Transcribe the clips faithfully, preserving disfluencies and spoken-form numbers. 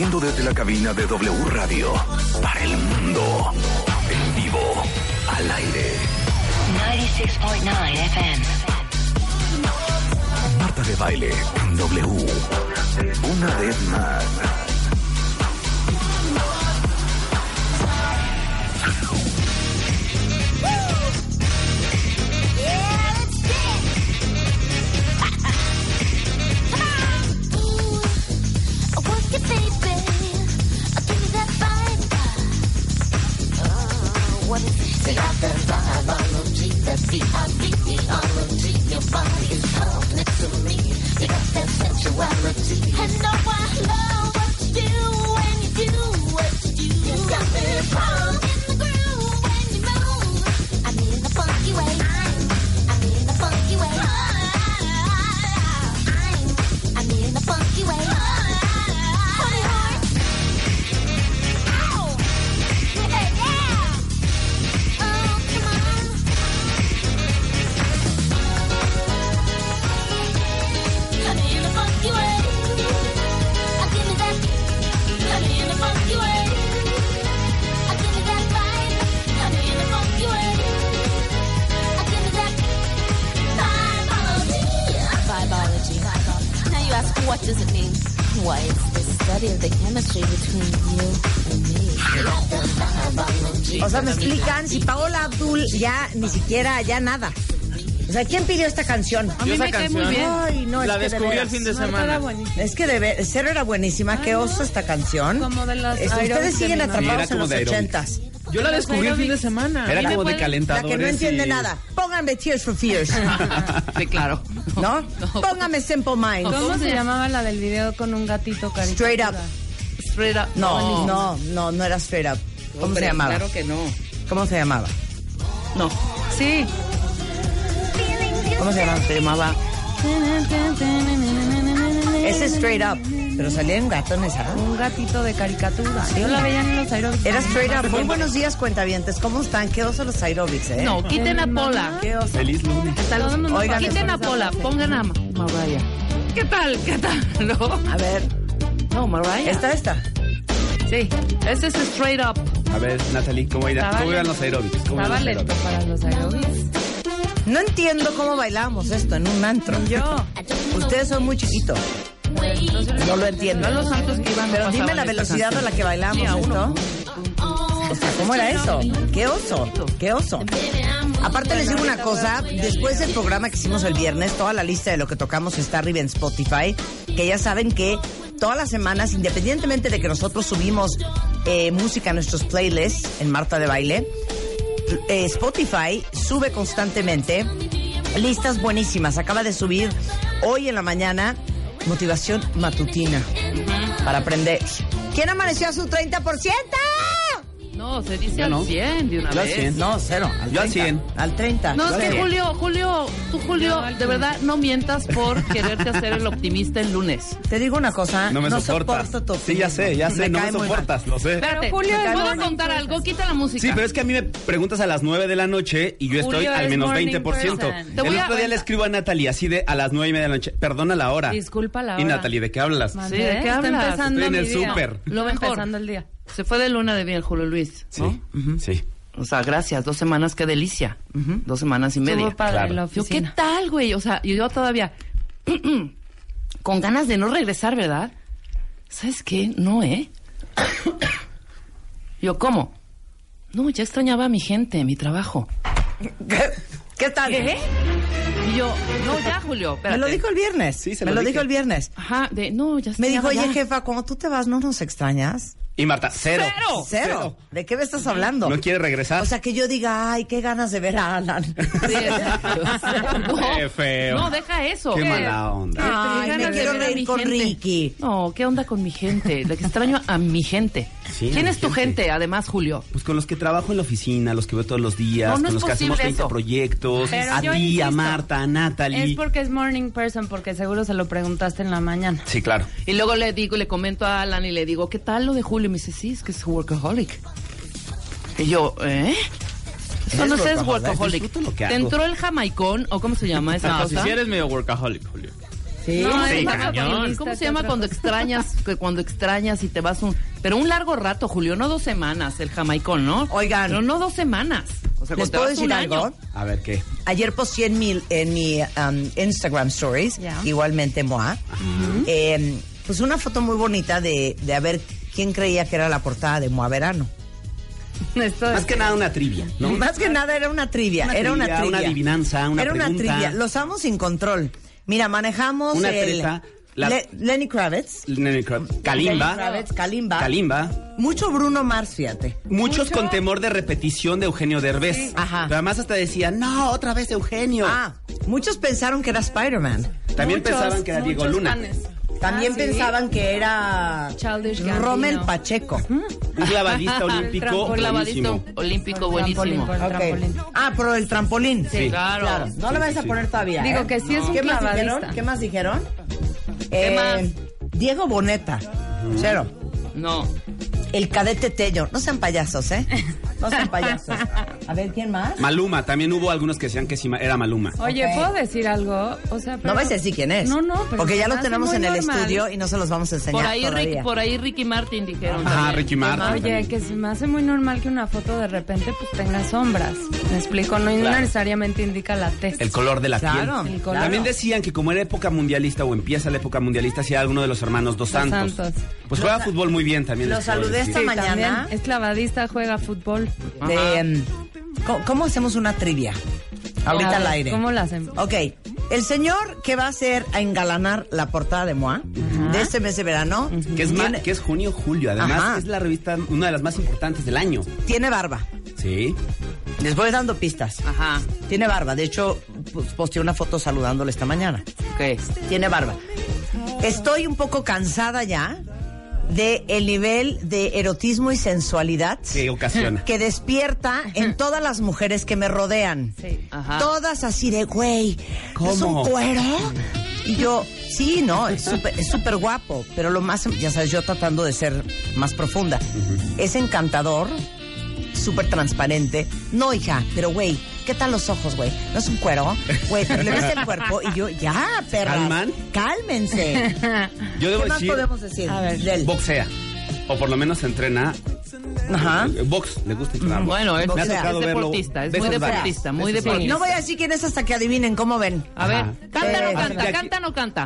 Transmitiendo desde la cabina de W Radio para el mundo. En vivo, al aire. noventa y seis punto nueve F M. Marta de Baile en W. Una vez más. They got the vibe on the G, the V I B E on the G. Your body is home next to me. They got that sensuality. And know I love what you do when you do what you do. You got me wrong in the groove when you move. I mean the funky way. I mean the funky way. I I mean the funky way. Honey heart. Ow. Yeah, yeah. What does it mean? Why, it's the study of the chemistry between you and me. O sea, me explican si Paola Abdul ya ni siquiera, ya nada. O sea, ¿quién pidió esta canción? A mí me cae muy bien. Ay, no, la es que descubrí de el fin de semana. Es que de ver, cero era buenísima. Ay, qué oso no. Esta canción. Como de las es, ustedes siguen atrapados sí, en los ochentas. Yo la descubrí el fin de semana. Era como de calentadores. La que no entiende y... nada. Pónganme Tears for Fears. Sí, claro. ¿No? no. Póngame Simple Minds. ¿Cómo se llamaba la del video con un gatito caricatura? Straight Up. Straight Up. No, no, no, no era Straight Up. ¿Cómo Hombre, se llamaba? Claro que no. ¿Cómo se llamaba? No. Sí. ¿Cómo se llamaba? Se llamaba... Ese es Straight Up. Pero salía un gato en esa. Un gatito de caricatura. Sí. Yo la veía en los aerobics. Era Straight Up. Muy buenos días, cuentavientes. ¿Cómo están? Qué oso los aerobics, ¿eh? No, quiten a Pola. Qué oso. Feliz lunes. Oigan, quiten a Pola. Pongan a Mariah. ¿Qué tal? ¿Qué tal? ¿No? A ver. No, Mariah. ¿Esta, esta? Sí. Ese es Straight Up. A ver, Natalie, ¿cómo irán, ¿cómo irán los aerobics? ¿Cómo Estaba lento para los aerobics. No entiendo cómo bailamos esto en un antro. Yo. Ustedes son muy chiquitos. No lo entiendo. No los santos que iban. Pero dime la velocidad a la que bailamos sí, esto. O sea, ¿cómo era eso? ¡Qué oso! ¡Qué oso! Aparte les digo una cosa, después del programa que hicimos el viernes, toda la lista de lo que tocamos está arriba en Spotify, que ya saben que todas las semanas, independientemente de que nosotros subimos eh, música a nuestros playlists en Marta de Baile, eh, Spotify sube constantemente listas buenísimas. Acaba de subir hoy en la mañana motivación matutina uh-huh. para aprender. ¿Quién amaneció a su treinta por ciento? No, se dice al no. cien de una Yo vez. Al cien. No, cero. Al Yo treinta. al cien. Al treinta. No, Yo es que cien. Julio, Julio, tú Julio, de verdad no mientas por quererte hacer el optimista el lunes. Te digo una cosa, no me no soportas. soporto tu sí, ya sé, ya sé, me no cae me soportas, lo sé. Espérate, pero Julio, ¿puedo contar algo? Quita la música. Sí, pero es que a mí me preguntas a las nueve de la noche y yo Julio estoy al menos veinte por ciento. Te El otro día le escribo a Natalie así de a las nueve y media de la noche, perdona la hora. Disculpa la hora. Y Natalie, ¿de qué hablas? Sí, ¿de qué Está hablas? empezando Estoy en el mi día. súper. Lo mejor. Empezando el día. Se fue de luna de miel, Julio Luis, ¿no? Sí, uh-huh. sí. O sea, gracias, dos semanas, qué delicia. Uh-huh. Dos semanas y media. Estuvo padre claro. la Yo, oficina. ¿qué tal, güey? O sea, yo, yo todavía con ganas de no regresar, ¿verdad? ¿Sabes qué? No, ¿eh? Yo, ¿cómo? No, ya extrañaba a mi gente, mi trabajo. ¿Qué, ¿Qué tal? ¿Qué? Y yo, no, ya, Julio, espérate. Me lo dijo el viernes. Sí, se Me lo lo dije. dijo el viernes. Ajá, de, no, ya Me dijo, extrañaba oye, ya. jefa, cuando tú te vas, ¿no nos extrañas? Y Marta, cero. ¡Cero! Cero. ¿De qué me estás hablando? ¿No quiere regresar? O sea, que yo diga, ay, qué ganas de ver a Alan. Sí, exacto. No, Qué feo. No, deja eso. Qué ¿Qué? mala onda. Ay, ganas me de quiero ver a reír mi con gente. Ricky. No, ¿qué onda con mi gente? Le extraño a mi gente. Sí, ¿Quién mi es tu gente. gente, además, Julio? Pues con los que trabajo en la oficina, los que veo todos los días, No, no con es los que hacemos posible veinte eso. proyectos, Pero a yo ti, insisto, a Marta, a Natalie. Es porque es morning person, porque seguro se lo preguntaste en la mañana. Sí, claro. Y luego le digo, le comento a Alan y le digo, ¿qué tal lo de Julio? Y me dice, sí, es que es workaholic. Y yo, ¿eh? Eso Es no es workaholic, workaholic. disfruto lo que ¿Te hago. entró el jamaicón o cómo se llama esa No, cosa? si sí eres medio workaholic, Julio. Sí, No, Sí, es más cañón. cuando- ¿Cómo se llama cuando extrañas, que cuando extrañas y te vas un... Pero un largo rato, Julio, no dos semanas, el jamaicón, ¿no? Oigan. Pero no dos semanas. O sea, ¿Les cuando te puedo vas un decir año. algo? A ver, ¿qué? Ayer posteé en mi, en mi um, Instagram Stories, Ya. igualmente Moa, eh, pues una foto muy bonita de, de a ver quién creía que era la portada de Moa Verano. Esto Más es- que nada una trivia, ¿no? Más que nada era una trivia, Una era una trivia, trivia. una adivinanza, una Era una pregunta. trivia, los amos sin control. Mira, manejamos Una el... treta, la- Le- Lenny Kravitz. Lenny Kravitz, Lenny Kalimba. Kravitz, Kalimba. Kalimba. Mucho Bruno Mars, fíjate. Muchos con temor de repetición de Eugenio Derbez. Ajá. Pero además hasta decían, no, otra vez Eugenio. Ah, muchos pensaron que era Spider-Man. También muchos, pensaban que era Diego muchos Luna. fans. También Ah, ¿sí? pensaban que era Childish Gambino. Rommel Pacheco. Un clavadista El olímpico trampolín. Clavadito buenísimo. olímpico Por el buenísimo. trampolín, por el Ok. trampolín. Ah, pero el trampolín. Sí, claro. No le vais a poner todavía. Digo ¿eh? que sí es un ¿Qué más clavadista. dijeron? ¿Qué más dijeron? ¿Qué Eh, más? Diego Boneta. Cero. No. El cadete Tello. No sean payasos, ¿eh? No sean payasos. A ver, ¿quién más? Maluma, también hubo algunos que decían que sí era Maluma. Oye, Ok. ¿puedo decir algo? O sea, pero- No vais a decir quién es. No, no, pero Porque ya se lo me hace tenemos muy en el normal. estudio y no se los vamos a enseñar Por ahí, todavía. Ricky, por ahí Ricky Martin dijeron. Ajá, también. Ricky Martin. ¿Qué más? Oye, que se me hace muy normal que una foto de repente pues tenga sombras. Me explico, no Claro. necesariamente indica la tez. El color de la Claro, piel. El color. También decían que como era época mundialista o empieza la época mundialista, si era alguno de los hermanos Dos Dos Santos. Santos. Pues juega fútbol muy bien también. Lo les puedo saludé decir. esta Sí, mañana. también. Es clavadista, juega fútbol. De, Ajá. em, ¿cómo, cómo hacemos una trivia? Ahorita A al ver, aire. ¿Cómo la hacemos? Ok, el señor que va a hacer a engalanar la portada de Moa de este mes de verano Que es, ma- tiene, que es junio, julio. Además, Ajá. es la revista, una de las más importantes del año. tiene barba. Sí. Les voy dando pistas. Ajá. Tiene barba. De hecho, pues, posteé una foto saludándole esta mañana. Ok. Tiene barba. Estoy un poco cansada ya de el nivel de erotismo y sensualidad Que ocasiona. que despierta en todas las mujeres que me rodean. Sí. Ajá. Todas así de, güey, ¿es ¿Cómo? un cuero? Y yo, sí, no, es súper es súper guapo, pero lo más, ya sabes, yo tratando de ser más profunda. Es encantador, súper transparente. No, hija, pero güey, ¿qué tal los ojos, güey? ¿No es un cuero? Güey, pero le ves el cuerpo y yo, ya, perras, ¿Calman? cálmense. Yo debo ¿Qué más decir, podemos decir? A ver. Del- boxea. O por lo menos entrena. Ajá. eh, Box, le gusta entrenar. box. Bueno, es, Me ha es tocado verlo deportista, es veces muy varias. deportista, muy Veces deportista. No voy a decir quién es hasta que adivinen cómo ven. A ver, Ajá. ¿canta o Eh, no canta? aquí- ¿Canta o no canta?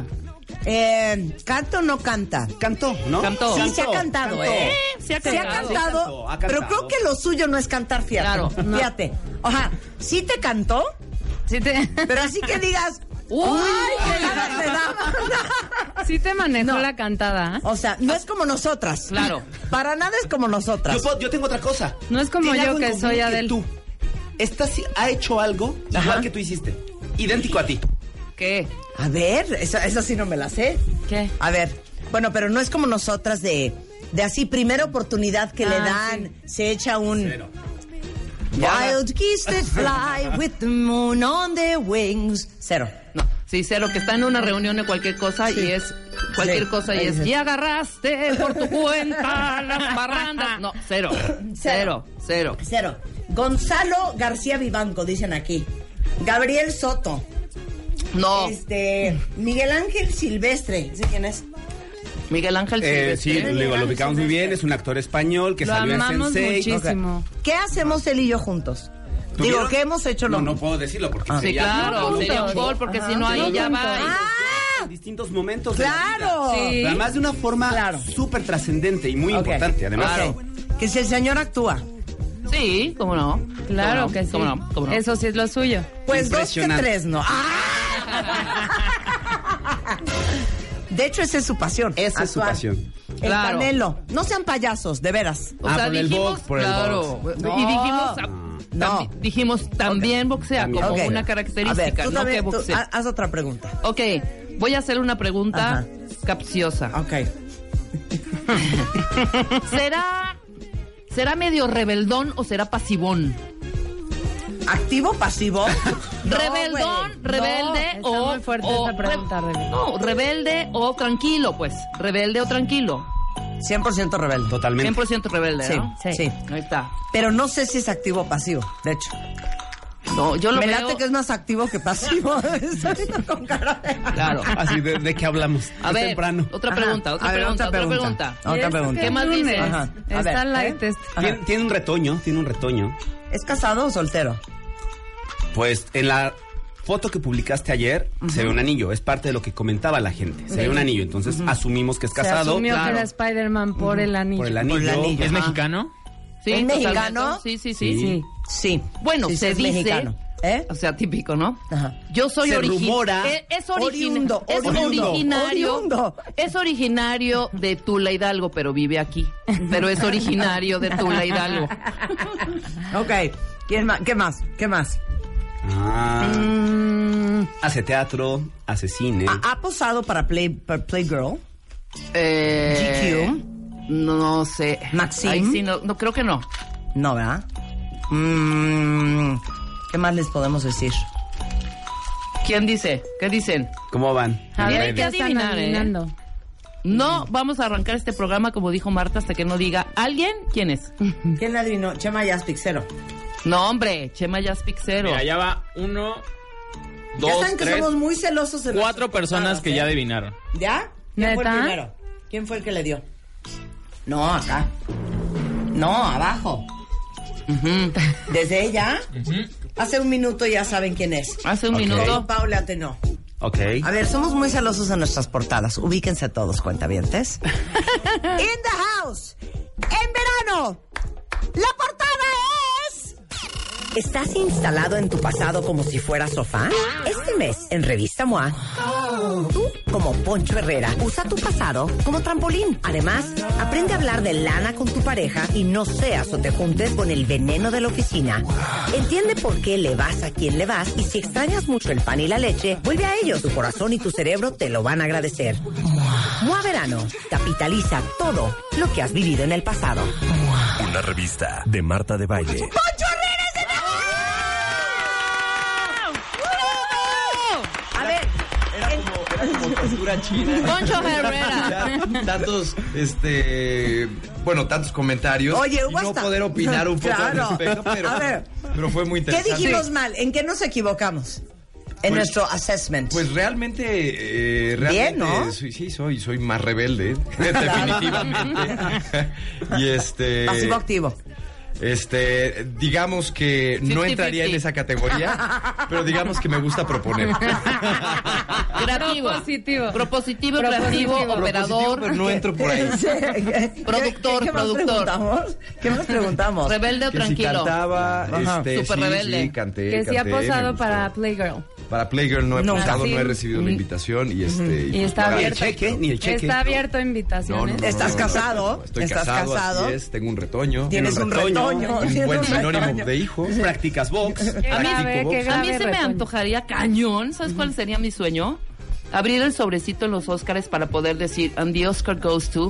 Eh, ¿Canta o no canta? Cantó, ¿no? Cantó. Sí, se ha cantado, cantó. ¿eh? Se ha Se ha cantado. cantado, cantó, ha pero cantado. creo que lo suyo no es cantar, fíjate. Claro, no. Fíjate. Ajá, sí te cantó, Sí te, pero así que digas, Uy, ¡ay, qué ganas me da! sí te manejó No. la cantada. ¿eh? O sea, no es como nosotras. Claro. Para nada es como nosotras. Yo, puedo- yo tengo otra cosa. No es como Tiene yo algo en que común soy Adele. Tú. Esta sí ha hecho algo Ajá. igual que tú hiciste. Idéntico a ti. ¿Qué? A ver, eso, eso sí no me la sé. ¿Qué? A ver, bueno, pero no es como nosotras de, de así, primera oportunidad que le Ah, dan, se echa un... Cero. Wild geese that fly with the moon on their wings. Cero. No, sí, cero, que está en una reunión de cualquier cosa y es cualquier Sí. cosa y Ahí es dices. y agarraste por tu cuenta las barrandas. No, cero, cero, cero. Cero. Gonzalo García Vivanco, dicen aquí. Gabriel Soto. No, Este. Miguel Ángel Silvestre. ¿Ese quién es? Miguel Ángel Eh, sí, Silvestre. lo, digo, lo ubicamos muy bien. Es un actor español que Lo salió en amamos Sense eight. muchísimo. ¿Qué hacemos él y yo juntos? Digo, ¿Tuvieron? ¿qué hemos hecho? No, lo- no puedo decirlo porque Ah. Sí, sería- claro, No, sería un juntos. gol porque Ajá. si no ahí No, ya va. juntos. y- en distintos momentos de la vida. ¡Claro! Sí. Pero además de una forma Claro. súper trascendente y muy Ok. importante. Además, Ok. Que si el señor actúa. Sí, cómo no. Claro ¿Cómo no? que sí. ¿Cómo no? ¿Cómo no? Eso sí es lo suyo. Pues dos que Impresionante. tres, ¿no? De hecho, esa es su pasión. esa es su actuar. pasión. El Claro. Canelo. No sean payasos, de veras. O Ah, sea, por el dijimos, box, por el claro, box. y No. dijimos, ah, No. tambi- dijimos también boxea También. como Ok. una A característica, ver, tú no también, que tú- boxea. ha- haz otra pregunta. Ok, voy a hacer una pregunta Ajá. capciosa. Ok. ¿Será, ¿Será medio rebeldón o será pasivón? ¿Activo o pasivo? No, rebeldón, güey. rebelde está o... muy fuerte o esa pregunta, re- Rebe. No, rebelde o tranquilo, pues. Rebelde o tranquilo. cien por ciento rebelde. Totalmente. cien por ciento rebelde, Sí, ¿no? sí, Sí. Ahí está. Pero no sé si es activo o pasivo, de hecho. No, yo lo Me veo... late que es más activo que pasivo. Estoy con cara de... Claro. Así, ¿de, de qué hablamos? A Es ver, temprano. otra Ajá. pregunta, otra A ver, pregunta, otra otra pregunta. pregunta. Otra ¿Y eso pregunta. ¿Qué más lunes? dice? Ajá. A Está ver, light ¿eh? este. Tiene, tiene un retoño, tiene un retoño. ¿Es casado o soltero? Pues en la foto que publicaste ayer se ve un anillo, es parte de lo que comentaba la gente. Se ve un anillo, entonces asumimos que es Se casado. asumió claro. que era Spider-Man por el anillo. Por el anillo. Por el anillo. ¿Es Ajá. mexicano? Sí, ¿Es totalmente. mexicano? Sí, sí, sí. Sí. Sí. Bueno, Sí, se sí, es dice... mexicano. ¿Eh? O sea, típico, ¿no? Ajá. Yo soy Se origi- rumora- Es, es, origina- Oriundo, es oriundo, originario. oriundo. Es originario de Tula Hidalgo, pero vive aquí. Pero es originario de Tula Hidalgo. Ok. ¿Quién más? ¿Qué más? ¿Qué más? Ah, Mm, hace teatro, hace cine. ¿ha, ha posado para Play, para Playgirl? Eh, G Q. No, no sé. Maxim. Ay, sí, no, no, creo que no. No, ¿verdad? Mm, ¿qué más les podemos decir? ¿Quién dice? ¿Qué dicen? ¿Cómo van? A Bien, ver, hay que ya están adivinar, ¿eh? adivinando. No vamos a arrancar este programa, como dijo Marta, hasta que no diga ¿alguien? ¿Quién es? ¿Quién la adivinó? Chema Yaspic, cero. No, hombre, Chema Jaspic cero. Mira, ya va uno, Ya dos, saben que tres, somos muy celosos de cuatro nuestras personas portadas, que ¿eh? ya adivinaron. ¿Ya? ¿Quién fue el ¿Neta? primero? ¿Quién fue el que le dio? No, acá. No, abajo. ¿Desde ella? Hace un minuto ya saben quién es. Hace un Ok. minuto. Paula Atenó. Ok. A ver, somos muy celosos de nuestras portadas. Ubíquense todos, cuentavientes. In the house. En verano. La portada es... ¿Estás instalado en tu pasado como si fuera sofá? Este mes, en Revista M O A, tú, como Poncho Herrera, usa tu pasado como trampolín. Además, aprende a hablar de lana con tu pareja y no seas o te juntes con el veneno de la oficina. Entiende por qué le vas a quien le vas y si extrañas mucho el pan y la leche, vuelve a ellos. Tu corazón y tu cerebro te lo van a agradecer. M O A Verano. Capitaliza todo lo que has vivido en el pasado. Una revista de Marta de Baile. ¡Poncho Herrera es de A ver, Era como, era como tortura china. Poncho Herrera. Ya, tantos, este, bueno, tantos comentarios. Oye, y hubo no hasta- poder opinar un poco Claro. al respecto, pero, A ver. pero fue muy ¿qué interesante. dijimos mal? ¿En qué nos equivocamos? En Pues- nuestro assessment. Pues realmente, eh, realmente, Bien, ¿no? soy- sí, soy, soy más rebelde, definitivamente. Y este, Pasivo activo. este, digamos que no cincuenta entraría en cincuenta. esa categoría, pero digamos que me gusta proponer. Creativo. Propositivo. Propositivo, Propositivo. creativo, Propositivo, operador. pero no entro por ahí. Productor, ¿Qué, qué más productor. preguntamos? ¿Qué más preguntamos? Rebelde o Que si tranquilo. cantaba, Ajá. este, Súper sí, rebelde. sí, canté, Que sí ha canté, me posado gustó. para Playgirl. Para Playgirl no he Nunca. posado, Sí. no he recibido la invitación y este... Y pues, está nada, Ni el abierto. cheque, ni el cheque. Está abierto a No, no, invitaciones. no, ¿Estás no, no, no. casado? Estoy ¿Estás casado, casado? así es, tengo un retoño. Tienes Tengo un retoño. Un Tienes buen un sinónimo retoño. de hijo. Practicas box. Qué Practico grave, box. qué A grave mí se me retoño. antojaría cañón. ¿Sabes cuál sería mi sueño? Abrir el sobrecito en los Óscares para poder decir, and the Oscar goes to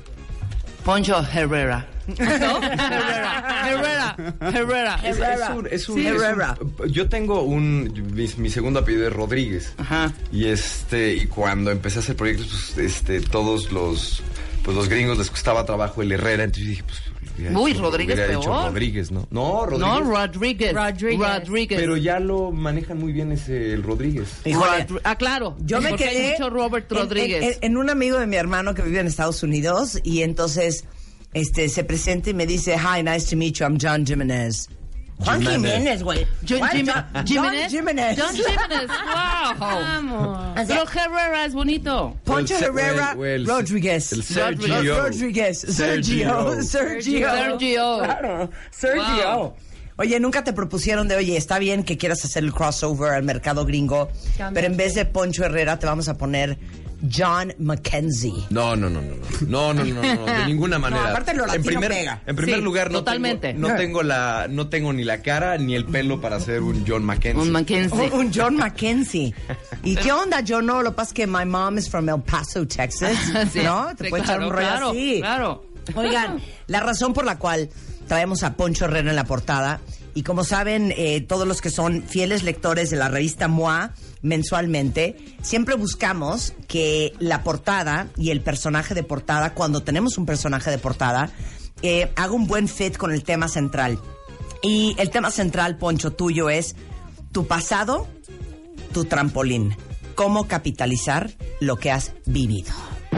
Poncho Herrera. ¿No? Herrera, Herrera, Herrera. Es, es un, es un- Sí, es un- Herrera. yo tengo un mi, mi segundo apellido es Rodríguez. Ajá. Y este y cuando empecé a hacer proyectos pues, este todos los pues los gringos les costaba trabajo el Herrera, entonces dije pues hubiera Uy, dicho- Rodríguez hubiera dicho peor. Rodríguez, ¿no? No, Rodríguez. No, Rodríguez. Rodríguez. Rodríguez. Pero ya lo manejan muy bien ese el Rodríguez. Híjole. Rodri- ah, claro. Yo me Porque quedé hay mucho Robert en- Rodríguez. En, en- en un amigo de mi hermano que vive en Estados Unidos y entonces este se presenta y me dice, hi, nice to meet you, I'm John Jimenez. Juan Jimenez. Jiménez, güey. John What? Jim- John Jimenez. Jimenez. John Jimenez. Wow. Vamos. Pero Herrera es bonito. Poncho O el- Herrera o el- Rodríguez. el Sergio. Rodríguez. Sergio. Sergio. Sergio. Claro. Sergio. Wow. Oye, nunca te propusieron de, oye, está bien que quieras hacer el crossover al mercado gringo, Cambia. pero en vez de Poncho Herrera te vamos a poner John McKenzie. No, no, no, no, no, no, no, no, no, de ninguna manera. aparte lo en latino primer, pega. en primer Sí, lugar no totalmente. tengo, no tengo la, no tengo ni la cara ni el pelo para ser un John McKenzie. Un Mackenzie. Un, un John McKenzie. ¿Y qué onda? Yo no, lo que pasa es que my mom is from El Paso, Texas. Sí, ¿No? Te sí, puede echar claro, un rollo claro, así. claro. Oigan, la razón por la cual traemos a Poncho Herrera en la portada, y como saben, eh, todos los que son fieles lectores de la revista M O A mensualmente, siempre buscamos que la portada y el personaje de portada, cuando tenemos un personaje de portada, eh, haga un buen fit con el tema central. Y el tema central, Poncho, tuyo es Tu pasado, tu trampolín. Cómo capitalizar lo que has vivido.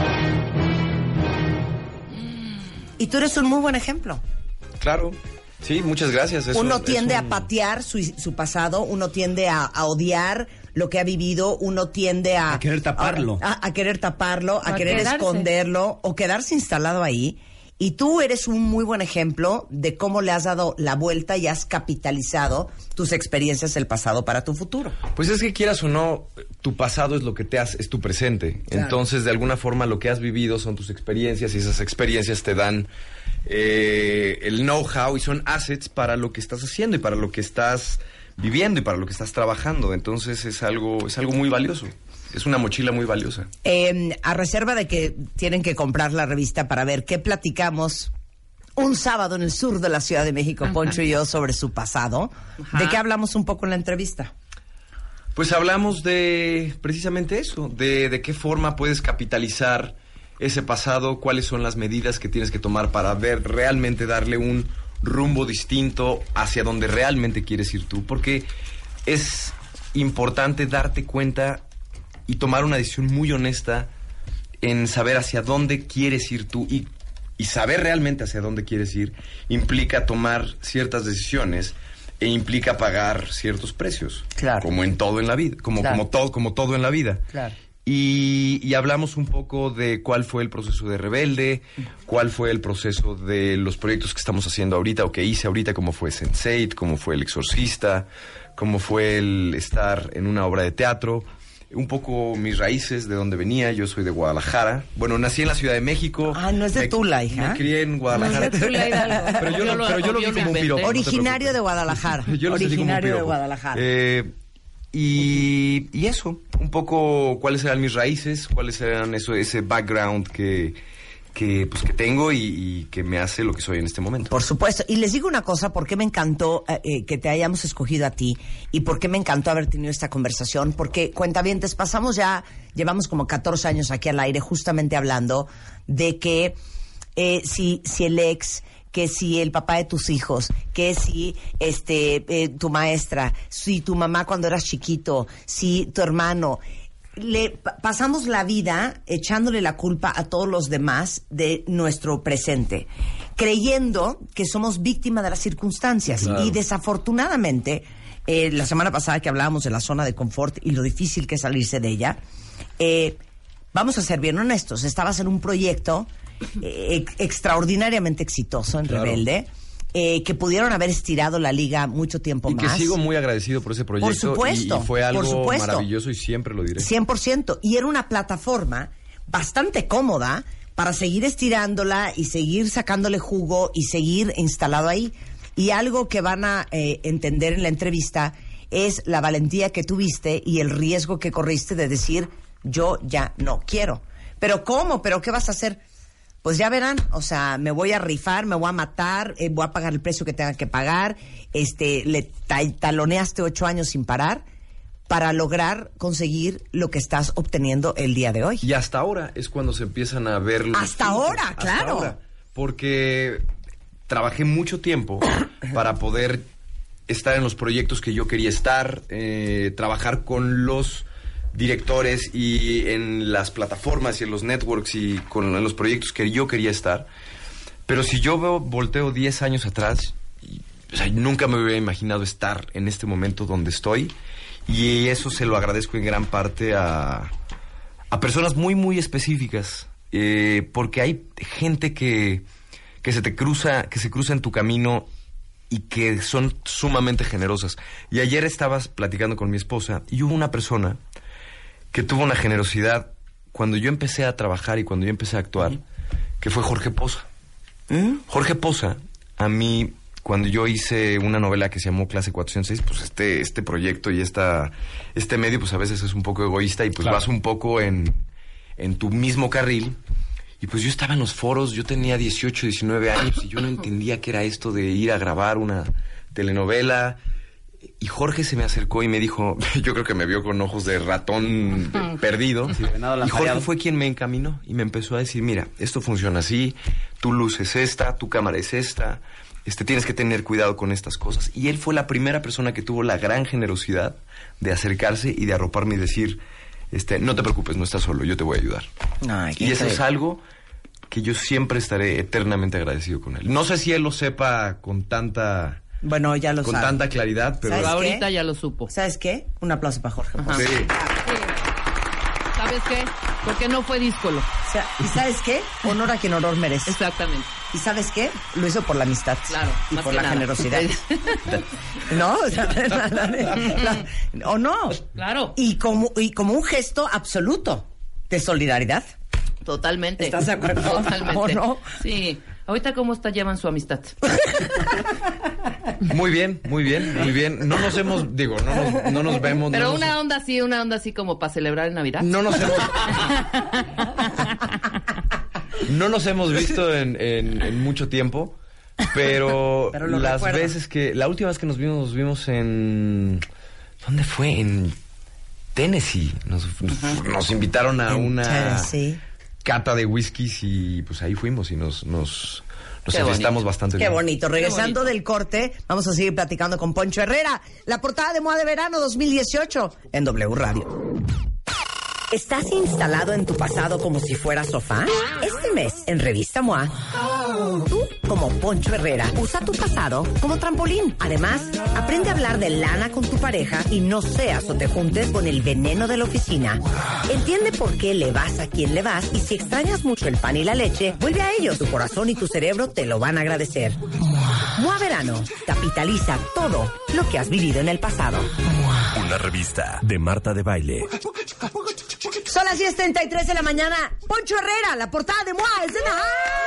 Y tú eres un muy buen ejemplo. Claro. Sí, muchas gracias. Es uno un, tiende es un... a patear su, su pasado, uno tiende a, a odiar lo que ha vivido, uno tiende a... A querer taparlo. A, a querer taparlo, a, A querer quedarse. esconderlo o quedarse instalado ahí. Y tú eres un muy buen ejemplo de cómo le has dado la vuelta y has capitalizado tus experiencias del pasado para tu futuro. Pues es que quieras o no, tu pasado es lo que te hace, es tu presente. Claro. Entonces, de alguna forma, lo que has vivido son tus experiencias y esas experiencias te dan eh, el know-how y son assets para lo que estás haciendo y para lo que estás viviendo y para lo que estás trabajando. Entonces, es algo, es algo muy valioso. Es una mochila muy valiosa. Eh, a reserva de que tienen que comprar la revista para ver qué platicamos un sábado en el sur de la Ciudad de México, Poncho y yo, sobre su pasado. Ajá. ¿De qué hablamos un poco en la entrevista? Pues hablamos de precisamente eso, de, de qué forma puedes capitalizar ese pasado, cuáles son las medidas que tienes que tomar para ver realmente darle un rumbo distinto hacia donde realmente quieres ir tú, porque es importante darte cuenta y tomar una decisión muy honesta en saber hacia dónde quieres ir tú y, y saber realmente hacia dónde quieres ir implica tomar ciertas decisiones e implica pagar ciertos precios. Claro. Como en todo en la vida, como, Claro. como, todo, como todo en la vida. Claro. Y, y hablamos un poco de cuál fue el proceso de Rebelde, cuál fue el proceso de los proyectos que estamos haciendo ahorita o que hice ahorita, cómo fue sense eight, cómo fue El Exorcista, cómo fue el estar en una obra de teatro, un poco mis raíces, de dónde venía. Yo soy de Guadalajara. Bueno, nací en la Ciudad de México. Ah, ¿no es de Me- Tula, hija? Me crié en Guadalajara. No es de Tula, Hidalgo. Pero yo, Yo lo, lo- pero yo lo yo vi lo como un inventé. piropo. no te Originario de preocupes. Guadalajara. Yo lo sentí como un Originario de piropo. Guadalajara. Eh, y, y eso, un poco cuáles eran mis raíces, cuáles eran eso, ese background que, que, pues, que tengo y, y que me hace lo que soy en este momento. Por supuesto. Y les digo una cosa, ¿por qué me encantó eh, eh, que te hayamos escogido a ti? Y por qué me encantó haber tenido esta conversación. Porque, cuentavientes, pasamos ya, llevamos como catorce años aquí al aire justamente hablando de que eh, si, si el ex, que si el papá de tus hijos, que si este eh, tu maestra, si tu mamá cuando eras chiquito, si tu hermano... Le pa- pasamos la vida echándole la culpa a todos los demás de nuestro presente, creyendo que somos víctimas de las circunstancias. Claro. Y desafortunadamente, eh, la semana pasada que hablábamos de la zona de confort y lo difícil que es salirse de ella, eh, vamos a ser bien honestos, estabas en un proyecto eh, ex- extraordinariamente exitoso en Claro. Rebelde, eh, que pudieron haber estirado la liga mucho tiempo Y que más. sigo muy agradecido por ese proyecto. Por supuesto, y, y fue algo por supuesto. maravilloso y siempre lo diré. cien por ciento. Y era una plataforma bastante cómoda para seguir estirándola y seguir sacándole jugo y seguir instalado ahí. Y algo que van a eh, entender en la entrevista es la valentía que tuviste y el riesgo que corriste de decir, yo ya no quiero. ¿Pero cómo? ¿Pero qué vas a hacer? Pues ya verán, o sea, me voy a rifar, me voy a matar, eh, voy a pagar el precio que tenga que pagar. Este, le ta- taloneaste ocho años sin parar para lograr conseguir lo que estás obteniendo el día de hoy. Y hasta ahora es cuando se empiezan a ver los Hasta frutos. ahora, Hasta claro. ahora. Porque trabajé mucho tiempo para poder estar en los proyectos que yo quería estar, eh, trabajar con los directores y en las plataformas y en los networks y con en los proyectos que yo quería estar. Pero si yo veo, volteo diez años atrás, y, o sea, nunca me hubiera imaginado estar en este momento donde estoy. Y eso se lo agradezco en gran parte a, a personas muy, muy específicas. Eh, porque hay gente que, que se te cruza, que se cruza en tu camino y que son sumamente generosas. Y ayer estabas platicando con mi esposa y hubo una persona que tuvo una generosidad cuando yo empecé a trabajar y cuando yo empecé a actuar, uh-huh. que fue Jorge Poza. ¿Mm? Jorge Poza, a mí, cuando yo hice una novela que se llamó Clase cuatrocientos seis, pues este, este proyecto y esta, este medio, pues a veces es un poco egoísta y pues claro. vas un poco en, en tu mismo carril. Y pues yo estaba en los foros, yo tenía dieciocho, diecinueve años y yo no entendía qué era esto de ir a grabar una telenovela. Y Jorge se me acercó y me dijo, yo creo que me vio con ojos de ratón de, perdido. Sí, y Jorge fue quien me encaminó y me empezó a decir, mira, esto funciona así, tu luz es esta, tu cámara es esta, este, tienes que tener cuidado con estas cosas. Y él fue la primera persona que tuvo la gran generosidad de acercarse y de arroparme y decir, este, no te preocupes, no estás solo, yo te voy a ayudar. Ay, y eso es algo que yo siempre estaré eternamente agradecido con él. No sé si él lo sepa con tanta... Bueno, ya lo con sabe. tanta claridad, pero... ¿Sabes ahorita qué? ya lo supo. ¿Sabes qué? Un aplauso para Jorge. Ajá. Sí. ¿Sabes qué? Porque no fue díscolo. O sea, ¿y sabes qué? Honor a quien honor merece. Exactamente. ¿Y sabes qué? Lo hizo por la amistad. Claro. Y más por que la nada. generosidad. ¿No? O, sea, la- la- la- ¿o no? Claro. Y como, y como un gesto absoluto de solidaridad. Totalmente. ¿Estás de acuerdo? Totalmente. ¿O no? Sí. Ahorita, ¿cómo está llevan su amistad? Muy bien, muy bien, muy bien. No nos hemos, digo, no nos, no nos vemos. Pero no nos- una onda así, una onda así como para celebrar en Navidad. No nos hemos... No nos hemos visto en, en- en mucho tiempo, pero, Pero lo las recuerdo. veces que... La última vez que nos vimos, nos vimos en... ¿Dónde fue? En Tennessee. Nos, nos invitaron a En una Tennessee. cata de whiskies y pues ahí fuimos y nos... nos Nos Qué enfiestamos bonito. bastante Qué bien. bonito. Regresando bonito. del corte, vamos a seguir platicando con Poncho Herrera. La portada de Moa de Verano dos mil dieciocho en W Radio. ¿Estás instalado en tu pasado como si fuera sofá? Este mes, en Revista Moa, tú, como Poncho Herrera, usa tu pasado como trampolín. Además, aprende a hablar de lana con tu pareja y no seas o te juntes con el veneno de la oficina. Entiende por qué le vas a quien le vas y si extrañas mucho el pan y la leche, vuelve a ellos. Tu corazón y tu cerebro te lo van a agradecer. Moa Verano capitaliza todo lo que has vivido en el pasado. Una revista de Marta de Baile. Son las diez treinta y tres de la mañana. Poncho Herrera, la portada de Moa es en la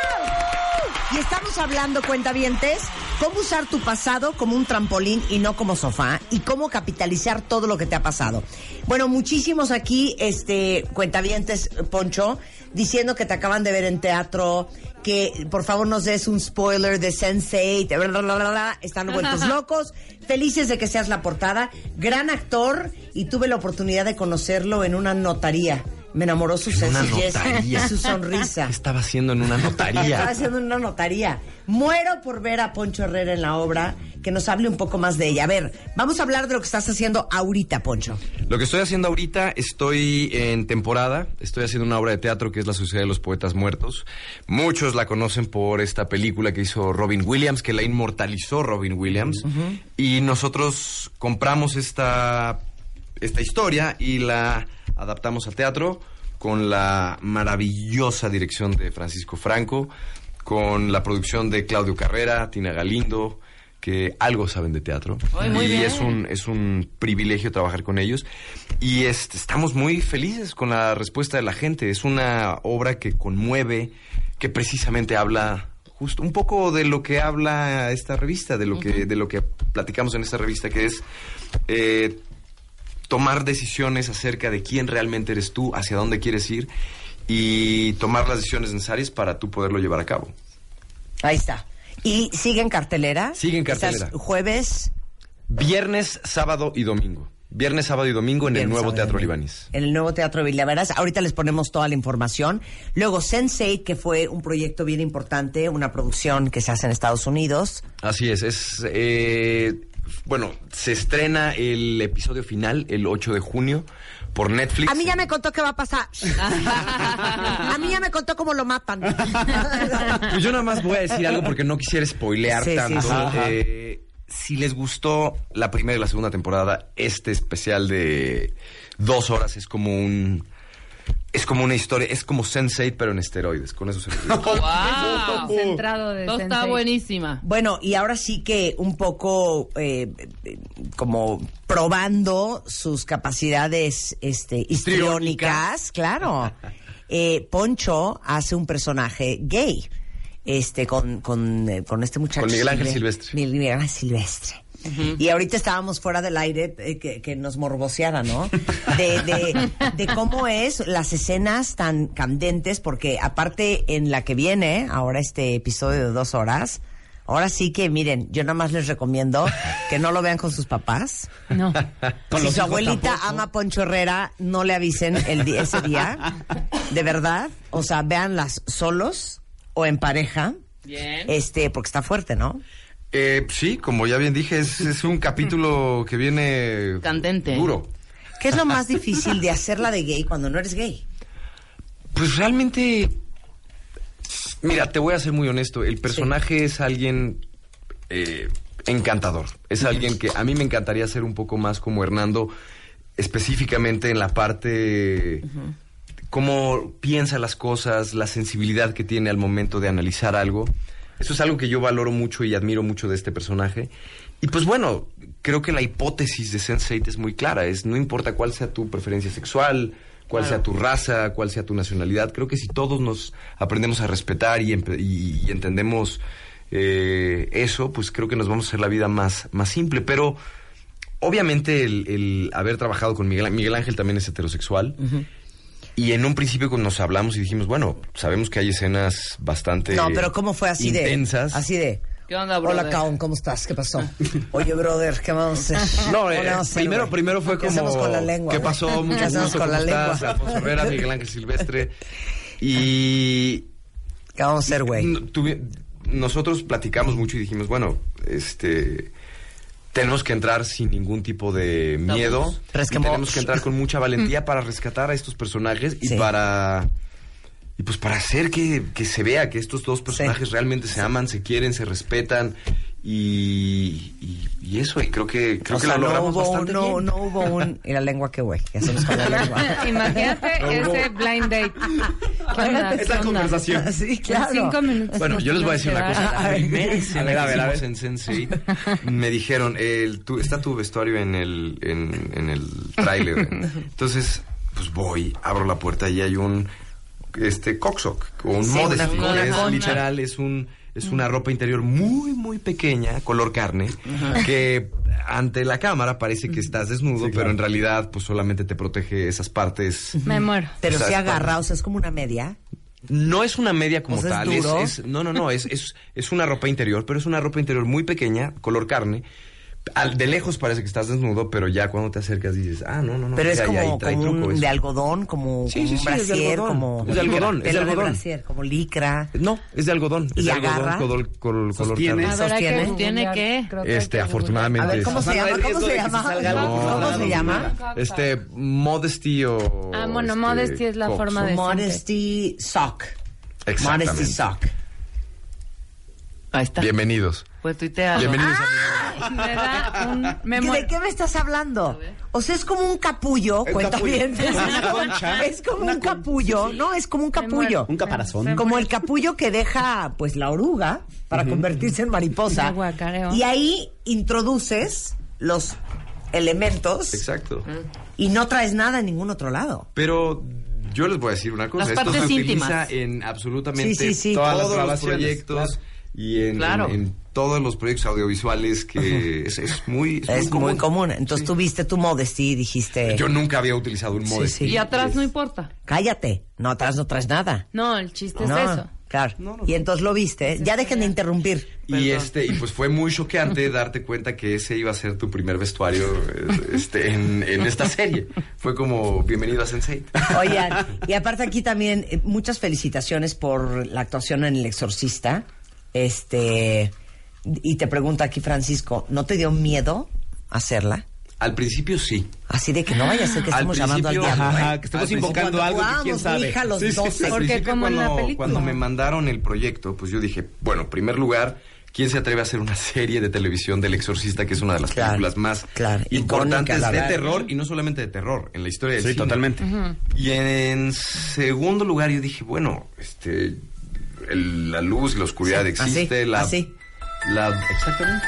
house. Y estamos hablando, cuentavientes, cómo usar tu pasado como un trampolín y no como sofá, y cómo capitalizar todo lo que te ha pasado. Bueno, muchísimos aquí, este, cuentavientes, Poncho, diciendo que te acaban de ver en teatro, que por favor nos des un spoiler de sense eight, bla, bla, bla, bla, bla. Están vueltos locos, felices de que seas la portada, gran actor, y tuve la oportunidad de conocerlo en una notaría. Me enamoró su En una sencillez notaría. y su sonrisa. ¿Qué estaba haciendo en una Estaba notaría? haciendo una notaría. Muero por ver a Poncho Herrera en la obra, que nos hable un poco más de ella. A ver, vamos a hablar de lo que estás haciendo ahorita, Poncho. Lo que estoy haciendo ahorita, estoy en temporada, estoy haciendo una obra de teatro que es La Sociedad de los Poetas Muertos. Muchos la conocen por esta película que hizo Robin Williams, que la inmortalizó Robin Williams. Uh-huh. Y nosotros compramos esta, esta historia y la adaptamos al teatro con la maravillosa dirección de Francisco Franco, con la producción de Claudio Carrera, Tina Galindo, que algo saben de teatro. Ay, muy y bien. es un es un privilegio trabajar con ellos y este, estamos muy felices con la respuesta de la gente. Es una obra que conmueve, que precisamente habla justo un poco de lo que habla esta revista, de lo que de lo que platicamos en esta revista, que es eh, tomar decisiones acerca de quién realmente eres tú, hacia dónde quieres ir y tomar las decisiones necesarias para tú poderlo llevar a cabo. Ahí está. ¿Y sigue en cartelera? Sigue en cartelera. ¿Estás jueves? Viernes, sábado y domingo. Viernes, sábado y domingo en Viernes, el nuevo sábado y Teatro domingo. Libaniz. En el nuevo Teatro Villaveras. Ahorita les ponemos toda la información. Luego sense eight, que fue un proyecto bien importante, una producción que se hace en Estados Unidos. Así es, es... Eh, bueno, se estrena el episodio final el ocho de junio por Netflix. A mí ya me contó qué va a pasar. A mí ya me contó cómo lo matan. Pues yo nada más voy a decir algo porque no quisiera spoilear Sí, sí, tanto. sí. Eh, si les gustó la primera y la segunda temporada, este especial de dos horas es como un... Es como una historia, es como sense eight pero en esteroides, con eso se lo digo. ¡Wow! Concentrado de Todo está Sensei. buenísima. Bueno, y ahora sí que un poco eh, eh, como probando sus capacidades este, histriónicas, claro. Eh, Poncho hace un personaje gay, este, con, con, eh, con este muchacho. Con Miguel Ángel Silve- Silvestre. Miguel Ángel Silvestre. Uh-huh. Y ahorita estábamos fuera del aire, eh, que, que nos morboseara, ¿no? De, de, de cómo es las escenas tan candentes, porque aparte en la que viene, ahora este episodio de dos horas, ahora sí que, miren, yo nada más les recomiendo que no lo vean con sus papás. No. Con Si los su hijos abuelita tampoco. ama a Poncho Herrera, no le avisen el di- ese día. De verdad. O sea, véanlas solos o en pareja. Bien. Este, porque está fuerte, ¿no? Eh, sí, como ya bien dije, es, es un capítulo que viene... Candente. Duro. ¿Qué es lo más difícil de hacerla de gay cuando no eres gay? Pues realmente... Mira, te voy a ser muy honesto. El personaje sí. es alguien eh, encantador. Es alguien que a mí me encantaría ser un poco más como Hernando, específicamente en la parte... Uh-huh. Cómo piensa las cosas, la sensibilidad que tiene al momento de analizar algo. Eso es algo que yo valoro mucho y admiro mucho de este personaje. Y pues bueno, creo que la hipótesis de sense eight es muy clara. Es no importa cuál sea tu preferencia sexual, cuál claro. sea tu raza, cuál sea tu nacionalidad. Creo que si todos nos aprendemos a respetar y, y, y entendemos eh, eso, pues creo que nos vamos a hacer la vida más, más simple. Pero obviamente el, el haber trabajado con Miguel, Miguel Ángel también es heterosexual. Uh-huh. Y en un principio cuando nos hablamos y dijimos, bueno, sabemos que hay escenas bastante No, pero ¿cómo fue así intensas. de...? Así de... ¿Qué onda, brother? Hola, Kaon, ¿cómo estás? ¿Qué pasó? Oye, brother, ¿qué vamos a hacer? No, eh, a hacer, primero, güey? primero fue ¿Qué como... hacemos con la lengua? ¿Qué güey? pasó? Mucho ¿Qué hacemos gusto, con ¿cómo la estás? lengua? Alfonso Herrera, Miguel Ángel Silvestre. Y... ¿Qué vamos a hacer, güey? Tuvi- nosotros platicamos mucho y dijimos, bueno, este... tenemos que entrar sin ningún tipo de miedo. Y tenemos que entrar con mucha valentía para rescatar a estos personajes y sí. para... Y pues para hacer que, que se vea que estos dos personajes sí. realmente se aman, se quieren, se respetan y, y, y eso, y creo que creo o que sea, lo logramos no hubo, bastante no, bien. No hubo un... ¿Y la lengua qué, güey? ¿Qué hacemos con la lengua? Imagínate no ese hubo... blind date. Onda, esa conversación. Sí, claro. Cinco minutos. Bueno, yo les voy a decir una cosa. A ver, a ver, a ver, a ver. En sense eight me dijeron, el, tu, está tu vestuario en el, en, en el tráiler. Entonces, pues voy, abro la puerta y hay un... este cocksock o un sí, modesty, una, es una literal es un es una ropa interior muy muy pequeña color carne uh-huh. que ante la cámara parece que estás desnudo sí, claro. pero en realidad pues solamente te protege esas partes. Me muero. Pero o sea, si agarra, o sea, es como una media. No es una media como o sea, tal, ¿es duro? Es, es no no no es es es una ropa interior, pero es una ropa interior muy pequeña color carne. Al, de lejos parece que estás desnudo, pero ya cuando te acercas dices, ah, no, no, no. Pero es ya, como, ya, trae como un, truco, de algodón, como, sí, como sí, un sí, brasier, como... Es de algodón, es de algodón. De brasier, como licra. No, es de algodón. Es ¿Y de agarra? algodón, color, color, color ¿Sostiene? carne. A ver, ¿Sostiene? ¿Sostiene qué? Este, afortunadamente. A ver, ¿cómo es. se llama? ¿Cómo se llama? No, ¿Cómo se llama? Este, modesty o... Ah, bueno, este, modesty es la cox. forma de... Modesty sock. Exactamente. Modesty sock. Ahí está. Bienvenidos. Pues tuitea. Bienvenidos ¡Ah! a Me da un... Me ¿De qué me estás hablando? O sea, es como un capullo, El cuenta capullo. bien. Es como un capullo, ¿no? Es como un capullo. Un caparazón. Como el capullo que deja, pues, la oruga para uh-huh. convertirse en mariposa. Guacareo. Y ahí introduces los elementos. Exacto. Y no traes nada en ningún otro lado. Pero yo les voy a decir una cosa. Las Esto partes se íntimas. utiliza en absolutamente Sí, sí, sí. todas Todos las los proyectos. claro. Y en, Claro. en, en todos los proyectos audiovisuales que es, es muy es, Es muy muy común. común. Entonces Sí. tú viste tu modesty y dijiste... Yo nunca había utilizado un Sí, modesty. sí. Y atrás no importa. Cállate. No, atrás no traes nada. No, el chiste es No, eso. claro. No, no, y no. entonces lo viste. Ya dejen de interrumpir. Y este y pues fue muy choqueante darte cuenta que ese iba a ser tu primer vestuario este en, en esta serie. Fue como bienvenido a sense eight. Oigan, y aparte aquí también eh, muchas felicitaciones por la actuación en El Exorcista. Este, y te pregunta aquí Francisco, ¿no te dio miedo hacerla? Al principio sí. Así de que no vaya a ser que Al estemos llamando al principio, diablo. Ajá, ¿eh? que estemos Al invocando principio, algo que quién Vamos, sabe. mi hija, los Sí, sí, doce. al Porque principio como en la cuando, película. cuando me mandaron el proyecto, pues yo dije, bueno, en primer lugar, ¿quién se atreve a hacer una serie de televisión del Exorcista, que es una de las Claro, películas más claro, importantes icónica, la de verdad. terror, y no solamente de terror, en la historia del Sí, cine? totalmente. Y en segundo lugar yo dije, bueno, este el- la luz, la oscuridad Sí, existe, así, la, así. la exactamente.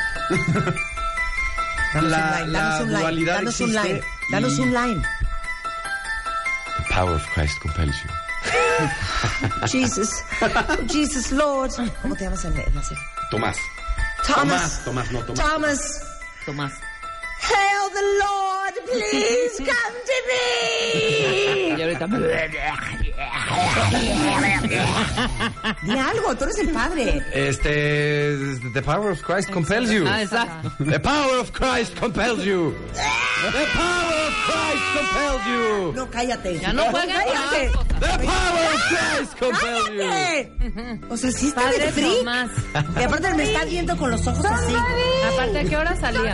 Danos La- un line, la danos un line, dualidad danos un existe line, danos y- un line. The power of Christ compels you. Jesus, Jesus Lord. ¿Cómo te llamas en la en la serie? Tomás. Thomas. Tomás, no, Tomás. Thomas. Tomás. Hail the Lord, please come to me. Y ahorita... Di algo, tú eres el padre. Este, the power of Christ compels you. Ah, exacto. The power of Christ compels you. The power of Christ compels you. No, cállate. Ya no jueguen con cállate. las cosas. The power of Christ compels you. ¡Cállate! O sea, sí está de Padres freak. nomás. Y aparte me está viendo con los ojos así. Aparte, ¿a qué hora salía?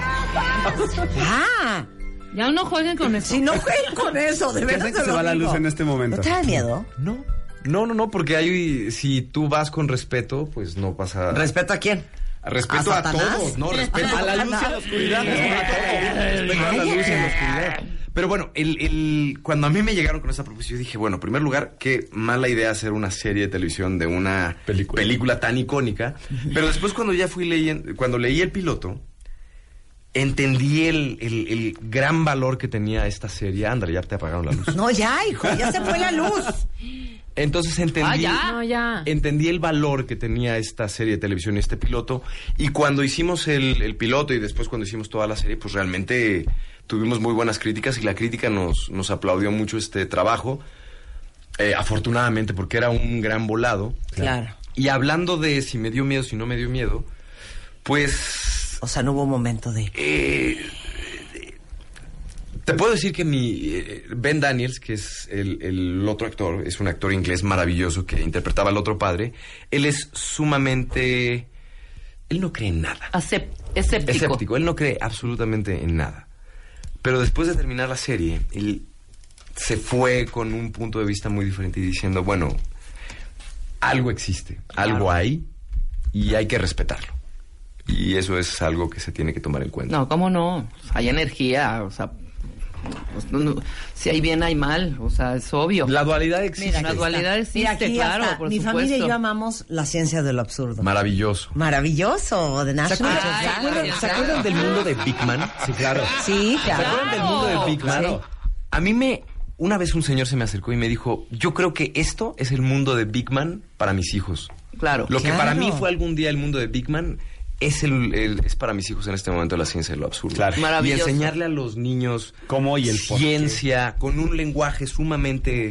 Ah, Ya no jueguen con eso. si no jueguen con eso, de ¿Qué verdad hacen que te se lo va la digo. luz en este momento? ¿No te da miedo? No. No, no, no, porque hay, si tú vas con respeto, pues no pasa... ¿Respeto a quién? Respeto ¿A a, Satanás? todos, ¿no? Respeto a la luz y a la oscuridad. Respeto a la luz y a la oscuridad. Pero bueno, el, el, cuando a mí me llegaron con esa propuesta, yo dije, bueno, en primer lugar, qué mala idea hacer una serie de televisión de una película, película tan icónica. Pero después cuando ya fui leyendo, cuando leí el piloto, entendí el, el, el gran valor que tenía esta serie. Ándale, ya te apagaron la luz. No, ya, hijo, ya se fue la luz. Entonces entendí, Ah, ya. No, ya. entendí el valor que tenía esta serie de televisión y este piloto. Y cuando hicimos el, el piloto y después cuando hicimos toda la serie, pues realmente tuvimos muy buenas críticas y la crítica nos, nos aplaudió mucho este trabajo. Eh, afortunadamente, porque era un gran volado. Claro. Y hablando de si me dio miedo, si no me dio miedo, pues... O sea, no hubo un momento de... Eh, te puedo decir que mi eh, Ben Daniels, que es el, el otro actor, es un actor inglés maravilloso que interpretaba al otro padre. Él es sumamente... Él no cree en nada. Acep- escéptico. Escéptico. Él no cree absolutamente en nada. Pero después de terminar la serie, él se fue con un punto de vista muy diferente y diciendo, bueno, algo existe, algo hay y hay que respetarlo. Y eso es algo que se tiene que tomar en cuenta. No, ¿cómo no? Hay energía, o sea, pues, no, no, si hay bien hay mal, o sea, es obvio. La dualidad existe. Mira, la dualidad existe, Mira, aquí claro, hasta por mi supuesto. familia y yo amamos la ciencia de lo absurdo. Maravilloso. Maravilloso, de ¿Se National acuerdan, Ay, ¿se acuerdan- ay, ¿se ay. acuerdan del mundo de Big Man? Sí, claro. Sí, ¿Se claro. acuerdan del mundo de Big Man? Claro. A mí me... Una vez un señor se me acercó y me dijo, yo creo que esto es el mundo de Big Man para mis hijos. Claro. Lo que Claro. para mí fue algún día el mundo de Big Man es el, el- es para mis hijos en este momento la ciencia de lo absurdo. Claro. Y Maravilloso. enseñarle a los niños Cómo y el por qué. ciencia con un lenguaje sumamente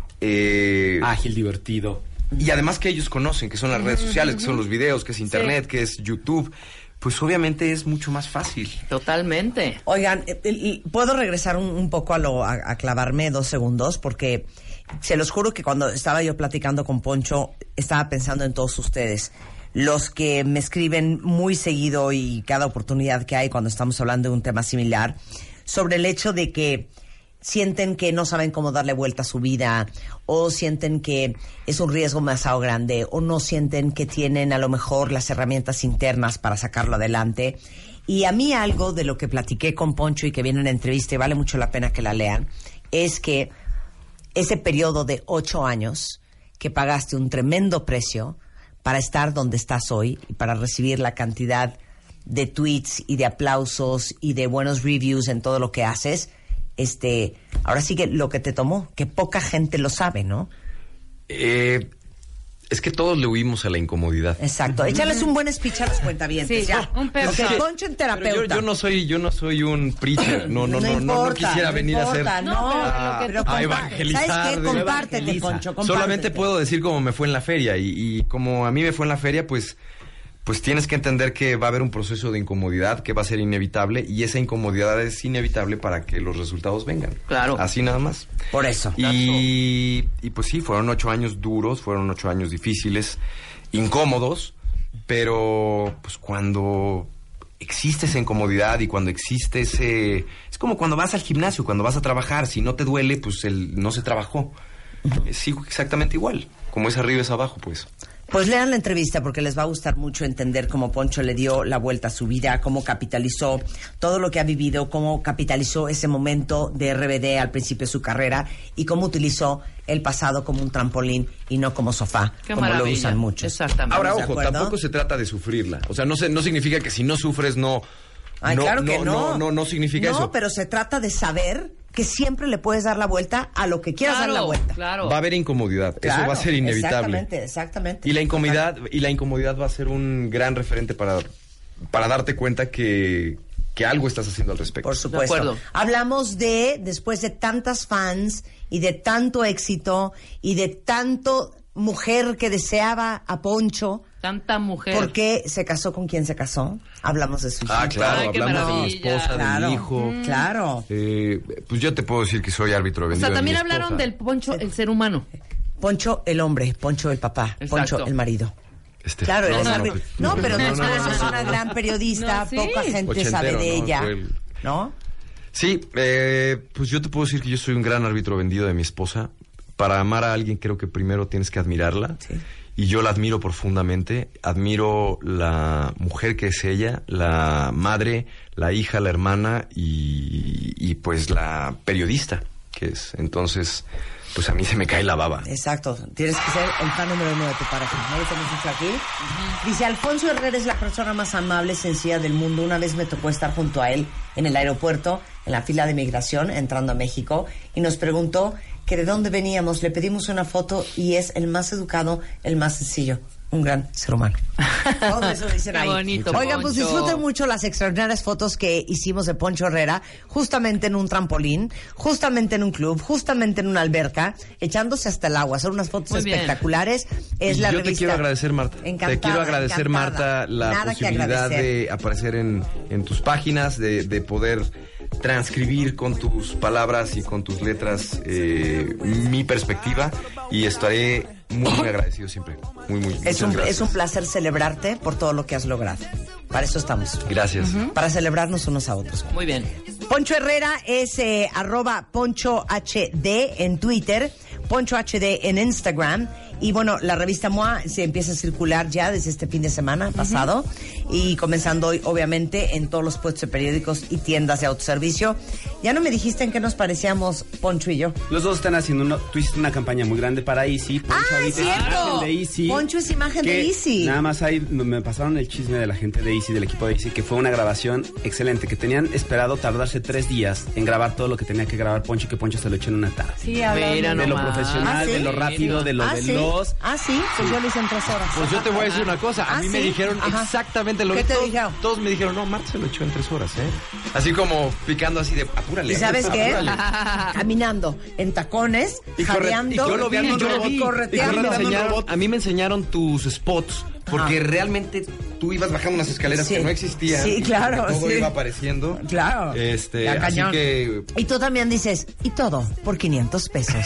eh, Ágil, divertido. y además que ellos conocen, que son las redes sociales, que son los videos, que es internet, que es YouTube, pues obviamente es mucho más fácil. Totalmente. Oigan, eh, eh, ¿puedo regresar un, un poco a, lo, a, a clavarme dos segundos? Porque se los juro que cuando estaba yo platicando con Poncho, estaba pensando en todos ustedes. Los que me escriben muy seguido y cada oportunidad que hay cuando estamos hablando de un tema similar, sobre el hecho de que sienten que no saben cómo darle vuelta a su vida, o sienten que es un riesgo demasiado grande, o no sienten que tienen a lo mejor las herramientas internas para sacarlo adelante. Y a mí algo de lo que platiqué con Poncho y que viene en la entrevista y vale mucho la pena que la lean, es que ese periodo de ocho años que pagaste un tremendo precio para estar donde estás hoy y para recibir la cantidad de tweets y de aplausos y de buenos reviews en todo lo que haces, este, ahora sí que lo que te tomó, que poca gente lo sabe, ¿no? Eh, es que todos le huimos a la incomodidad. Exacto. Échales un buen speech a los cuentavientes, Sí, ya. un pep Porque talk. Poncho en Pero terapeuta. yo, yo no soy yo no soy un preacher, no no no no, no, importa, quisiera no venir importa, a hacer no, a, pero a compa- evangelizar. ¿Sabes qué? de- Compártete, evangeliza. Poncho, compártete. Solamente puedo decir cómo me fue en la feria y, y como a mí me fue en la feria, pues pues tienes que entender que va a haber un proceso de incomodidad que va a ser inevitable y esa incomodidad es inevitable para que los resultados vengan. Claro. Así nada más. Por eso. Y, y pues sí, fueron ocho años duros, fueron ocho años difíciles, incómodos, pero pues cuando existe esa incomodidad y cuando existe ese... Es como cuando vas al gimnasio, cuando vas a trabajar, si no te duele, pues el, no se trabajó. Sí, exactamente igual, como es arriba es abajo, pues. Pues lean la entrevista porque les va a gustar mucho entender cómo Poncho le dio la vuelta a su vida, cómo capitalizó todo lo que ha vivido, cómo capitalizó ese momento de R B D al principio de su carrera y cómo utilizó el pasado como un trampolín y no como sofá, Qué como maravilla. lo usan muchos. Exactamente. Ahora, ¿De ojo, acuerdo? tampoco se trata de sufrirla. O sea, no, se, no significa que si no sufres no... Ay, no, claro que no. No, no, no significa no, eso. pero se trata de saber que siempre le puedes dar la vuelta a lo que quieras Claro, dar la vuelta. Claro. Va a haber incomodidad, Claro, eso va a ser inevitable. Exactamente, exactamente. Y la incomodidad, y la incomodidad va a ser un gran referente para, para darte cuenta que, que algo estás haciendo al respecto. Por supuesto. De acuerdo. Hablamos de, después de tantas fans y de tanto éxito y de tanto mujer que deseaba a Poncho, Tanta mujer. ¿por qué se casó con quien se casó? Hablamos de su hijito. Ah, claro, Ay, qué hablamos de mi maravilla. esposa, Claro. de mi hijo. Mm. Claro. Eh, pues yo te puedo decir que soy árbitro O vendido sea, de también mi hablaron esposa. del Poncho, el ser humano. Poncho el hombre, Poncho el papá, Exacto. Poncho el marido. Este, Claro, no, eres no, no, árbitro. pues, No, pero no, tú no, eres no, no, una no. gran periodista, No, sí. poca gente Ochentero, sabe de ¿no? ella, Fue el- ¿no? Sí, eh, pues yo te puedo decir que yo soy un gran árbitro vendido de mi esposa. Para amar a alguien creo que primero tienes que admirarla. Sí. Y yo la admiro profundamente. Admiro la mujer que es ella, la madre, la hija, la hermana y, y pues la periodista que es. Entonces, pues a mí se me cae la baba. Exacto, tienes que ser el fan número uno de tu pareja. ¿No lo tenemos dicho aquí? Dice, Alfonso Herrera es la persona más amable, sencilla del mundo. Una vez me tocó estar junto a él en el aeropuerto, en la fila de migración, entrando a México, y nos preguntó que de dónde veníamos. Le pedimos una foto y es el más educado, el más sencillo. Un gran ser humano. Todo eso dicen Qué ahí. bonito, Oigan, pues Poncho. disfruten mucho las extraordinarias fotos que hicimos de Poncho Herrera, justamente en un trampolín, justamente en un club, justamente en una alberca, echándose hasta el agua. Son unas fotos Muy bien. espectaculares. Es Y la yo te revista. quiero agradecer, Marta. Encantada, te quiero agradecer, encantada. Marta, la Nada que posibilidad agradecer. de aparecer en, en tus páginas, de, de poder transcribir con tus palabras y con tus letras eh, mi perspectiva, y estaré muy, muy agradecido siempre. Muy, muy, Es muchas un, gracias. es un placer celebrarte por todo lo que has logrado. Para eso estamos. Gracias. Para celebrarnos unos a otros. Muy bien. Poncho Herrera es eh, arroba Poncho H D en Twitter, Poncho H D en Instagram. Y bueno, la revista M O A se empieza a circular ya desde este fin de semana pasado y comenzando hoy, obviamente, en todos los puestos de periódicos y tiendas de autoservicio. Ya no me dijiste en qué nos parecíamos Poncho y yo. Los dos están haciendo una, tú hiciste una campaña muy grande para Easy. Poncho ¡Ah, es ahorita cierto! imagen de Easy. Poncho es imagen que de Easy. Nada más ahí me pasaron el chisme de la gente de Easy, del equipo de Easy, que fue una grabación excelente, que tenían esperado tardarse tres días en grabar todo lo que tenía que grabar Poncho, y que Poncho se lo echó en una tarde. Sí, hablando. Mira De lo nomás. profesional, ¿Ah, sí? de lo rápido, de lo ah, ¿sí? veloz. Ah, sí, pues yo lo hice en tres horas. Pues yo te voy a decir una cosa. A ¿Ah, mí me sí? dijeron Ajá. exactamente lo ¿Qué mismo. te Todos, dijeron? todos me dijeron, no, Marta se lo echó en tres horas, ¿eh? Así como picando así de, apúrale. ¿Y sabes qué? apúrale. Caminando en tacones, Y corre- jadeando, y yo lo vi, y yo lo vi. Y correteando. me enseñaron- a mí me enseñaron tus spots, porque Ajá. realmente tú ibas bajando unas escaleras Sí. que no existían. Sí, y claro, Todo sí. iba apareciendo. Claro. Este, Ya, así cañón. que... Y tú también dices, y todo por quinientos pesos.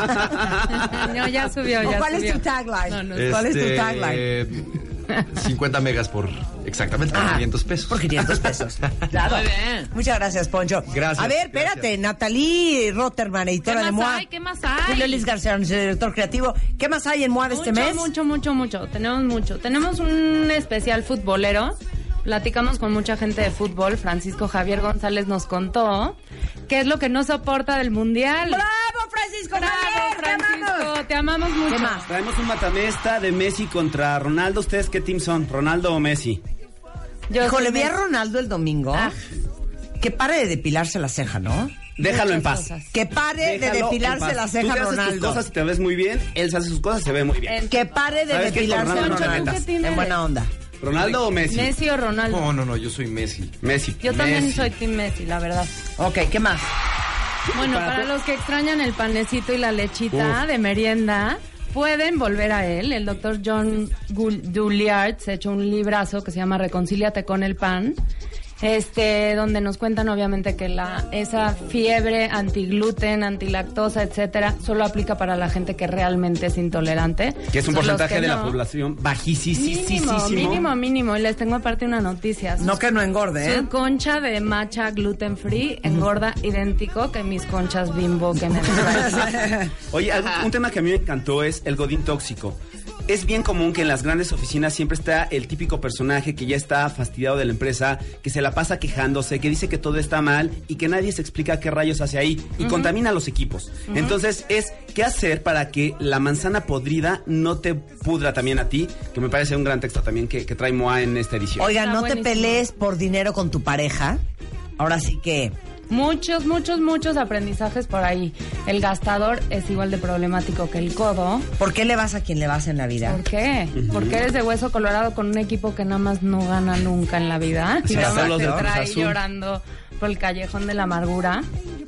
No, ya subió, ¿O ya ¿Cuál subió. es tu tagline? No, no, ¿Cuál es tu este, tagline? cincuenta megas por exactamente por Ah, quinientos pesos. Por quinientos pesos. Claro. Muy bien. Muchas gracias, Poncho. Gracias, A ver, espérate, gracias. Natalie Rotterman, editora ¿Qué de más M O A. hay? ¿Qué más hay? Julio Luis García, nuestro director creativo. ¿Qué más hay en M O A de este mucho, mes? mucho, mucho, mucho. Tenemos mucho. Tenemos un especial futbolero. Platicamos con mucha gente de fútbol. Francisco Javier González nos contó qué es lo que no soporta del Mundial. ¡Bravo, Francisco Bravo, Javier! ¡Te amamos! Francisco, te amamos mucho. ¿Qué más? Traemos un matamesta de Messi contra Ronaldo. ¿Ustedes qué team son? ¿Ronaldo o Messi? Yo Híjole, soy vi a Messi. Ronaldo el domingo. Ah. Que pare de depilarse la ceja, ¿no? Déjalo en Muchas paz. cosas. Que pare de Déjalo en depilarse paz. la Tú ceja, te haces tus Ronaldo. cosas y te ves muy bien. Él se hace sus cosas y se ve muy bien. En- Que pare de ¿Sabes qué? depilarse Con Ronaldo Ronaldo. no te metas. ¿Qué tienes? En buena onda. ¿Ronaldo o Messi? Messi o Ronaldo. No, no, no, yo soy Messi. Messi. Yo también Messi. soy Team Messi, la verdad. Ok, ¿qué más? Bueno, Para para to- los que extrañan el panecito y la lechita Uf. de merienda, pueden volver a él. El doctor John Douillard se ha hecho un librazo que se llama Reconcíliate con el pan, este, donde nos cuentan obviamente que la esa fiebre antigluten, antilactosa, etcétera, solo aplica para la gente que realmente es intolerante. Que es un Los porcentaje que de la no, población Mínimo, bajísimo. mínimo, mínimo. Y les tengo aparte una noticia. No que no engorde, ¿eh? Su concha de matcha gluten free engorda idéntico que mis conchas Bimbo que me traen. Oye, algo- un tema que a mí me encantó es el godín tóxico. Es bien común que en las grandes oficinas siempre está el típico personaje que ya está fastidiado de la empresa, que se la pasa quejándose, que dice que todo está mal y que nadie se explica qué rayos hace ahí y contamina a los equipos. Entonces es qué hacer para que la manzana podrida no te pudra también a ti, que me parece un gran texto también que, que trae M O A en esta edición. Oigan, Está no te buenísimo. pelees por dinero con tu pareja. Ahora sí que Muchos, muchos, muchos aprendizajes por ahí. El gastador es igual de problemático que el codo. ¿Por qué le vas a quien le vas en la vida? ¿Por qué? Uh-huh. Porque eres de hueso colorado con un equipo que nada más no gana nunca en la vida. Y nada más te trae llorando por el callejón de la amargura.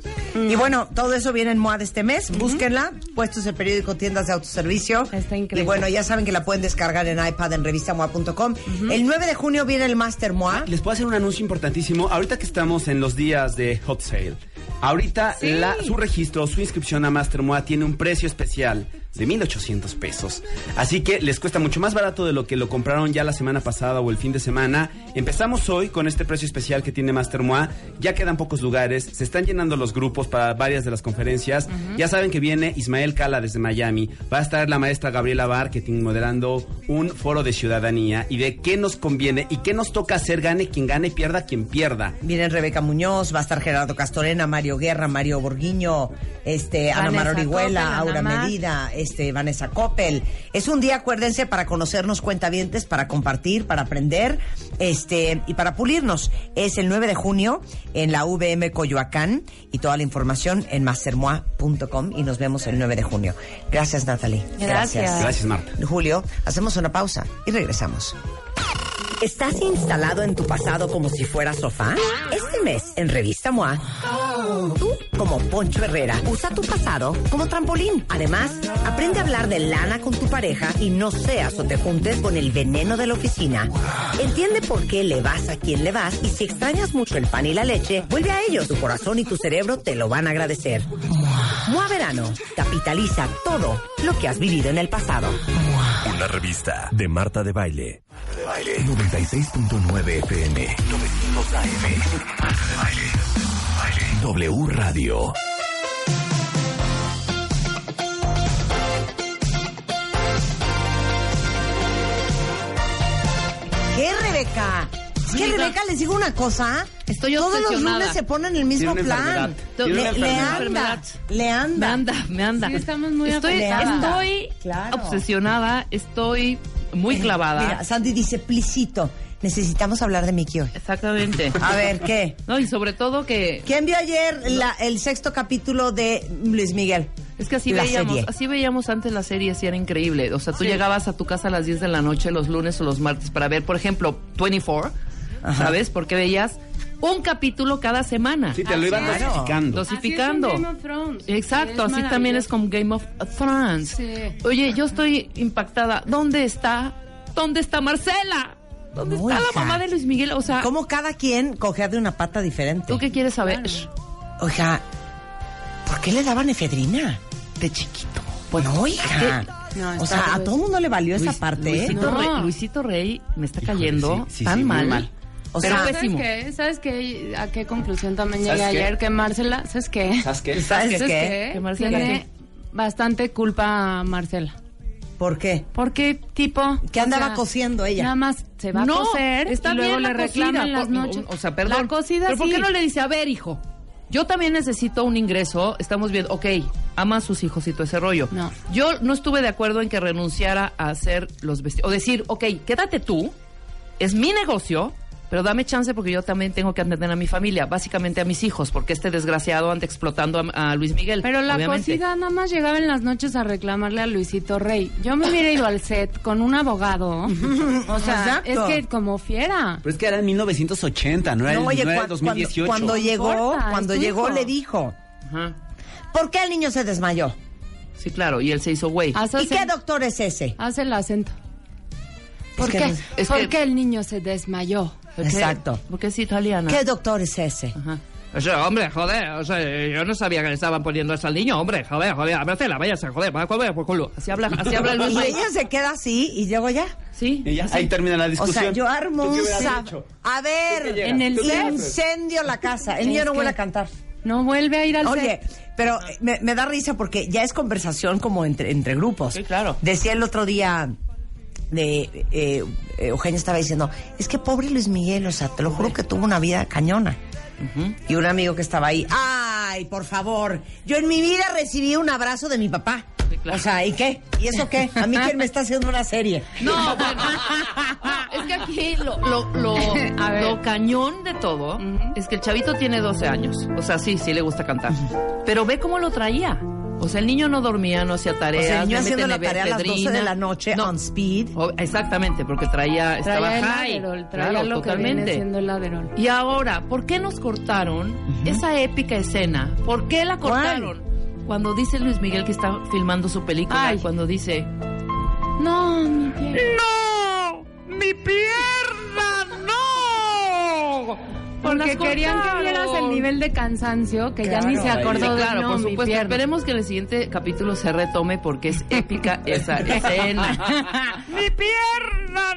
Y bueno, todo eso viene en M O A de este mes. Uh-huh. Búsquenla. Puestos el periódico, tiendas de autoservicio. Está increíble. Y bueno, ya saben que la pueden descargar en iPad en revista moa punto com. Uh-huh. El nueve de junio viene el Master M O A. Les puedo hacer un anuncio importantísimo. Ahorita que estamos en los días de Hot Sale, ahorita sí. la, su registro, su inscripción a Master M O A tiene un precio especial de mil ochocientos pesos. Así que les cuesta mucho más barato de lo que lo compraron ya la semana pasada o el fin de semana. Empezamos hoy con este precio especial que tiene Master M O A. Ya quedan pocos lugares, se están llenando los grupos para varias de las conferencias. Uh-huh. Ya saben que viene Ismael Cala desde Miami. Va a estar la maestra Gabriela Marketing moderando un foro de ciudadanía y de qué nos conviene y qué nos toca hacer, gane quien gane, pierda quien pierda. Viene Rebeca Muñoz, va a estar Gerardo Castorena, Mario Guerra, Mario Borguiño, este, Ana Mar Orihuela, Aura Medida, este, Vanessa Coppel. Es un día, acuérdense, para conocernos cuentavientes, para compartir, para aprender, este, y para pulirnos. Es el nueve de junio en la U V M Coyoacán y toda la información en master m o a punto com y nos vemos el nueve de junio. Gracias, Natalie. Gracias. Gracias, Marta. Julio, hacemos una pausa y regresamos. ¿Estás instalado en tu pasado como si fuera sofá? Este mes, en Revista M O A, tú, como Poncho Herrera, usa tu pasado como trampolín. Además, aprende a hablar de lana con tu pareja y no seas o te juntes con el veneno de la oficina. Entiende por qué le vas a quien le vas y si extrañas mucho el pan y la leche, vuelve a ellos. Tu corazón y tu cerebro te lo van a agradecer. M O A Verano. Capitaliza todo lo que has vivido en el pasado. Una revista de Marta de Baile. De Baile. noventa y seis punto nueve F M. novecientos A M. Marta de Baile. Baile. W Radio. ¿Qué, Rebeca? Es que, Rebeca, les digo una cosa. Estoy Todos obsesionada. los lunes se ponen el mismo plan. Le, le anda, le anda. Me anda, me anda. Sí, estamos muy estoy, afectadas. estoy Claro. obsesionada, estoy muy clavada. Mira, Sandy dice, plicito, necesitamos hablar de Miki hoy. Exactamente. A ver, ¿qué? No, y sobre todo que... ¿Quién vio ayer la, el sexto capítulo de Luis Miguel? Es que así La veíamos, serie. así veíamos antes la serie, y era increíble. O sea, tú Sí. llegabas a tu casa a las diez de la noche los lunes o los martes para ver, por ejemplo, veinticuatro, Ajá. ¿sabes? Porque veías un capítulo cada semana. Sí, te lo iban Claro. dosificando. Dosificando. Así es un Game of Thrones. Exacto, Es así también es maravilloso. con Game of Thrones. Sí. Oye, yo estoy impactada. ¿Dónde está? ¿Dónde está Marcela? ¿Dónde No, está hija. la mamá de Luis Miguel? O sea, Como cada quien cogea de una pata diferente. ¿tú qué quieres saber? Oiga, ¿por qué le daban efedrina de chiquito? Bueno, no, hija. No, o está sea, a todo todo el mundo le valió esa Luis- parte, ¿eh? Luisito, No. Rey, Luisito Rey me está Híjole, cayendo sí, sí, tan sí, muy mal. mal. O pero sea, pésimo. ¿Sabes qué? ¿Sabes qué? ¿A qué conclusión también ¿Sabes llegué qué? ayer? Que Marcela, ¿sabes qué? ¿Sabes qué? ¿Sabes ¿Sabes qué? Que Marcela, Tiene bastante culpa a Marcela. ¿Por qué? Porque, tipo... ¿Qué o andaba sea, cosiendo ella? Nada más se va No, a coser está y luego bien le la reclaman cocida, las por- noches. O sea, perdón. La cocida Pero ¿por sí. qué no le dice, a ver, hijo, yo también necesito un ingreso, estamos viendo, ok, ama a sus hijos y todo ese rollo. No. Yo no estuve de acuerdo en que renunciara a hacer los vestidos, o decir, ok, quédate tú, es mi negocio, pero dame chance porque yo también tengo que atender a mi familia, básicamente a mis hijos, porque este desgraciado anda explotando a, a Luis Miguel. Pero la obviamente. cocida nada más llegaba en las noches a reclamarle a Luisito Rey. Yo me hubiera ido al set con un abogado. O sea, Exacto. es que como fiera. Pero es que era en mil novecientos ochenta, no era, No, el, oye, no era el cua- dos mil dieciocho. Cuando, cuando llegó, importa, es cuando tu llegó hijo. le dijo, Ajá. ¿por qué el niño se desmayó? Sí, claro, y él se hizo güey. Haz, ¿Y qué doctor es ese? haz el acento. ¿Por que qué? no- es ¿Por que- qué el niño se desmayó? ¿Por qué? Exacto. Porque es italiana. ¿Qué doctor es ese? Ajá. O sea, hombre, joder, o sea, yo no sabía que le estaban poniendo eso al niño, hombre, joder, joder, Marcela, váyase, joder, va a comer por culo. Así habla, así habla Luis Y Miguel. ella se queda así y luego ya. Sí. Y ya, ahí termina la O discusión. sea, yo armo ¿Tú qué un hubieras sab- hecho? A ver, ¿Tú qué En el ¿Tú qué set. haces? incendio la casa. El niño Es no que- vuelve a cantar. No vuelve a ir al Oye, set. pero eh, me, me da risa porque ya es conversación como entre, entre grupos. Sí, claro. Decía el otro día, de eh, eh, Eugenia estaba diciendo, es que pobre Luis Miguel, o sea, te lo juro que tuvo una vida cañona. Ujú. Y un amigo que estaba ahí, ay, por favor, yo en mi vida recibí un abrazo de mi papá. Sí, claro. O sea, ¿y qué? ¿Y eso qué? A mí quién me está haciendo una serie. No, bueno. Es que aquí lo, lo, lo, A ver. lo cañón de todo Ujú. es que el chavito tiene doce años. O sea, sí, sí le gusta cantar. Pero ve cómo lo traía. O sea, el niño no dormía, no hacía O tareas. sea, el niño le haciendo meten la tarea a las doce efedrina. de la noche No. on speed. O- exactamente, porque traía, estaba Traía el high. Adderall, traía Claro, lo que viene totalmente. siendo el Adderall. Y ahora, ¿por qué nos cortaron esa épica escena? ¿Por qué la cortaron? Cuando dice Luis Miguel que está filmando su película, Ay. cuando dice... No, mi pierna. ¡No! ¡Mi pierna! ¡No! Porque Las querían que cortaron. vieras el nivel de cansancio que ya ni se Claro. acordó de Claro, no, por mi supuesto. pierna. Esperemos que en el siguiente capítulo se retome porque es épica esa escena. ¡Mi pierna,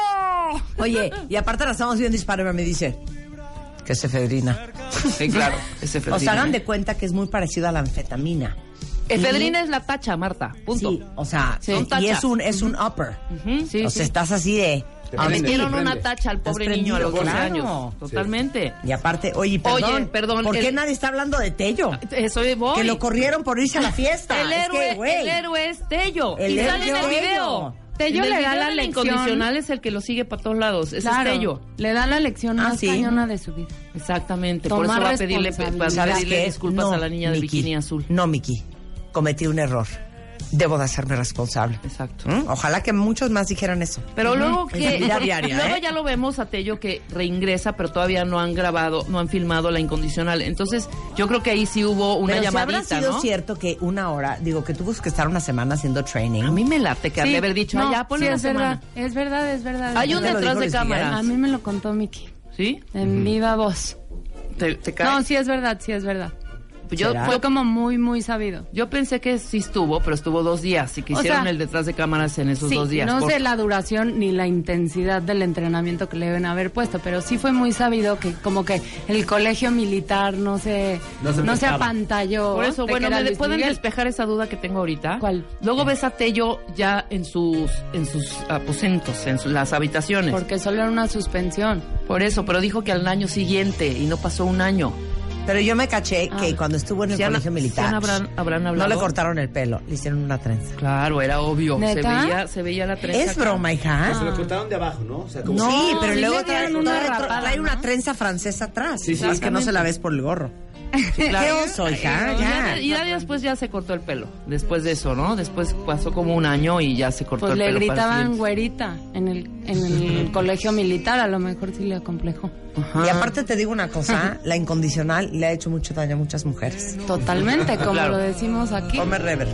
no! Oye, y aparte la estamos viendo y Spider-Man me dice que es efedrina. Sí, claro, es efedrina. O sea, hagan de cuenta que es muy parecido a la anfetamina. Efedrina es la tacha, Marta. Punto. Sí, o sea, Sí. y Son tachas. es un, es un upper. Ujú, sí, O sí. sea, estás así de... Te on prende, Metieron te una prende. tacha al pobre Estás niño a los prendido, doce claro. años. Totalmente. Y aparte, oye, perdón, Oye, perdón, ¿por qué el- nadie está hablando de Tello? Eso voy. Que lo corrieron por irse a la fiesta. El Es héroe, que, güey, el héroe es Tello. El y héroe sale en es el Tello. video. Tello En el le da video la del lección. incondicional es el que lo sigue para todos lados. Ese Claro, es Tello. le da la lección Ah, más ¿sí? cañona de su vida. Exactamente. Por Tomar eso va a pedirle, responsabilidad. va a ¿Sabes pedirle qué? disculpas No, a la niña de Miki, bikini azul. No, Miki, cometí un error. Debo de hacerme responsable. Exacto. ¿Mm? Ojalá que muchos más dijeran eso. Pero luego En que su vida diaria, luego ¿eh? ya lo vemos a Tello que reingresa, pero todavía no han grabado, no han filmado la incondicional. Entonces, yo creo que ahí sí hubo una Pero si llamadita, habrá sido ¿no? cierto que una hora, digo, que tuvo que estar una semana haciendo training. A mí me late que Sí, de haber dicho, no, "Ay, ya ponle sí, una es semana". verdad, es verdad, es verdad. Hay es un ¿Ya lo verdad. dijo detrás de Luis Miguel? cámaras. A mí me lo contó Miki, ¿Sí? en viva voz. ¿Te, te cae? No, sí es verdad, sí es verdad. Pues yo, ¿Será? Fue como muy, muy sabido. yo pensé que sí estuvo, pero estuvo dos días y que O hicieron sea, el detrás de cámaras en esos Sí, dos días. no Por- sé la duración ni la intensidad del entrenamiento que le deben haber puesto, pero sí fue muy sabido que como que el colegio militar no se, No se no se prestaba. apantalló. Por eso, de que bueno, era ¿me Luis pueden Miguel. despejar esa duda que tengo ahorita? ¿Cuál? Luego ves a Tello ya en sus en sus aposentos, en su- las habitaciones. Porque solo era una suspensión. Por eso, pero dijo que al año siguiente y no pasó un año. Pero yo me caché que Ah. cuando estuvo en el ¿Sí han- colegio sí militar, han- habrán- habrán no hablado? le cortaron el pelo, le hicieron una trenza. Claro, era obvio. Se ¿Neta? veía, se veía la trenza. Es acá. broma, hija. Se lo cortaron de abajo, ¿no? O sea, como No, sí, pero sí luego le trae, dieron una trae- rapada, trae una ¿no? trenza francesa atrás. Sí, sí, es que no se la exactamente. ves por el gorro. Claro. Qué oso, hija, Y ya. ya, y ya después ya se cortó el pelo. Después de eso, ¿no? Después pasó como un año y ya se cortó Pues el le pelo. para el gritaban siguiente. güerita en el, en el colegio militar, a lo mejor sí le acomplejó. Ajá. Y aparte te digo una cosa, la incondicional le ha hecho mucho daño a muchas mujeres. Totalmente, como Claro. lo decimos aquí. Come rever.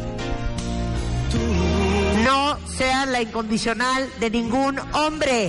No sean la incondicional de ningún hombre.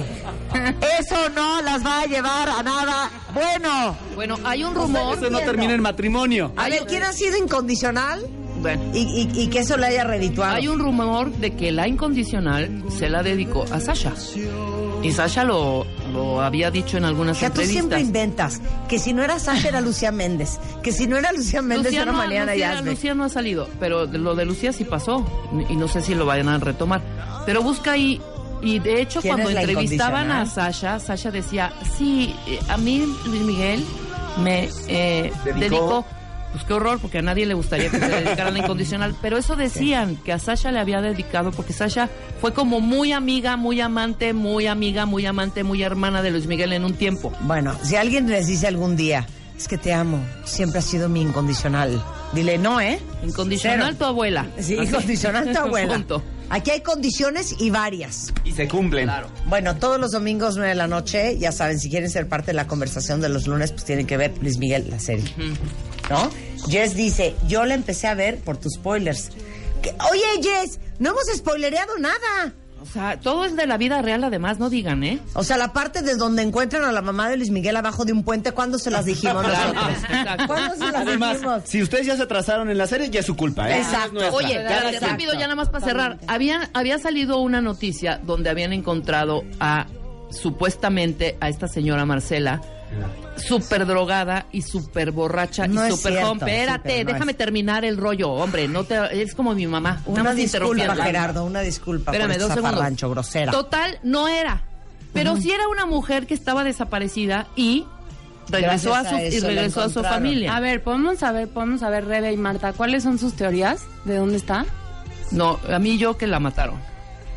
Eso no las va a llevar a nada bueno. Bueno, hay un rumor. Eso no termina en matrimonio. A ver, ¿quién ha sido incondicional Bueno, y, y- y que eso le haya redituado? hay un rumor de que la incondicional se la dedicó a Sasha. Y Sasha lo, lo había dicho en algunas Que tú siempre entrevistas. inventas que si no era Sasha era Lucía Méndez, que si no era Lucía Méndez Lucía era no, Mariana Lucía, Yazbek. Lucía no ha salido, pero de- lo de Lucía sí pasó y no sé si lo vayan a retomar. Pero busca ahí y de hecho ¿Quién cuando es la entrevistaban a incondicional? Sasha, Sasha decía, sí, eh, a mí Luis Miguel me eh, Dedicó. dedicó. Pues qué horror, porque a nadie le gustaría que se dedicara a la incondicional. Pero eso decían, que a Sasha le había dedicado, porque Sasha fue como muy amiga, muy amante, muy amiga, muy amante, muy hermana de Luis Miguel en un tiempo. Bueno, si alguien les dice algún día, es que te amo, siempre has sido mi incondicional, dile no, ¿eh? Incondicional Cero. tu abuela. Sí, Así. incondicional tu abuela. Punto. Aquí hay condiciones y varias. Y se cumplen. Claro. Bueno, todos los domingos, nueve de la noche, ya saben, si quieren ser parte de la conversación de los lunes, pues tienen que ver Luis Miguel, la serie. ¿No? Jess dice, yo la empecé a ver por tus spoilers. ¿Qué? Oye, Jess, no hemos spoilereado nada. O sea, todo es de la vida real, además, no digan, ¿eh? O sea, la parte de donde encuentran a la mamá de Luis Miguel abajo de un puente, ¿cuándo se las dijimos Claro, nosotros? exacto. ¿Cuándo se las Además, dijimos? si ustedes ya se atrasaron en la serie, ya es su culpa, ¿eh? Exacto. No es nuestra. Oye, Cada ya, quien. rápido, ya nada más para cerrar. Había, había salido una noticia donde habían encontrado a, supuestamente, a esta señora Marcela, súper drogada y súper borracha No y es súper cierto, joven. Espérate, súper, no déjame es. terminar el rollo, hombre. No te, es como mi mamá. nada Una más disculpa, interrumpiendo. Gerardo, una disculpa Espérame, por dos este segundos. zafarrancho grosera. Total, no era. Pero sí era una mujer que estaba desaparecida y regresó Gracias a a su, y eso la regresó a su encontraron. familia. A ver, podemos saber, podemos saber, Rebe y Marta, ¿cuáles son sus teorías? ¿De dónde está? No, a mí yo que la mataron.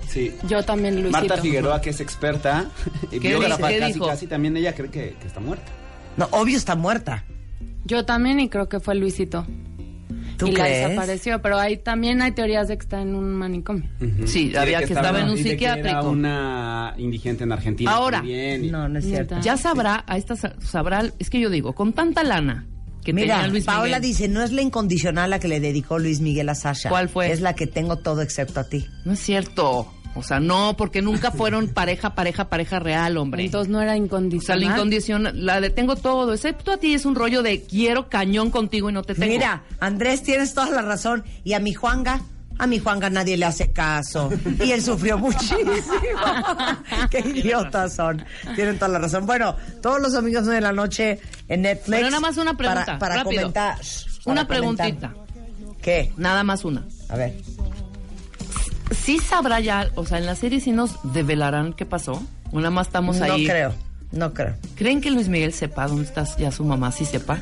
Sí. Yo también, Luisito. Marta Figueroa, que es experta, ¿Qué biógrafa, dice? ¿Qué casi, dijo? casi también ella cree que, que está muerta. No, obvio está muerta. Yo también y creo que fue Luisito. ¿Tú y la crees? desapareció, pero hay también hay teorías de que está en un manicomio. Uh-huh. Sí, había que estaba en un y de que era psiquiátrico. una indigente en Argentina. Ahora. También, y- No, no es cierto. Ya sabrá, a esta sa- sabrá, es que yo digo, con tanta lana que Mira, tenía Luis Paola Miguel, dice, no es la incondicional la que le dedicó Luis Miguel a Sasha. ¿Cuál fue? Es la que tengo todo excepto a ti. no es cierto. O sea, no, porque nunca fueron pareja, pareja, pareja real, hombre. Entonces no era O sea, incondicional. la incondicional, la de tengo todo, excepto a ti es un rollo de quiero cañón contigo y no te tengo. Mira, Andrés, tienes toda la razón. Y a mi Juanga, a mi Juanga nadie le hace caso. Y él sufrió muchísimo. Qué idiotas son. Tienen toda la razón. Bueno, todos los domingos nueve de la noche en Netflix. Pero nada más una pregunta, Para, para rápido. comentar. para Una comentar. preguntita. ¿Qué? Nada más una. A ver. Sí sabrá ya, o sea, en la serie sí nos develarán qué pasó. O nada más estamos No ahí. creo. No creo. ¿Creen que Luis Miguel sepa dónde está ya su mamá, sí sepa?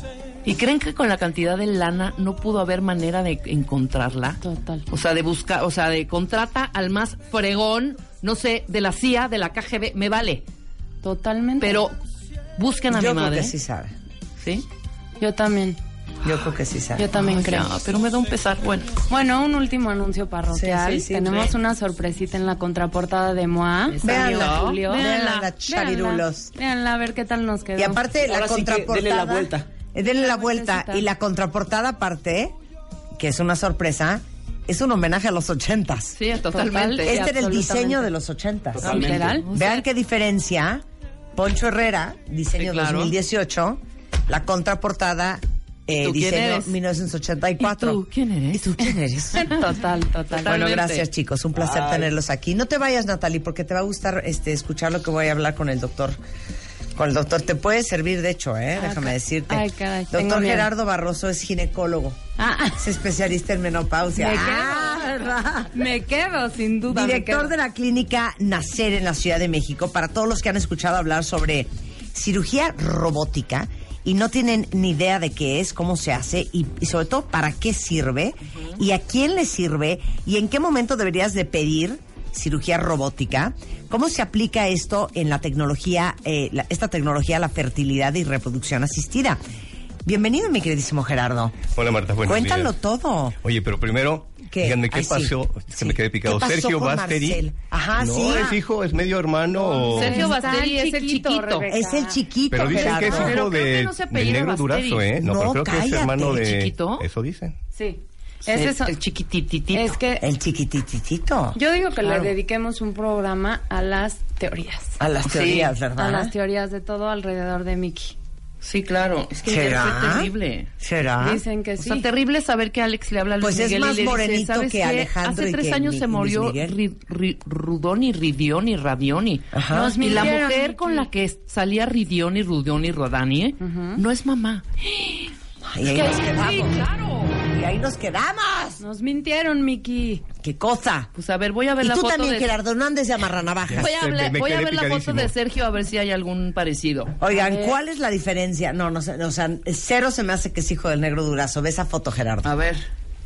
¿Y creen que con la cantidad de lana no pudo haber manera de encontrarla? Total. O sea, de buscar, o sea, de contrata al más fregón, no sé, de la C I A, de la K G B, me vale. Totalmente. Pero busquen a Yo mi creo madre. que sí sabe. ¿Sí? Yo también. Yo creo que sí sabe. Yo también Ay, creo. ya, pero me da un pesar. Bueno, Bueno, un último anuncio parroquial. Sí, sí, sí, Tenemos sí. una sorpresita en la contraportada de M O A. Véanla, Julio. véanla, charirulos. Véanla, a ver qué tal nos quedó. Y aparte, la Ahora sí que contraportada. denle la vuelta. Eh, Denle la La vuelta. vueltecita. Y la contraportada, aparte, que es una sorpresa, es un homenaje a los ochentas. sí, totalmente. Sí, Este era el absolutamente. diseño de los ochentas. Totalmente. Literal. Vean qué diferencia. Poncho Herrera, diseño Sí, claro. dos mil dieciocho. La contraportada, eh, ¿Y tú quién diseño eres? mil novecientos ochenta y cuatro. ¿Y tú quién eres? ¿Y tú quién eres? Total, total. Bueno, Totalmente. gracias chicos, un placer Ay. tenerlos aquí. No te vayas, Natalie, porque te va a gustar este escuchar lo que voy a hablar con el doctor. Con el doctor te puede servir, de hecho, ¿eh? Ah, Déjame ca- decirte. ay, caray, tengo Doctor miedo. Gerardo Barroso es ginecólogo, Ah, es especialista en menopausia. Me quedo. Ah, ¿verdad? me quedo, sin duda. me Director quedo. de la clínica Nacer en la Ciudad de México. Para todos los que han escuchado hablar sobre cirugía robótica y no tienen ni idea de qué es, cómo se hace y, y sobre todo para qué sirve y a quién le sirve y en qué momento deberías de pedir cirugía robótica, cómo se aplica esto en la tecnología, eh, la- esta tecnología a la fertilidad y reproducción asistida. Bienvenido, mi queridísimo Gerardo. Hola Marta, buenos Cuéntalo días. todo. Oye, pero primero, ¿Qué? díganme qué Ay, sí. pasó, que Sí. me quedé picado. ¿Qué pasó Sergio con Basteri. Marcel? Ajá, no, sí. es hijo, es medio hermano o... Sergio Está Basteri es el chiquito, chiquito. Rebeca. Es el chiquito, Pero dicen que es Gerardo. Pero hijo creo que de, no se del apellida negro Basteri. Durazo, ¿eh? No, No, pero creo que es cállate. hermano de... ¿Chiquito? Eso dicen. Sí. El, Es eso. el chiquitititito. Es que El chiquitititito. yo digo que Claro. le dediquemos un programa a las teorías. A las Sí, teorías, ¿verdad? A las teorías de todo alrededor de Mickey. Sí, claro. Es que ¿Será? fue terrible. ¿Será? Dicen que O sí. sea, terrible saber que Alex le habla a Luis Pues es Miguel más y le dice, morenito ¿sabes que qué? Alejandro Hace y tres que años Mi- se Luis murió Miguel. Ri- Ri- Rudoni, Ridioni, Radioni. Ajá. Nos Y la mintieron, mujer Mickey. con la que salía Ridioni, Rudioni, Rodani, ¿eh? no es mamá. Y ahí nos quedamos. claro. Y ahí nos quedamos. Nos mintieron, Mickey. ¿Qué cosa? Pues a ver, voy a ver Y la tú foto también, de... Gerardo, no andes de amarranavajas. Voy a, Me- hablar- me voy a quedé ver la foto picadísimo. de Sergio a ver si hay algún parecido. Oigan, A ver. ¿cuál es la diferencia? No, no sé, o sea, cero se me hace que es hijo del negro Durazo. Ve esa foto, Gerardo. A ver.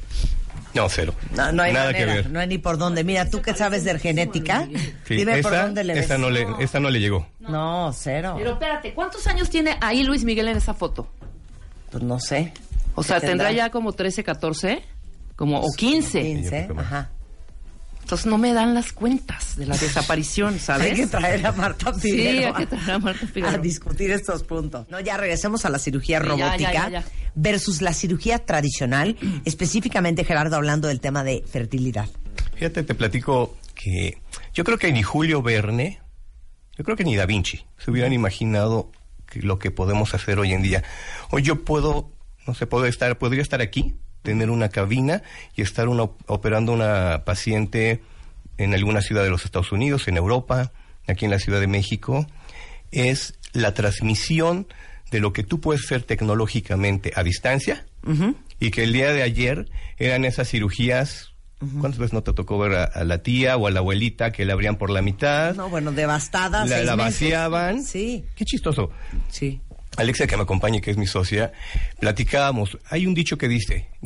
No, cero. No, no hay Nada manera, que ver. no hay ni por dónde. Mira, tú que sabes de genética, Sí, dime por esa, dónde le ves. esa no le, esa no le llegó. No, cero. Pero espérate, ¿cuántos años tiene ahí Luis Miguel en esa foto? Pues no sé. O sea, ¿Qué ¿tendrá tendrá? ya como trece, catorce? Como, o quince. Yo quince, creo que más. ajá. Entonces no me dan las cuentas de la desaparición, ¿sabes? Hay que traer a Marta Sí, Figueroa. hay que traer a Marta Figueroa. a discutir estos puntos. No, ya regresemos a la cirugía Sí, ya, robótica ya, ya, ya. versus la cirugía tradicional, específicamente, Gerardo, hablando del tema de fertilidad. Fíjate, te platico que yo creo que ni Julio Verne, yo creo que ni Da Vinci se hubieran imaginado que lo que podemos hacer hoy en día. Hoy yo puedo, no sé, puedo estar, podría estar aquí, tener una cabina y estar una, operando una paciente en alguna ciudad de los Estados Unidos, en Europa, aquí en la Ciudad de México. Es la transmisión de lo que tú puedes hacer tecnológicamente a distancia, y que el día de ayer eran esas cirugías. ¿Cuántas veces no te tocó ver a, a la tía o a la abuelita que la abrían por la mitad? No, bueno, devastada. la, seis la meses. vaciaban. Sí, Qué chistoso. sí. Alexia, que me acompaña, que es mi socia, platicábamos. Hay un dicho que dice,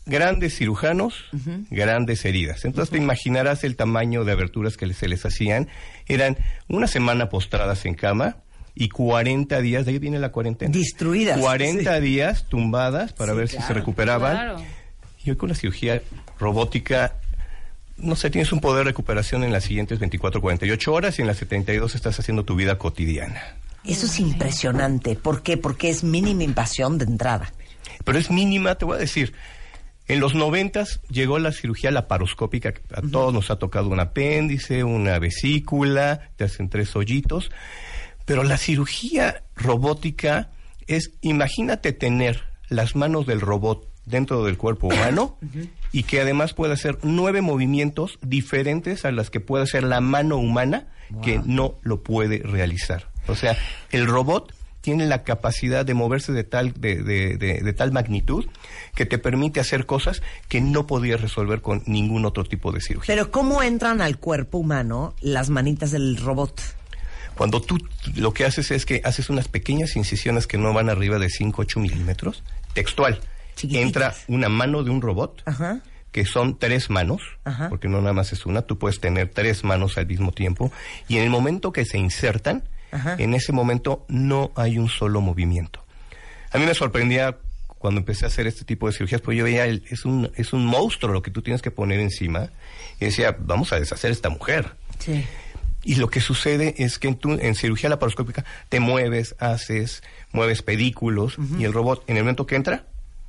grandes cirujanos, uh-huh. grandes heridas. Entonces uh-huh. te imaginarás el tamaño de aberturas que se les hacían. Eran una semana postradas en cama y cuarenta días, de ahí viene la cuarentena. Destruidas. cuarenta sí. días tumbadas para sí, ver claro, si se recuperaban. Claro. Y hoy con la cirugía robótica, no sé, tienes un poder de recuperación en las siguientes veinticuatro, cuarenta y ocho horas y en las setenta y dos estás haciendo tu vida cotidiana. Eso es impresionante. ¿Por qué? Porque es mínima invasión de entrada. Pero es mínima, te voy a decir. En los noventas llegó la cirugía laparoscópica. A uh-huh. todos nos ha tocado un apéndice, una vesícula, te hacen tres hoyitos. Pero la cirugía robótica es, imagínate tener las manos del robot dentro del cuerpo humano uh-huh. y que además puede hacer nueve movimientos diferentes a las que puede hacer la mano humana, wow. que no lo puede realizar. O sea, el robot tiene la capacidad de moverse de tal de, de, de, de tal magnitud que te permite hacer cosas que no podías resolver con ningún otro tipo de cirugía. Pero ¿cómo entran al cuerpo humano las manitas del robot? Cuando tú lo que haces es que haces unas pequeñas incisiones que no van arriba de cinco, ocho milímetros, textual. Chiquititas. Entra una mano de un robot, ajá. que son tres manos, ajá. porque no nada más es una, tú puedes tener tres manos al mismo tiempo, y en el momento que se insertan, ajá. en ese momento no hay un solo movimiento. A mí me sorprendía cuando empecé a hacer este tipo de cirugías, pues yo veía, el, es un es un monstruo lo que tú tienes que poner encima, y decía, vamos a deshacer a esta mujer. Sí. Y lo que sucede es que en, tu, en cirugía laparoscópica te mueves, haces, mueves pedículos, uh-huh. y el robot, en el momento que entra,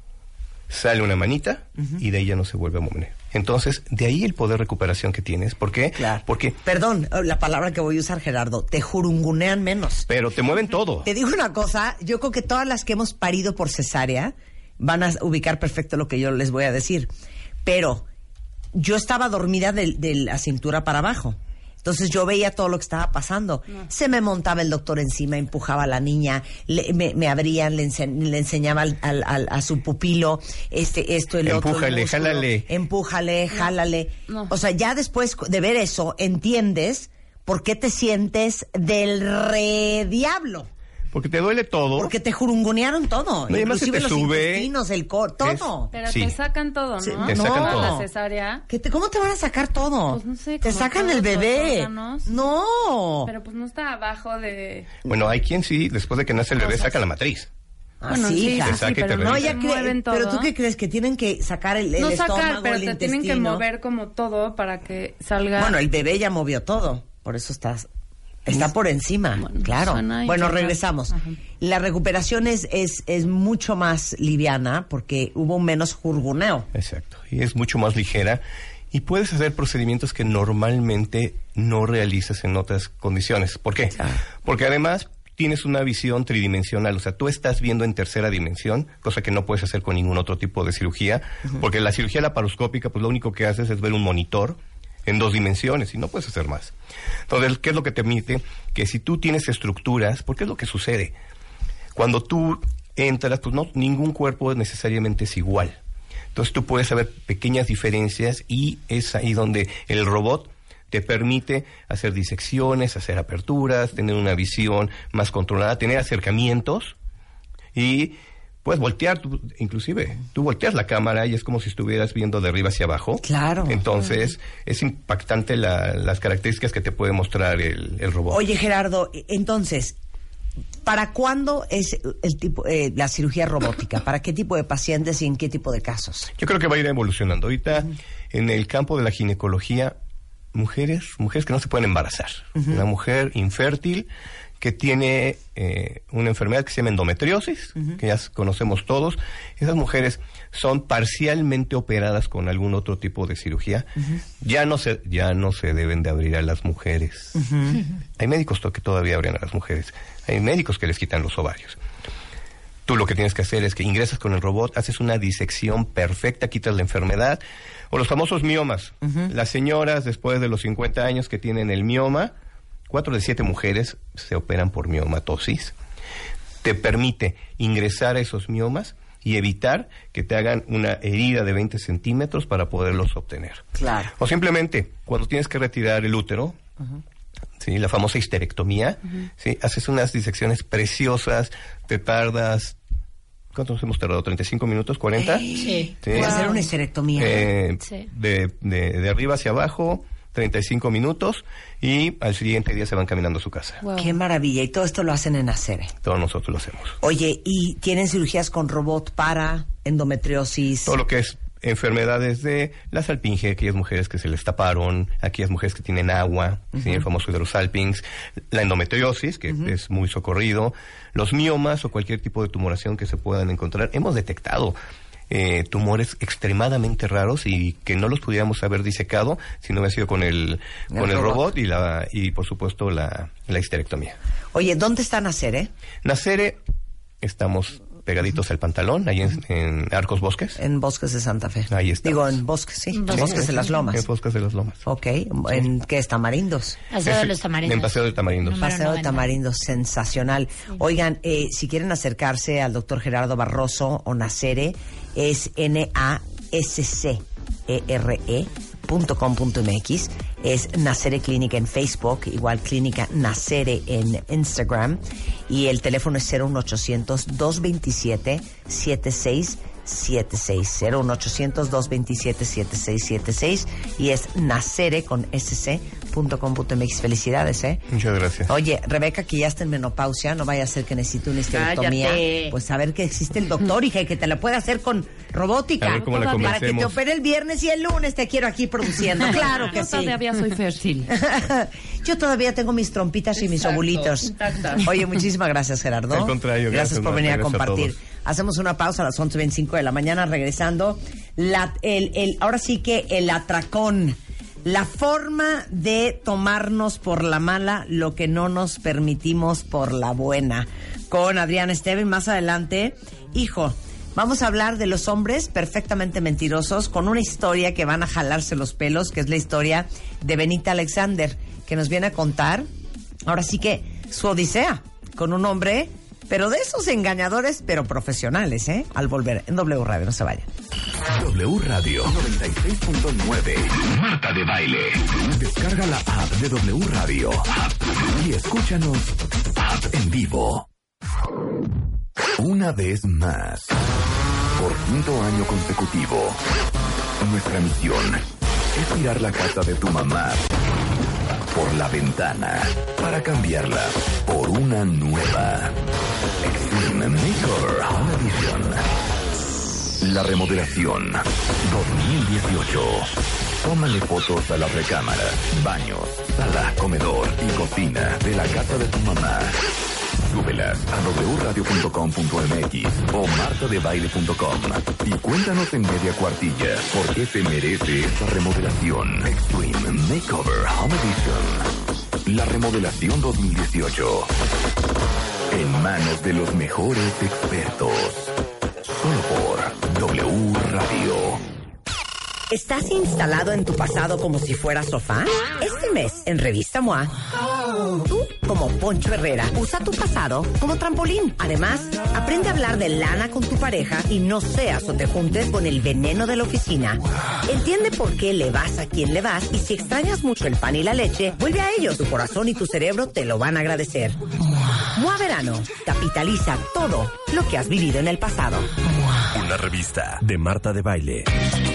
sale una manita, uh-huh. y de ahí ya no se vuelve a mover. Entonces, de ahí el poder de recuperación que tienes. ¿Por qué? Claro. Porque... Perdón, la palabra que voy a usar, Gerardo, te jurungunean menos. Pero te mueven todo. Te digo una cosa, yo creo que todas las que hemos parido por cesárea van a ubicar perfecto lo que yo les voy a decir. Pero yo estaba dormida de, de la cintura para abajo. Entonces yo veía todo lo que estaba pasando. No. Se me montaba el doctor encima, empujaba a la niña, le, me, me abrían, le, ense, le enseñaba al, al, al, a su pupilo este, esto, el empújale, otro. Empújale, jálale. Empújale, no. jálale. No. O sea, ya después de ver eso, entiendes por qué te sientes del re diablo. Porque te duele todo. Porque te jurungonearon todo. No, inclusive te los sube, intestinos, el cor, todo. Es, Pero sí. te sacan todo, ¿no? Sí, te no. sacan todo. La cesárea. ¿Qué te, ¿Cómo te van a sacar todo? Pues no sé. Te sacan el bebé. No. Pero pues no está abajo de... Bueno, hay quien sí, después de que nace el bebé, saca la matriz. Ah, bueno, sí, sí, hija. sí, sí, pero no, no ya mueven todo. Pero tú qué crees, que tienen que sacar el, el no estómago, sacar, pero el te intestino. tienen que mover como todo para que salga. Bueno, el bebé ya movió todo, por eso estás está por encima, bueno, claro. Bueno, regresamos. Ajá. La recuperación es, es es mucho más liviana porque hubo menos jurguneo. Exacto, y es mucho más ligera y puedes hacer procedimientos que normalmente no realizas en otras condiciones. ¿Por qué? Claro. Porque además tienes una visión tridimensional, o sea, tú estás viendo en tercera dimensión, cosa que no puedes hacer con ningún otro tipo de cirugía, uh-huh. porque la cirugía laparoscópica, pues lo único que haces es ver un monitor en dos dimensiones y no puedes hacer más. Entonces, ¿qué es lo que te permite? Que si tú tienes estructuras, porque es lo que sucede, cuando tú entras, pues no, ningún cuerpo necesariamente es igual. Entonces tú puedes saber pequeñas diferencias y es ahí donde el robot te permite hacer disecciones, hacer aperturas, tener una visión más controlada, tener acercamientos y puedes voltear, tú, inclusive, tú volteas la cámara y es como si estuvieras viendo de arriba hacia abajo. Claro. Entonces, uh-huh. es impactante la, las características que te puede mostrar el, el robot. Oye, Gerardo, entonces, ¿para cuándo es el tipo eh, la cirugía robótica? ¿Para qué tipo de pacientes y en qué tipo de casos? Yo creo que va a ir evolucionando. Ahorita, uh-huh. en el campo de la ginecología, mujeres, mujeres que no se pueden embarazar. Uh-huh. Una mujer infértil que tiene eh, una enfermedad que se llama endometriosis, uh-huh. que ya conocemos todos. Esas mujeres son parcialmente operadas con algún otro tipo de cirugía. Uh-huh. Ya no se ya no se deben de abrir a las mujeres. Uh-huh. Hay médicos que todavía abren a las mujeres. Hay médicos que les quitan los ovarios. Tú lo que tienes que hacer es que ingresas con el robot, haces una disección perfecta, quitas la enfermedad. O los famosos miomas. Uh-huh. Las señoras después de los cincuenta años que tienen el mioma, cuatro de siete mujeres se operan por miomatosis. Te permite ingresar a esos miomas y evitar que te hagan una herida de veinte centímetros para poderlos obtener. Claro. O simplemente, cuando tienes que retirar el útero, uh-huh. ¿sí? La famosa histerectomía, uh-huh. ¿sí? Haces unas disecciones preciosas, te tardas ¿cuánto nos hemos tardado? ¿treinta y cinco minutos? ¿cuarenta? Sí. Sí. Wow. Hacer una histerectomía. Eh, Sí. de, de, de arriba hacia abajo, treinta y cinco minutos, y al siguiente día se van caminando a su casa. Wow. Qué maravilla. Y todo esto lo hacen en Nacere. Todos nosotros lo hacemos. Oye, ¿y tienen cirugías con robot para endometriosis? Todo lo que es enfermedades de la salpinge, aquellas mujeres que se les taparon, aquellas mujeres que tienen agua, uh-huh. ¿sí? El famoso hidrosalpinx, la endometriosis, que uh-huh. es muy socorrido, los miomas o cualquier tipo de tumoración que se puedan encontrar. Hemos detectado eh, tumores extremadamente raros y que no los pudiéramos haber disecado si no hubiera sido con el, el con el robot, robot y, la, y por supuesto, la, la histerectomía. Oye, ¿dónde está Nacere? Nacere, estamos pegaditos al pantalón, ahí en, en Arcos Bosques. En Bosques de Santa Fe. Ahí está. Digo, en Bosques, sí. En sí, Bosques de las Lomas. En Bosques de las Lomas. Ok. ¿En qué es? Tamarindos. Paseo de los Tamarindos. En Paseo de Tamarindos. Paseo de Tamarindos, sensacional. Sí. Oigan, eh, si quieren acercarse al doctor Gerardo Barroso o Nacere, es N A S C E R E punto com punto m x. Es Nacere Clínica en Facebook, igual Clínica Nacere en Instagram, y el teléfono es cero uno ochocientos, dos veintisiete, setenta y seis setenta y seis, cero uno ochocientos, dos veintisiete, setenta y seis setenta y seis, y es nacere con sc punto com punto m x. Felicidades, ¿eh? Muchas gracias. Oye, Rebeca, que ya está en menopausia, no vaya a ser que necesite una histerectomía. Cállate. Pues saber que existe el doctor, hija, y que te la puede hacer con robótica. A ver cómo la para que convencemos. te opere el viernes y el lunes te quiero aquí produciendo. Claro que Yo sí. todavía soy fértil. Yo todavía tengo mis trompitas y mis Exacto, ovulitos. exacto. Oye, muchísimas gracias, Gerardo. Al contrario, gracias, gracias, por venir a gracias a compartir. todos. Hacemos una pausa a las once veinticinco de la mañana, regresando. La, el, el, ahora sí que el atracón. La forma de tomarnos por la mala lo que no nos permitimos por la buena. Con Adrián Esteban, más adelante. Hijo, vamos a hablar de los hombres perfectamente mentirosos con una historia que van a jalarse los pelos, que es la historia de Benita Alexander, que nos viene a contar, ahora sí que su odisea con un hombre, pero de esos engañadores, pero profesionales, ¿eh? Al volver en W Radio, no se vayan. W Radio noventa y seis punto nueve. Marta de Baile. Descarga la app de W Radio y escúchanos en vivo. Una vez más, por quinto año consecutivo, nuestra misión es tirar la casa de tu mamá por la ventana para cambiarla por una nueva Extreme Makeover Home Edition. La remodelación dos mil dieciocho. Tómale fotos a las recámaras, baños, sala, comedor y cocina de la casa de tu mamá. Súbelas a w radio punto com punto m x o marta de baile punto com y cuéntanos en media cuartilla por qué se merece esta remodelación. Extreme Makeover Home Edition. La remodelación dos mil dieciocho. En manos de los mejores expertos. Solo por W Radio. ¿Estás instalado en tu pasado como si fuera sofá? Este mes, en Revista M O A, tú, como Poncho Herrera, usa tu pasado como trampolín. Además, aprende a hablar de lana con tu pareja y no seas o te juntes con el veneno de la oficina. Entiende por qué le vas a quien le vas y si extrañas mucho el pan y la leche, vuelve a ellos. Tu corazón y tu cerebro te lo van a agradecer. M O A Verano. Capitaliza todo lo que has vivido en el pasado. Una revista de Marta de Baile.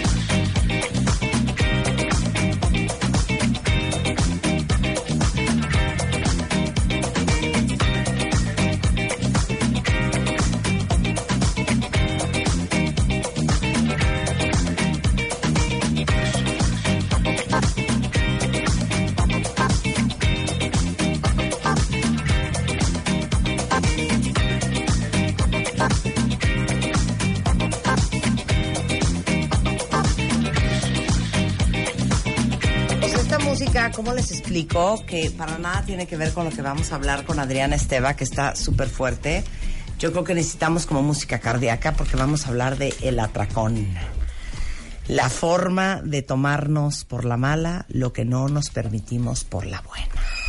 ¿Cómo les explico? Que para nada tiene que ver con lo que vamos a hablar con Adriana Esteva, que está súper fuerte. Yo creo que necesitamos como música cardíaca porque vamos a hablar de el atracón. La forma de tomarnos por la mala lo que no nos permitimos por la buena.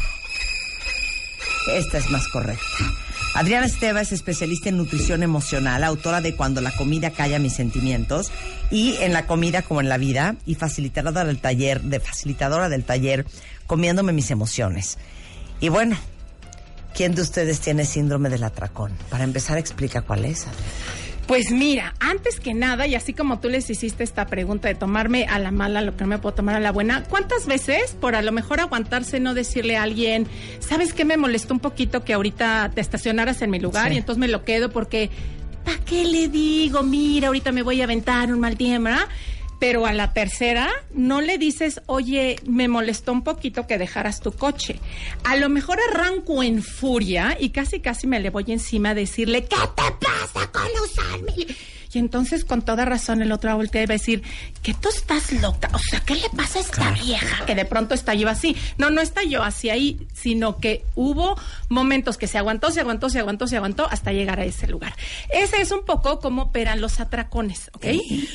Esta es más correcta. Adriana Esteva es especialista en nutrición emocional, autora de Cuando la comida calla mis sentimientos y En la comida como en la vida, y facilitadora del taller, de facilitadora del taller Comiéndome mis emociones. Y bueno, ¿quién de ustedes tiene síndrome del atracón? Para empezar, explica cuál es, Adriana. Pues mira, antes que nada, y así como tú les hiciste esta pregunta de tomarme a la mala lo que no me puedo tomar a la buena, ¿cuántas veces por a lo mejor aguantarse no decirle a alguien, ¿sabes qué? Me molestó un poquito que ahorita te estacionaras en mi lugar, sí, y entonces me lo quedo porque, ¿para qué le digo? Mira, ahorita me voy a aventar un mal tiempo, ¿verdad? Pero a la tercera no le dices, oye, me molestó un poquito que dejaras tu coche. A lo mejor arranco en furia y casi casi me le voy encima a decirle, ¿qué te pasa con usarme? Y entonces con toda razón el otro voltea y va a decir, que tú estás loca, o sea, ¿qué le pasa a esta vieja? Que de pronto estalló así. No, no estalló así ahí, sino que hubo momentos que se aguantó, se aguantó, se aguantó, se aguantó hasta llegar a ese lugar. Ese es un poco cómo operan los atracones, ¿ok?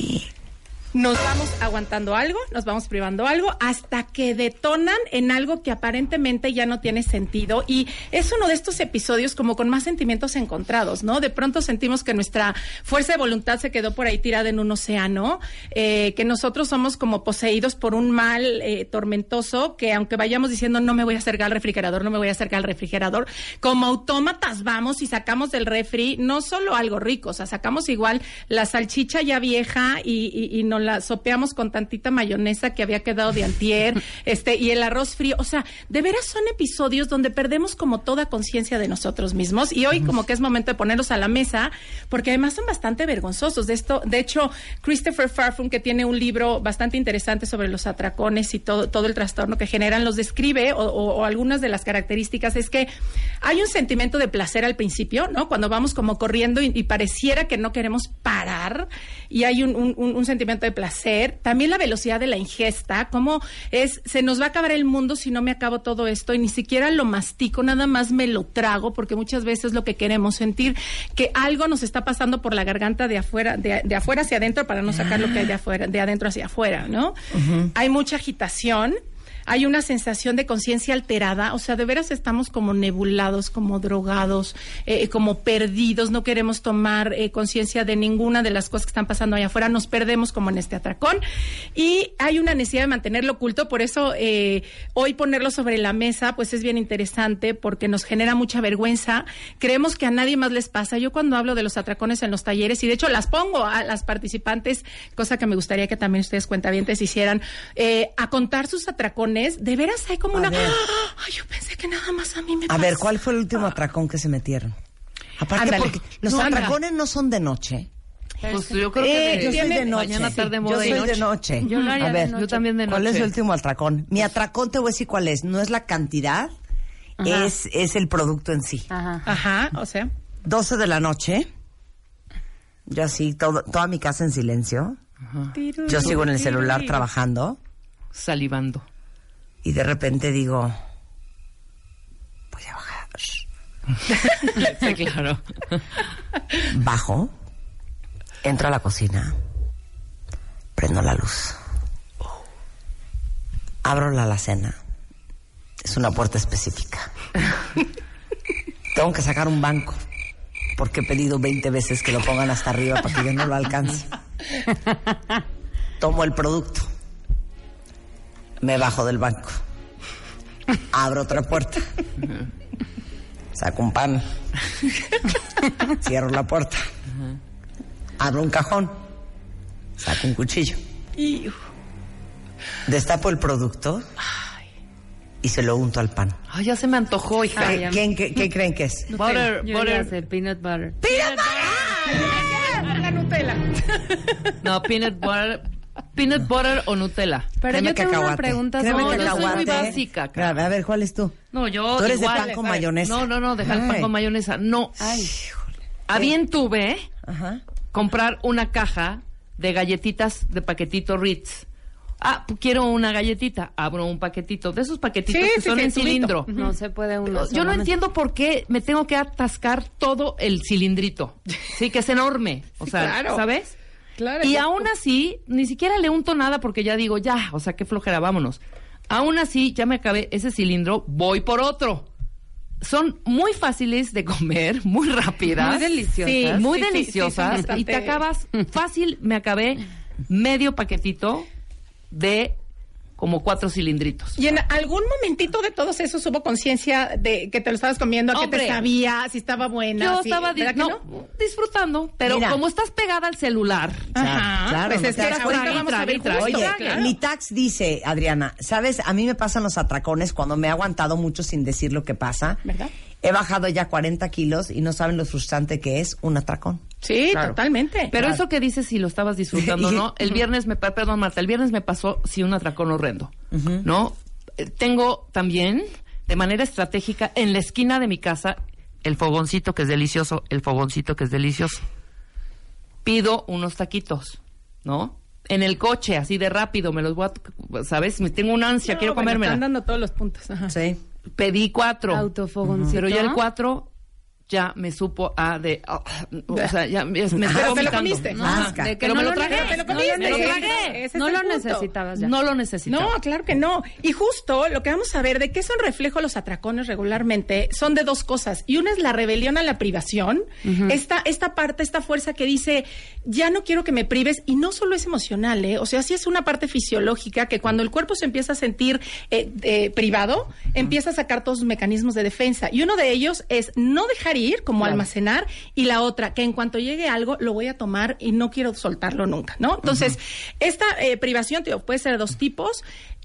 Nos vamos aguantando algo, nos vamos privando algo, hasta que detonan en algo que aparentemente ya no tiene sentido. Y es uno de estos episodios como con más sentimientos encontrados, ¿no? De pronto sentimos que nuestra fuerza de voluntad se quedó por ahí tirada en un océano, eh, que nosotros somos como poseídos por un mal eh, tormentoso, que aunque vayamos diciendo no me voy a acercar al refrigerador, no me voy a acercar al refrigerador, como autómatas vamos y sacamos del refri no solo algo rico, o sea, sacamos igual la salchicha ya vieja y, y, y no la sopeamos con tantita mayonesa que había quedado de antier, este, y el arroz frío. O sea, de veras son episodios donde perdemos como toda conciencia de nosotros mismos, y hoy como que es momento de ponerlos a la mesa, porque además son bastante vergonzosos. De esto, de hecho, Christopher Farfum, que tiene un libro bastante interesante sobre los atracones y todo, todo el trastorno que generan, los describe, o, o, o algunas de las características es que hay un sentimiento de placer al principio, ¿no? Cuando vamos como corriendo y, y pareciera que no queremos parar, y hay un, un, un sentimiento de placer. También la velocidad de la ingesta, cómo es, se nos va a acabar el mundo si no me acabo todo esto, y ni siquiera lo mastico, nada más me lo trago, porque muchas veces lo que queremos sentir que algo nos está pasando por la garganta de afuera, de, de afuera hacia adentro, para no sacar lo que hay de afuera, de adentro hacia afuera, ¿no? Uh-huh. Hay mucha agitación. Hay una sensación de conciencia alterada, o sea, de veras estamos como nebulados, como drogados, eh, como perdidos, no queremos tomar eh, conciencia de ninguna de las cosas que están pasando allá afuera, nos perdemos como en este atracón, y hay una necesidad de mantenerlo oculto. Por eso eh, hoy ponerlo sobre la mesa pues es bien interesante, porque nos genera mucha vergüenza, creemos que a nadie más les pasa. Yo cuando hablo de los atracones en los talleres, y de hecho las pongo a las participantes, cosa que me gustaría que también ustedes cuentavientes hicieran, eh, a contar sus atracones. De veras hay como a una... Ver. Ay, yo pensé que nada más a mí me A pasa. ver, ¿cuál fue el último atracón que se metieron? Aparte, ándale, porque los no, atracones anda. no son de noche. Pues yo creo eh, que yo soy de noche. Mañana, tarde, yo soy noche. de noche. Yo, lo haría a ver, de noche. Yo también de noche. ¿Cuál es el último atracón? Mi atracón, te voy a decir cuál es. No es la cantidad, es, es el producto en sí. Ajá. Ajá, o sea. doce de la noche. Yo así, todo, toda mi casa en silencio. Ajá. Yo sigo en el celular trabajando. Salivando. Y de repente digo, voy a bajar. Sí, claro. Bajo, entro a la cocina, prendo la luz, abro la alacena. Es una puerta específica. Tengo que sacar un banco, porque he pedido veinte veces que lo pongan hasta arriba para que yo no lo alcance. Tomo el producto. Me bajo del banco. Abro otra puerta. Saco un pan. Cierro la puerta. Abro un cajón. Saco un cuchillo. Destapo el producto y se lo unto al pan. Ay, ya se me antojó, hija. ¿Qué, ¿quién, qué, ¿Qué creen que es? Butter, Yo butter. Hacer peanut butter. ¡Peanut butter! La Nutella. No, peanut butter. Peanut butter o Nutella. Pero Créeme yo tengo cacahuate. una pregunta. Créeme No, sobre yo soy cacahuate. muy básica. A ver, a ver, ¿cuál es tú? No, yo Tú eres igual. de pan con mayonesa. No, no, no, deja el pan Ay. con mayonesa. No. Ay, A bien tuve Ajá. comprar una caja de galletitas de paquetito Ritz. Ah, pues quiero una galletita. Abro un paquetito. De esos paquetitos Sí, que sí, son sí, en tubito. cilindro. No se puede uno. Yo no solamente. entiendo por qué me tengo que atascar todo el cilindrito. Sí, que es enorme. O Sí, sea, claro. ¿sabes? Claro. Y aún así, ni siquiera le unto nada porque ya digo, ya, o sea, qué flojera, vámonos. Aún así, ya me acabé ese cilindro, voy por otro. Son muy fáciles de comer, muy rápidas. Muy deliciosas. Sí, muy Sí, sí, sí, deliciosas. son bastante- Y te acabas fácil, me acabé medio paquetito de como cuatro cilindritos. ¿Y en algún momentito de todos esos hubo conciencia de que te lo estabas comiendo, a qué te sabía, si estaba buena? Yo si, estaba di- no, no? disfrutando, pero Mira. como estás pegada al celular. Ajá, Claro, pues no es te que das ahorita cuenta. vamos a ver justo. Oye, Claro. mi tax dice, Adriana, ¿sabes? A mí me pasan los atracones cuando me he aguantado mucho sin decir lo que pasa. ¿Verdad? He bajado ya cuarenta kilos y no saben lo frustrante que es un atracón. Sí, Claro. totalmente. Pero Claro. eso que dices, si lo estabas disfrutando, ¿no? El viernes me, pa- perdón, Marta, el viernes me pasó, sí, un atracón horrendo, ¿no? Eh, Tengo también, de manera estratégica, en la esquina de mi casa, el fogoncito que es delicioso, el fogoncito que es delicioso. Pido unos taquitos, ¿no? En el coche, así de rápido, me los voy a, ¿sabes? Me tengo una ansia, No, quiero bueno, comérmela. están dando todos los puntos. Ajá. Sí. Pedí cuatro. Autofogoncito. Pero ya el cuatro ya me supo a de... ah, o sea, ya me, me estoy Pero te lo vomitando. comiste. Ajá. Asca. De que Pero no me lo lo tragué. neces- Te lo no comiste. me lo Ese es tragué. el- ese No es lo el punto. necesitabas ya. No lo necesitaba. No, claro que no. Y justo lo que vamos a ver de qué son reflejo los atracones regularmente son de dos cosas. Y una es la rebelión a la privación. esta, esta parte, esta fuerza que dice, ya no quiero que me prives. Y no solo es emocional, ¿eh? O sea, sí es una parte fisiológica que cuando el cuerpo se empieza a sentir eh, eh, privado, empieza a sacar todos sus mecanismos de defensa. Y uno de ellos es no dejar ir, como Claro. almacenar. Y la otra, que en cuanto llegue algo, lo voy a tomar y no quiero soltarlo nunca, ¿no? Entonces, esta eh, privación, tío, puede ser de dos tipos.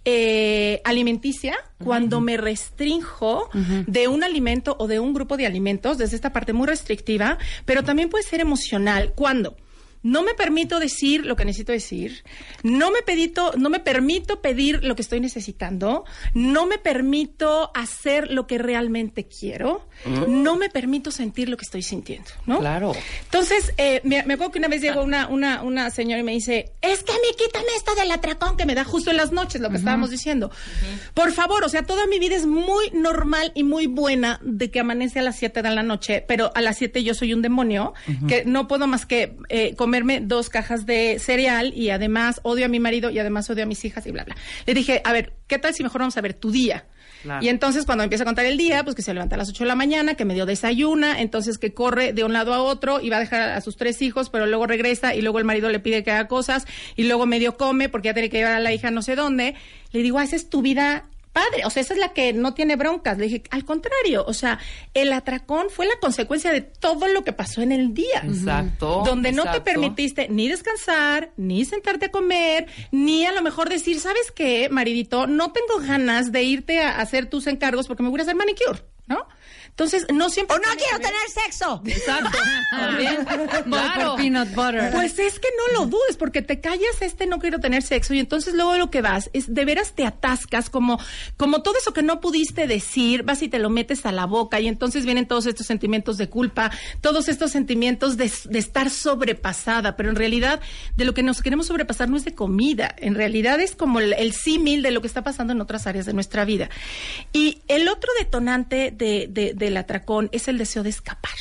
Eh, alimenticia, cuando me restrinjo de un alimento o de un grupo de alimentos, desde esta parte muy restrictiva, pero también puede ser emocional, cuando no me permito decir lo que necesito decir, no me pedito, no me permito pedir lo que estoy necesitando, no me permito hacer lo que realmente quiero, no me permito sentir lo que estoy sintiendo, ¿no? Claro. Entonces, eh, me, me acuerdo que una vez llegó una, una, una señora y me dice, es que a mí quítame esto del atracón que me da justo en las noches, lo que estábamos diciendo. Por favor, o sea, toda mi vida es muy normal y muy buena de que amanece a las siete de la noche, pero a las siete yo soy un demonio, que no puedo más que eh, comerme dos cajas de cereal y además odio a mi marido y además odio a mis hijas y bla, bla. Le dije, a ver, ¿qué tal si mejor vamos a ver tu día? Claro. Y entonces cuando empieza a contar el día, pues que se levanta a las ocho de la mañana, que medio desayuna, entonces que corre de un lado a otro y va a dejar a sus tres hijos, pero luego regresa y luego el marido le pide que haga cosas y luego medio come porque ya tiene que llevar a la hija no sé dónde. Le digo, ah, esa es tu vida padre, o sea, esa es la que no tiene broncas. Le dije, al contrario, o sea, el atracón fue la consecuencia de todo lo que pasó en el día. Exacto. Donde no te exacto. permitiste ni descansar, ni sentarte a comer, ni a lo mejor decir, ¿sabes qué, maridito? No tengo ganas de irte a hacer tus encargos porque me voy a hacer manicure, ¿no? Entonces, no siempre... ¡O no quiero tener sexo! Exacto. También. Claro. Peanut butter. Pues es que no lo dudes, porque te callas este no quiero tener sexo y entonces luego lo que vas es, de veras te atascas como, como todo eso que no pudiste decir, vas y te lo metes a la boca y entonces vienen todos estos sentimientos de culpa, todos estos sentimientos de, de estar sobrepasada, pero en realidad de lo que nos queremos sobrepasar no es de comida, en realidad es como el, el símil de lo que está pasando en otras áreas de nuestra vida. Y el otro detonante de, de, del atracón es el deseo de escapar.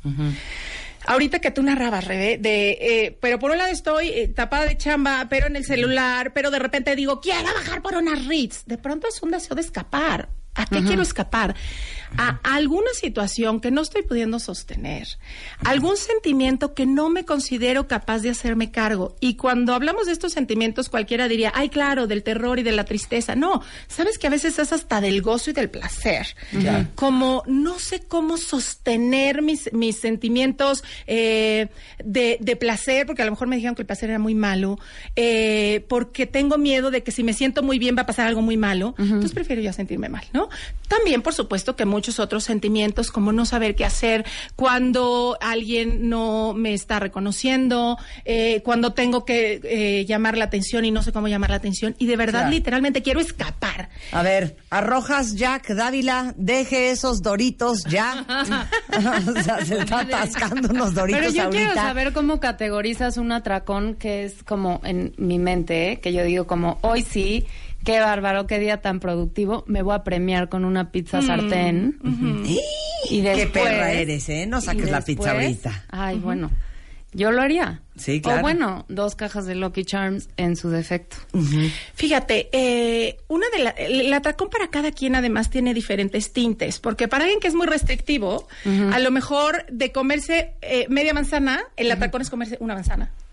Ahorita que tú narrabas, Rebe, de, eh, pero por un lado estoy eh, tapada de chamba, pero en el celular, pero de repente digo, quiero bajar por unas Ritz. De pronto es un deseo de escapar. ¿A qué quiero escapar? A alguna situación que no estoy pudiendo sostener, algún sentimiento que no me considero capaz de hacerme cargo. Y cuando hablamos de estos sentimientos, cualquiera diría, ay, claro, del terror y de la tristeza. No, sabes que a veces es hasta del gozo y del placer. Ya. Como no sé cómo sostener mis, mis sentimientos eh, de, de placer, porque a lo mejor me dijeron que el placer era muy malo, eh, porque tengo miedo de que si me siento muy bien va a pasar algo muy malo. Entonces prefiero ya sentirme mal, ¿no? También, por supuesto, que muchos otros sentimientos, como no saber qué hacer cuando alguien no me está reconociendo, eh, cuando tengo que eh, llamar la atención y no sé cómo llamar la atención, y de verdad, Claro. literalmente, quiero escapar. A ver, Arrojas Jack Dávila, deje esos doritos ya. O sea, se está atascando unos doritos Pero yo ahorita. quiero saber cómo categorizas un atracón que es como en mi mente, ¿eh? Que yo digo como, hoy sí, qué bárbaro, qué día tan productivo, me voy a premiar con una pizza sartén. Y después, Qué perra eres, ¿eh? No saques y la pizza después- ahorita. Ay, bueno, yo lo haría. Sí, claro. O bueno, dos cajas de Lucky Charms en su defecto. Fíjate, eh, una de la, el atracón para cada quien además tiene diferentes tintes, porque para alguien que es muy restrictivo, a lo mejor de comerse eh, media manzana, el atracón es comerse una manzana, ¿no?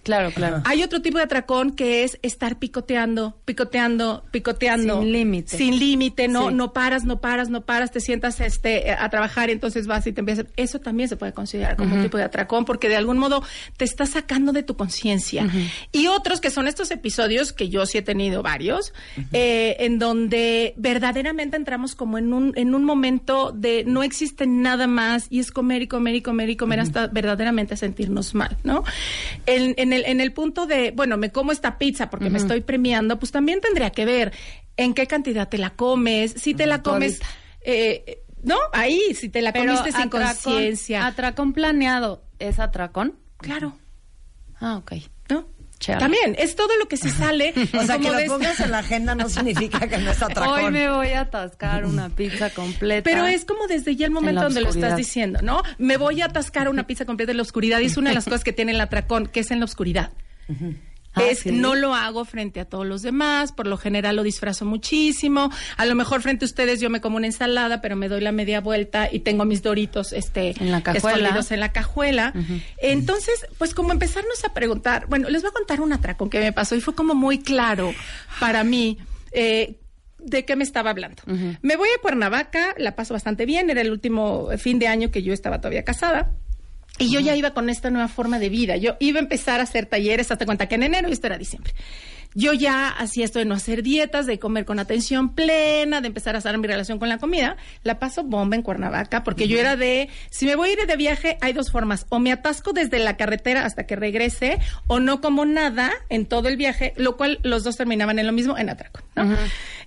Claro, claro. Hay otro tipo de atracón que es estar picoteando, picoteando, picoteando. Sin límite. Sin límite, no, Sí. no paras, no paras, no paras, te sientas este a trabajar y entonces vas y te empiezas. Eso también se puede considerar como Uh-huh. un tipo de atracón porque de algún modo te está sacando de tu conciencia. Uh-huh. Y otros que son estos episodios, que yo sí he tenido varios, uh-huh. eh, en donde verdaderamente entramos como en un, en un momento de no existe nada más y es comer y comer y comer y comer uh-huh. hasta verdaderamente sentirnos mal, ¿no? En, en el, en el punto de, bueno, me como esta pizza porque uh-huh. me estoy premiando, pues también tendría que ver en qué cantidad te la comes, si te uh-huh. la comes, eh, no, ahí, si te la Pero comiste sin atracón- conciencia. ¿Atracón planeado es atracón? Claro. Ah, ok. ¿No? Chévere. También, es todo lo que se sale. O sea, como que de lo pongas esta- en la agenda no significa que no es atracón. Hoy me voy a atascar una pizza completa. Pero es como desde ya el En momento la donde lo oscuridad. estás diciendo, ¿no? Me voy a atascar una pizza completa en la oscuridad y es una de las cosas que tiene el atracón, que es en la oscuridad. Ah, es ¿sí? no lo hago frente a todos los demás, por lo general lo disfrazo muchísimo, a lo mejor frente a ustedes yo me como una ensalada, pero me doy la media vuelta y tengo mis doritos este En la cajuela. escondidos en la cajuela. Uh-huh. Entonces, pues como empezarnos a preguntar, bueno, les voy a contar un atracón que me pasó y fue como muy claro para mí. Eh, ¿De qué me estaba hablando? Uh-huh. Me voy a Cuernavaca, la paso bastante bien, era el último fin de año que yo estaba todavía casada. Y yo ya iba con esta nueva forma de vida. Yo iba a empezar a hacer talleres, hasta cuenta que en enero y esto era diciembre. Yo ya hacía esto de no hacer dietas, de comer con atención plena, de empezar a hacer mi relación con la comida. La paso bomba en Cuernavaca, porque uh-huh. yo era de, si me voy a ir de viaje, hay dos formas. O me atasco desde la carretera hasta que regrese, o no como nada en todo el viaje, lo cual los dos terminaban en lo mismo, en atraco, ¿no? Uh-huh.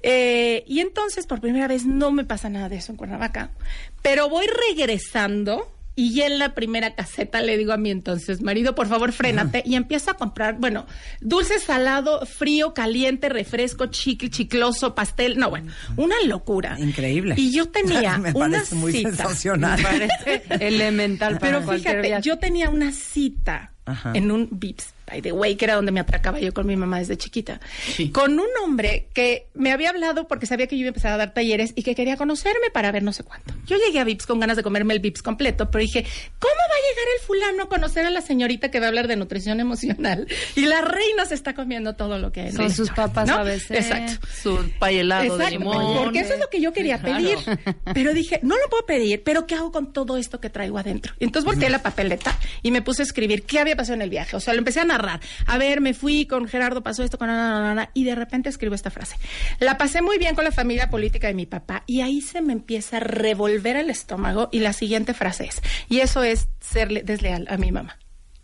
Eh, y entonces, por primera vez, no me pasa nada de eso en Cuernavaca. Pero voy regresando... Y ya en la primera caseta le digo a mi entonces marido, por favor, frénate. Y empiezo a comprar, bueno, dulce, salado, frío, caliente, refresco, chicle, chicloso, pastel. No, bueno, una locura. Increíble. Y yo tenía Me una parece muy cita. sensacional. Me parece elemental para Pero cualquier fíjate, viaje. yo tenía una cita Ajá. en un Vips, by the way, que era donde me atracaba yo con mi mamá desde chiquita, Sí. con un hombre que me había hablado porque sabía que yo iba a empezar a dar talleres y que quería conocerme para ver no sé cuánto. Yo llegué a Vips con ganas de comerme el Vips completo, pero dije, ¿cómo va a llegar el fulano a conocer a la señorita que va a hablar de nutrición emocional? Y la reina se está comiendo todo lo que hay. Son sus papas ¿no? A B C. Exacto. Su pay helado de Exacto, limón. porque eso es lo que yo quería Claro. pedir. Pero dije, no lo puedo pedir, pero ¿qué hago con todo esto que traigo adentro? Y entonces volteé la papeleta y me puse a escribir qué había pasado en el viaje. O sea, lo empecé a narrar. A ver, me fui con Gerardo, pasó esto, con na, na, na, y de repente escribo esta frase. La pasé muy bien con la familia política de mi papá y ahí se me empieza a revolver el estómago y la siguiente frase es, y eso es serle desleal a mi mamá.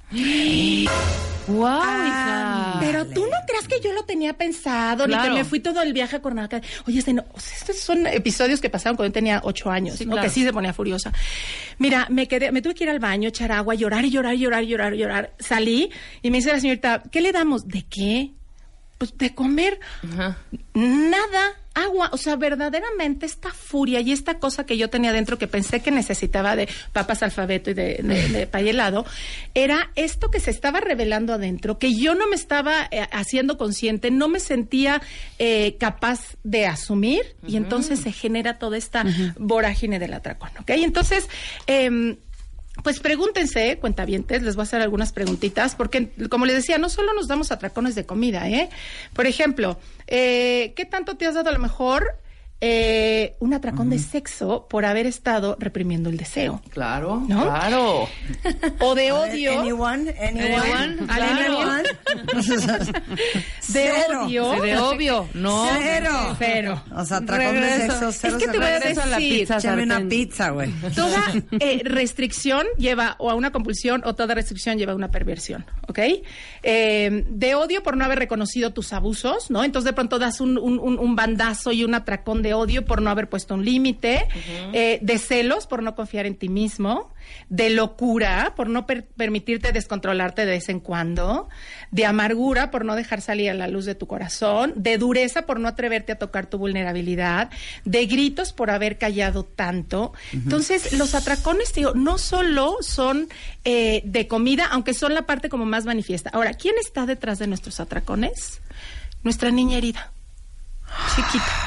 ¡Wow, Ah, hija! Pero tú no creas que yo lo tenía pensado, Claro. ni que me fui todo el viaje a Cuernavaca. Oye, este no, o sea, estos son episodios que pasaron cuando yo tenía ocho años, Sí, ¿no? claro. Que sí se ponía furiosa. Mira, me quedé, me tuve que ir al baño, echar agua, llorar y llorar y llorar y llorar y llorar. Salí y me dice la señorita, ¿qué le damos? ¿De qué? Pues de comer. Ajá. Nada, agua, o sea, verdaderamente esta furia y esta cosa que yo tenía dentro que pensé que necesitaba de papas alfabeto y de, de, de pay helado, era esto que se estaba revelando adentro, que yo no me estaba eh, haciendo consciente, no me sentía eh, capaz de asumir, uh-huh. y entonces se genera toda esta uh-huh. vorágine del atracón, ¿ok? Entonces, eh, pues pregúntense, cuentavientes, les voy a hacer algunas preguntitas, porque, como les decía, no solo nos damos atracones de comida, ¿eh? Por ejemplo, eh, ¿qué tanto te has dado a lo mejor eh, un atracón uh-huh. de sexo por haber estado reprimiendo el deseo? Claro, ¿no? claro. O de odio. Anyone, anyone, Anyone, claro. De Cero. odio. Sí, de obvio, no. Cero. Cero. O sea, atracón de Regreso. sexo, cero. Es que te voy a Regreso a la decir, pizza Échame una sartén. pizza, güey. Toda eh, restricción lleva o a una compulsión o toda restricción lleva a una perversión, ¿ok? Eh, de odio por no haber reconocido tus abusos, ¿no? Entonces de pronto das un, un, un, un bandazo y un atracón de odio por no haber puesto un límite, uh-huh. eh, de celos por no confiar en ti mismo, de locura por no per- permitirte descontrolarte de vez en cuando, de amargura por no dejar salir a la luz de tu corazón, de dureza por no atreverte a tocar tu vulnerabilidad, de gritos por haber callado tanto. Uh-huh. Entonces, los atracones, tío, no solo son eh, de comida, aunque son la parte como más manifiesta. Ahora, ¿quién está detrás de nuestros atracones? Nuestra niña herida, chiquita.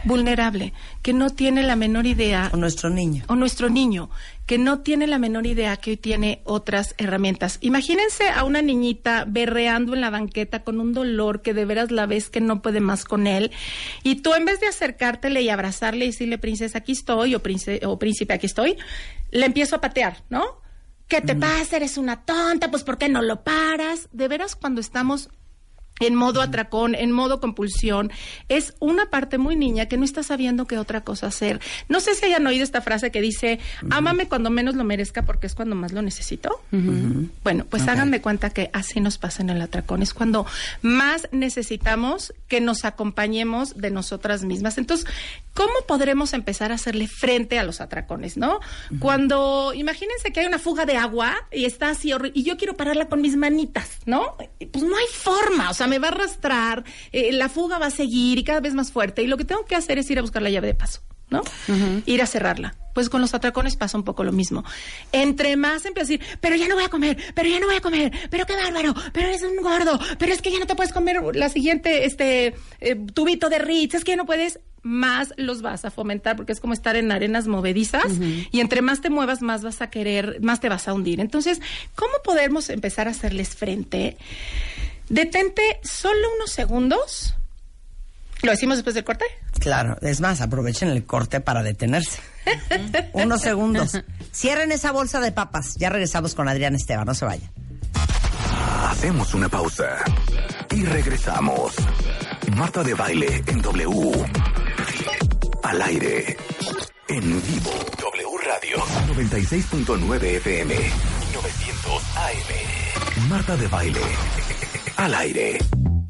vulnerable, que no tiene la menor idea. O nuestro niño. O nuestro niño, que no tiene la menor idea que hoy tiene otras herramientas. Imagínense a una niñita berreando en la banqueta con un dolor que de veras la ves que no puede más con él, y tú en vez de acercártele y abrazarle y decirle, princesa, aquí estoy, o, príncipe, o príncipe, aquí estoy, le empiezo a patear, ¿no? ¿Qué te pasa? Eres una tonta, pues ¿por qué no lo paras? De veras, cuando estamos en modo atracón, en modo compulsión, es una parte muy niña que no está sabiendo qué otra cosa hacer. No sé si hayan oído esta frase que dice, ámame cuando menos lo merezca porque es cuando más lo necesito. Uh-huh. Bueno, pues okay. Háganme cuenta que así nos pasa en el atracón. Es cuando más necesitamos que nos acompañemos de nosotras mismas. Entonces, ¿cómo podremos empezar a hacerle frente a los atracones, no? Uh-huh. Cuando, imagínense que hay una fuga de agua y está así horrible, y yo quiero pararla con mis manitas, ¿no? Pues no hay forma, o sea, me va a arrastrar, eh, la fuga va a seguir y cada vez más fuerte, y lo que tengo que hacer es ir a buscar la llave de paso, ¿no? Uh-huh. Ir a cerrarla. Pues con los atracones pasa un poco lo mismo. Entre más empiezo a decir, pero ya no voy a comer, pero ya no voy a comer, pero qué bárbaro, pero eres un gordo, pero es que ya no te puedes comer la siguiente, este, eh, tubito de Ritz, es que ya no puedes, más los vas a fomentar, porque es como estar en arenas movedizas, uh-huh. Y entre más te muevas, más vas a querer, más te vas a hundir. Entonces, ¿cómo podemos empezar a hacerles frente? Detente solo unos segundos. ¿Lo decimos después del corte? Claro, es más, aprovechen el corte para detenerse. Unos segundos. Cierren esa bolsa de papas. Ya regresamos con Adrián Esteban, no se vayan. Hacemos una pausa y regresamos. Marta de Baile en W. Al aire. En vivo. W Radio. noventa y seis punto nueve F M. novecientos A M. Marta de Baile. Al aire.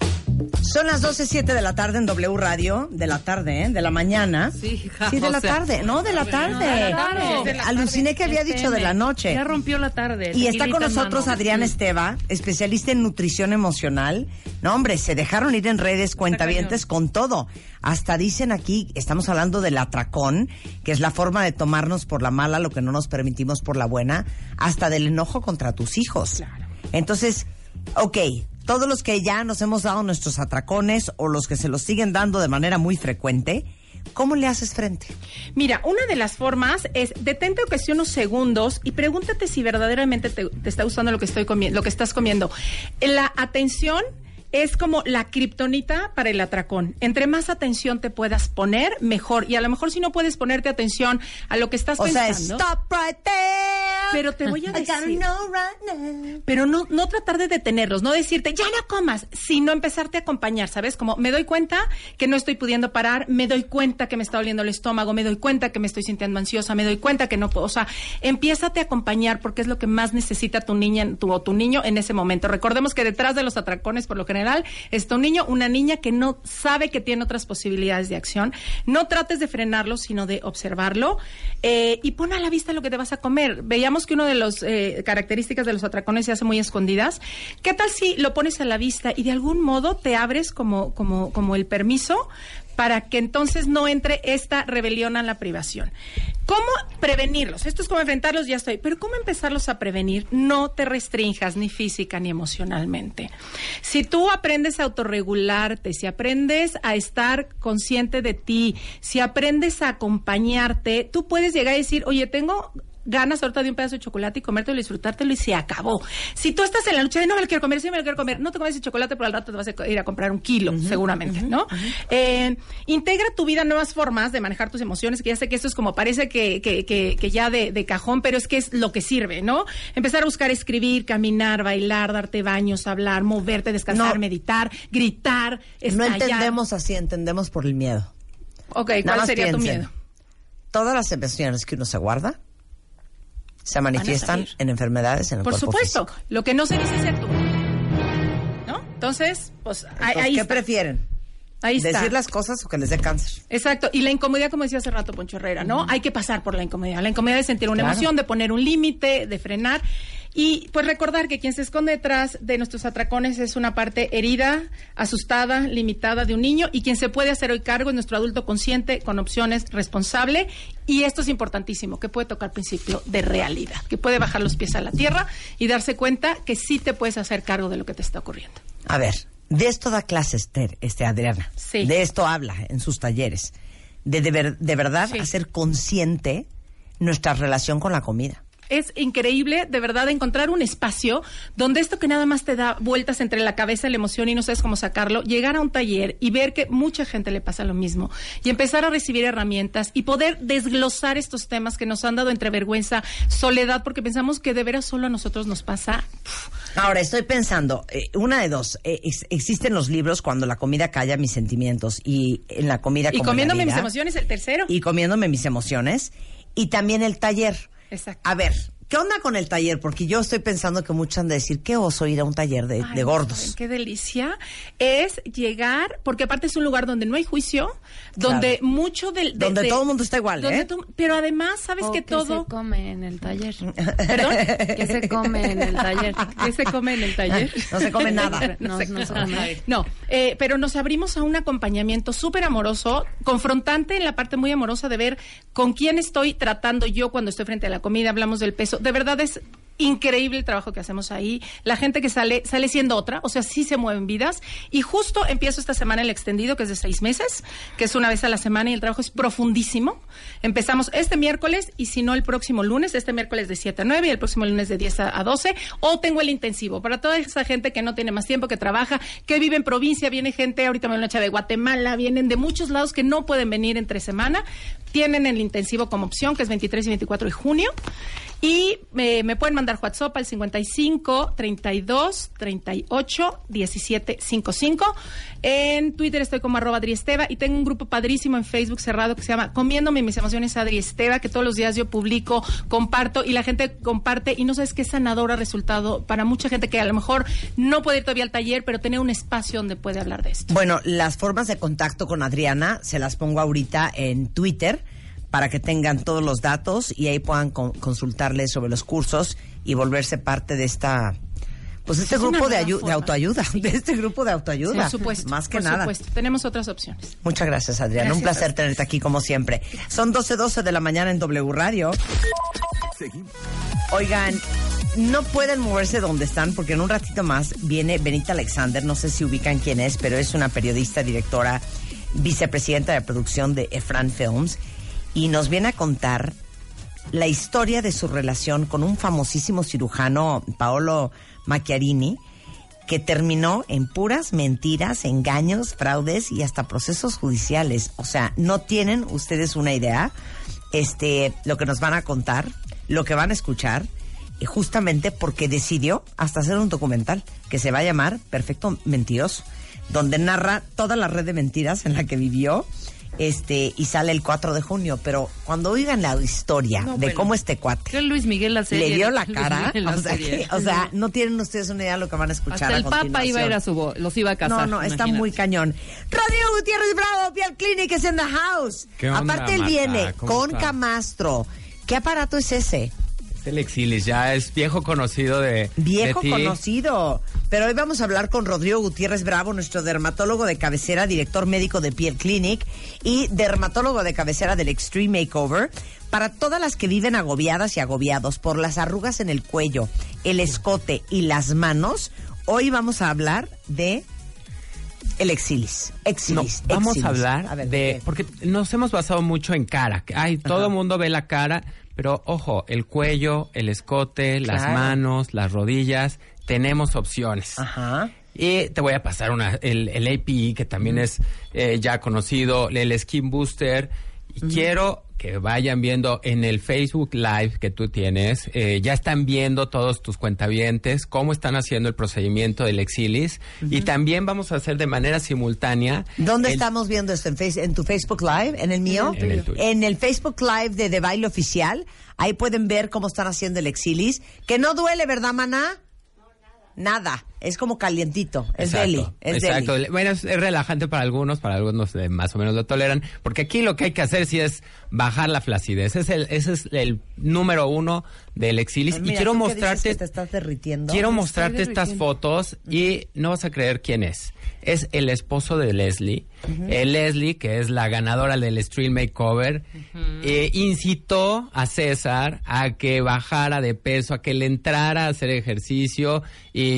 Son las doce siete de la tarde en W Radio. De la tarde, ¿eh? De la mañana. Sí, hija, sí de la sea, tarde. No, de la tarde. No, de la tarde. De la Aluciné que había dicho de la noche. Ya rompió la tarde. Y está con nosotros Adrián Esteban, especialista en nutrición emocional. No, hombre, se dejaron ir en redes cuentavientes con todo. Hasta dicen aquí, estamos hablando del atracón, que es la forma de tomarnos por la mala lo que no nos permitimos por la buena, hasta del enojo contra tus hijos. Claro. Entonces, ok, todos los que ya nos hemos dado nuestros atracones o los que se los siguen dando de manera muy frecuente, ¿cómo le haces frente? Mira, una de las formas es detente aunque sea unos segundos y pregúntate si verdaderamente te, te está gustando lo que estoy comiendo, lo que estás comiendo. La atención es como la kriptonita para el atracón. Entre más atención te puedas poner, mejor. Y a lo mejor si no puedes ponerte atención a lo que estás o pensando. O sea, stop right there. Pero te voy a decir. Right pero no, no tratar de detenerlos, no decirte, ya no comas, sino empezarte a acompañar, ¿sabes? Como me doy cuenta que no estoy pudiendo parar, me doy cuenta que me está doliendo el estómago, me doy cuenta que me estoy sintiendo ansiosa, me doy cuenta que no puedo. O sea, empiézate a acompañar porque es lo que más necesita tu niña tu, o tu niño en ese momento. Recordemos que detrás de los atracones, por lo general, está un niño, una niña que no sabe que tiene otras posibilidades de acción. No trates de frenarlo, sino de observarlo, eh, y pon a la vista lo que te vas a comer. Veíamos que una de las eh, características de los atracones se hace muy escondidas. ¿Qué tal si lo pones a la vista y de algún modo te abres como, como, como el permiso para que entonces no entre esta rebelión a la privación? ¿Cómo prevenirlos? Esto es como enfrentarlos, ya estoy. Pero ¿cómo empezarlos a prevenir? No te restrinjas ni física ni emocionalmente. Si tú aprendes a autorregularte, si aprendes a estar consciente de ti, si aprendes a acompañarte, tú puedes llegar a decir, oye, tengo ganas ahorita de un pedazo de chocolate y comértelo y disfrutártelo y se acabó. Si tú estás en la lucha de no me lo quiero comer, sí me lo quiero comer, no te comes ese chocolate, pero al rato te vas a ir a comprar un kilo, uh-huh, seguramente, uh-huh, ¿no? Uh-huh. Eh, integra tu vida nuevas formas de manejar tus emociones, que ya sé que esto es como parece que, que, que, que ya de, de cajón, pero es que es lo que sirve, ¿no? Empezar a buscar escribir, caminar, bailar, darte baños, hablar, moverte, descansar, no, meditar, gritar, estallar. No entendemos así, entendemos por el miedo. Ok, ¿cuál sería piensen, tu miedo? Todas las emociones que uno se guarda se manifiestan en enfermedades en el Por cuerpo supuesto, físico. Lo que no se dice es cierto, ¿no? Entonces, pues ahí, Entonces, ahí ¿qué está. prefieren? Ahí está. ¿Decir las cosas o que les dé cáncer? Exacto, y la incomodidad, como decía hace rato Poncho Herrera, ¿no? Uh-huh. Hay que pasar por la incomodidad. La incomodidad de sentir una claro. emoción, de poner un límite, de frenar. Y pues recordar que quien se esconde detrás de nuestros atracones es una parte herida, asustada, limitada de un niño, y quien se puede hacer hoy cargo es nuestro adulto consciente, con opciones, responsable. Y esto es importantísimo, que puede tocar principio de realidad, que puede bajar los pies a la tierra y darse cuenta que sí te puedes hacer cargo de lo que te está ocurriendo. A ver, de esto da clases, Ter, este, Adriana. Sí. De esto habla en sus talleres. de de, ver, de verdad Sí. hacer consciente nuestra relación con la comida. Es increíble, de verdad, encontrar un espacio donde esto que nada más te da vueltas entre la cabeza y la emoción y no sabes cómo sacarlo, llegar a un taller y ver que mucha gente le pasa lo mismo y empezar a recibir herramientas y poder desglosar estos temas que nos han dado entre vergüenza, soledad, porque pensamos que de veras solo a nosotros nos pasa. Ahora, estoy pensando, eh, una de dos, eh, ex- existen los libros Cuando la comida calla mis sentimientos y en la comida Y como en la comiéndome mis vida, emociones, el tercero. y comiéndome mis emociones, y también el taller. Exacto. A ver, ¿qué onda con el taller? Porque yo estoy pensando que muchos han de decir, qué oso ir a un taller de, Ay, de no gordos. saben qué delicia es llegar, porque aparte es un lugar donde no hay juicio, donde Claro. mucho del... de- Donde de- todo el mundo está igual, donde ¿eh? todo- pero además, ¿sabes O que ¿qué todo... se come en el taller? ¿Perdón? ¿Qué se come en el taller? ¿Qué se come en el taller? No se come nada. No, no se come. No, eh, pero nos abrimos a un acompañamiento súper amoroso, confrontante en la parte muy amorosa de ver con quién estoy tratando yo cuando estoy frente a la comida, hablamos del peso. De verdad es increíble el trabajo que hacemos ahí. La gente que sale, sale siendo otra, o sea, sí se mueven vidas. Y justo empiezo esta semana el extendido, que es de seis meses, que es una vez a la semana y el trabajo es profundísimo. Empezamos este miércoles y si no el próximo lunes, este miércoles de siete a nueve y el próximo lunes de diez a doce, o tengo el intensivo para toda esa gente que no tiene más tiempo, que trabaja, que vive en provincia, viene gente, ahorita me lo echa de Guatemala, vienen de muchos lados que no pueden venir entre semana, tienen el intensivo como opción, que es veintitrés y veinticuatro de junio. Y eh, me pueden mandar WhatsApp al cincuenta y cinco, treinta y dos, treinta y ocho, diecisiete cincuenta y cinco. En Twitter estoy como arroba Adri Esteva y tengo un grupo padrísimo en Facebook cerrado que se llama Comiéndome mis emociones Adri Esteva, que todos los días yo publico, comparto y la gente comparte y no sabes qué sanador ha resultado para mucha gente que a lo mejor no puede ir todavía al taller, pero tener un espacio donde puede hablar de esto. Bueno, las formas de contacto con Adriana se las pongo ahorita en Twitter para que tengan todos los datos y ahí puedan con- consultarles sobre los cursos y volverse parte de esta, pues este Es una grupo de, nueva ayu- de forma. autoayuda, de este grupo de autoayuda. Por supuesto. Más que por nada. supuesto. Tenemos otras opciones. Muchas gracias, Adriana. Gracias Un placer a tenerte aquí como siempre. Son doce doce de la mañana en W Radio. Seguimos. Oigan, no pueden moverse donde están porque en un ratito más viene Benita Alexander. No sé si ubican quién es, pero es una periodista, directora, vicepresidenta de producción de Efran Films y nos viene a contar la historia de su relación con un famosísimo cirujano, Paolo Macchiarini, que terminó en puras mentiras, engaños, fraudes y hasta procesos judiciales. O sea, no tienen ustedes una idea este lo que nos van a contar, lo que van a escuchar, y justamente porque decidió hasta hacer un documental que se va a llamar Perfecto Mentiroso, donde narra toda la red de mentiras en la que vivió. Este, y sale el cuatro de junio, pero cuando oigan la historia No, de bueno. cómo este cuate ¿Qué Luis Miguel la serie? le dio la Luis cara, Miguel la o sea, serie. que- o sea, no tienen ustedes una idea de lo que van a escuchar Hasta a el Papa continuación. iba a ir a su bo- los iba a casar. No, no, está imagínate. muy cañón. Rodrigo Gutiérrez Bravo, Piel Clinic is in the house. ¿Qué onda, Aparte él Marta? viene ¿Cómo con estás? Camastro. ¿Qué aparato es ese? Es el Exilis, ya es viejo conocido de Viejo de ti. conocido. Pero hoy vamos a hablar con Rodrigo Gutiérrez Bravo, nuestro dermatólogo de cabecera, director médico de Piel Clinic y dermatólogo de cabecera del Extreme Makeover. Para todas las que viven agobiadas y agobiados por las arrugas en el cuello, el escote y las manos, hoy vamos a hablar de el Exilis. No, Exilis. vamos Exilis. a hablar A ver, de... ¿qué? Porque nos hemos basado mucho en cara. Ay, todo el mundo ve la cara, pero ojo, el cuello, el escote, las Claro. manos, las rodillas, tenemos opciones. Ajá. Y te voy a pasar una, el, el A P I, que también es eh, ya conocido, el Skin Booster. Y quiero que vayan viendo en el Facebook Live que tú tienes, eh, ya están viendo todos tus cuentavientes cómo están haciendo el procedimiento del Exilis. Y también vamos a hacer de manera simultánea. ¿Dónde el- estamos viendo esto? ¿En, face- ¿En tu Facebook Live? ¿En el mío? En el tuyo. En el Facebook Live de The Baile Oficial. Ahí pueden ver cómo están haciendo el Exilis. Que no duele, ¿verdad, maná? Nada. Es como calientito. Es Exacto, deli. Es exacto. deli. Bueno, es, es relajante para algunos, para algunos eh, más o menos lo toleran, porque aquí lo que hay que hacer sí es bajar la flacidez. Ese es el, ese es el número uno del Exilis. Ay, y mira, quiero ¿tú qué dices mostrarte, que te estás derritiendo? quiero Me mostrarte estoy estas derritiendo. fotos y no vas a creer quién es. Es el esposo de Leslie. Eh, Leslie, que es la ganadora del Extreme Makeover, eh, incitó a César a que bajara de peso, a que le entrara a hacer ejercicio, y yo sí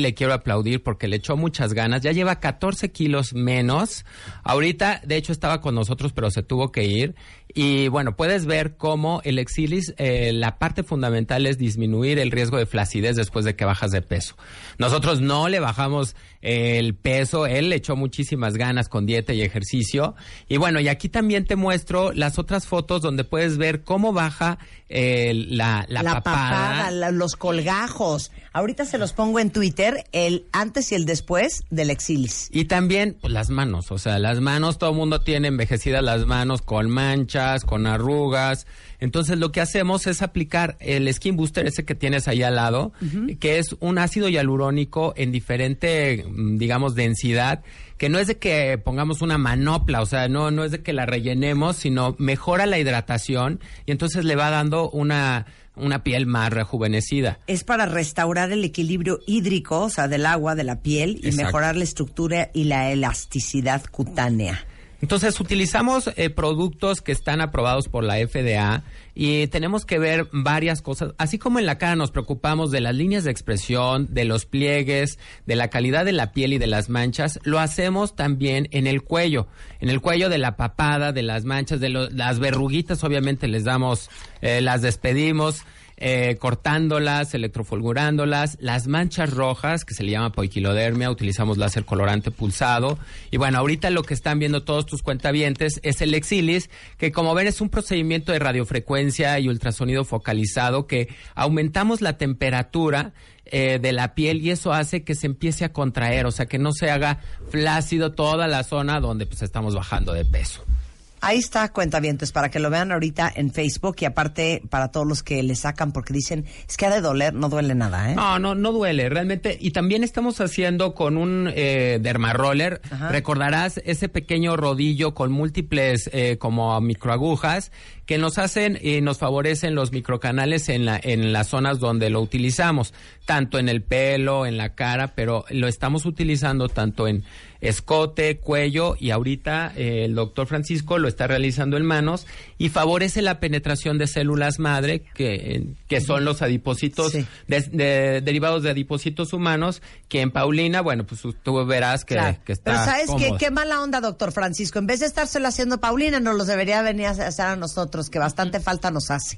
le quiero aplaudir porque le echó muchas ganas. Ya lleva catorce kilos menos. Ahorita, de hecho, estaba con nosotros, pero se tuvo que ir. Y bueno, puedes ver cómo el Exilis, eh, la parte fundamental es disminuir el riesgo de flacidez después de que bajas de peso. Nosotros no le bajamos eh, el peso, él le echó muchísimas ganas con dieta y ejercicio. Y bueno, y aquí también te muestro las otras fotos donde puedes ver cómo baja eh, la, la, la papada. papada, la, los colgajos. Ahorita se los pongo en Twitter, el antes y el después del Exilis. Y también pues, las manos, o sea, las manos, todo el mundo tiene envejecidas las manos con manchas, con arrugas. Entonces lo que hacemos es aplicar el Skin Booster ese que tienes ahí al lado, uh-huh. que es un ácido hialurónico en diferente, digamos, densidad, que no es de que pongamos una manopla, o sea, no, no es de que la rellenemos, sino mejora la hidratación y entonces le va dando una... una piel más rejuvenecida. Es para restaurar el equilibrio hídrico, o sea, del agua, de la piel, y Exacto. mejorar la estructura y la elasticidad cutánea. Entonces, utilizamos eh, productos que están aprobados por la F D A y tenemos que ver varias cosas. Así como en la cara nos preocupamos de las líneas de expresión, de los pliegues, de la calidad de la piel y de las manchas, lo hacemos también en el cuello. En el cuello de la papada, de las manchas, de lo, las verruguitas, obviamente les damos, eh, las despedimos. Eh, cortándolas, electrofolgurándolas, las manchas rojas, que se le llama poiquilodermia, utilizamos láser colorante pulsado, y bueno, ahorita lo que están viendo todos tus cuentavientes es el Exilis, que como ven es un procedimiento de radiofrecuencia y ultrasonido focalizado, que aumentamos la temperatura eh, de la piel y eso hace que se empiece a contraer, o sea, que no se haga flácido toda la zona donde pues estamos bajando de peso. Ahí está, cuentavientes, para que lo vean ahorita en Facebook y aparte para todos los que le sacan porque dicen, es que ha de doler, no duele nada, ¿eh? No, no, no duele, realmente. Y también estamos haciendo con un eh, dermaroller, Ajá. recordarás ese pequeño rodillo con múltiples eh, como microagujas que nos hacen y nos favorecen los microcanales en la en las zonas donde lo utilizamos, tanto en el pelo, en la cara, pero lo estamos utilizando tanto en escote, cuello y ahorita eh, el doctor Francisco lo está realizando en manos y favorece la penetración de células madre que, que son los adipocitos sí. de, de, derivados de adipocitos humanos que en Paulina, bueno, pues tú verás que, claro. que está Pero ¿sabes cómodo. qué? Qué mala onda, doctor Francisco. En vez de estárselo haciendo Paulina, nos los debería venir a hacer a nosotros, que bastante falta nos hace.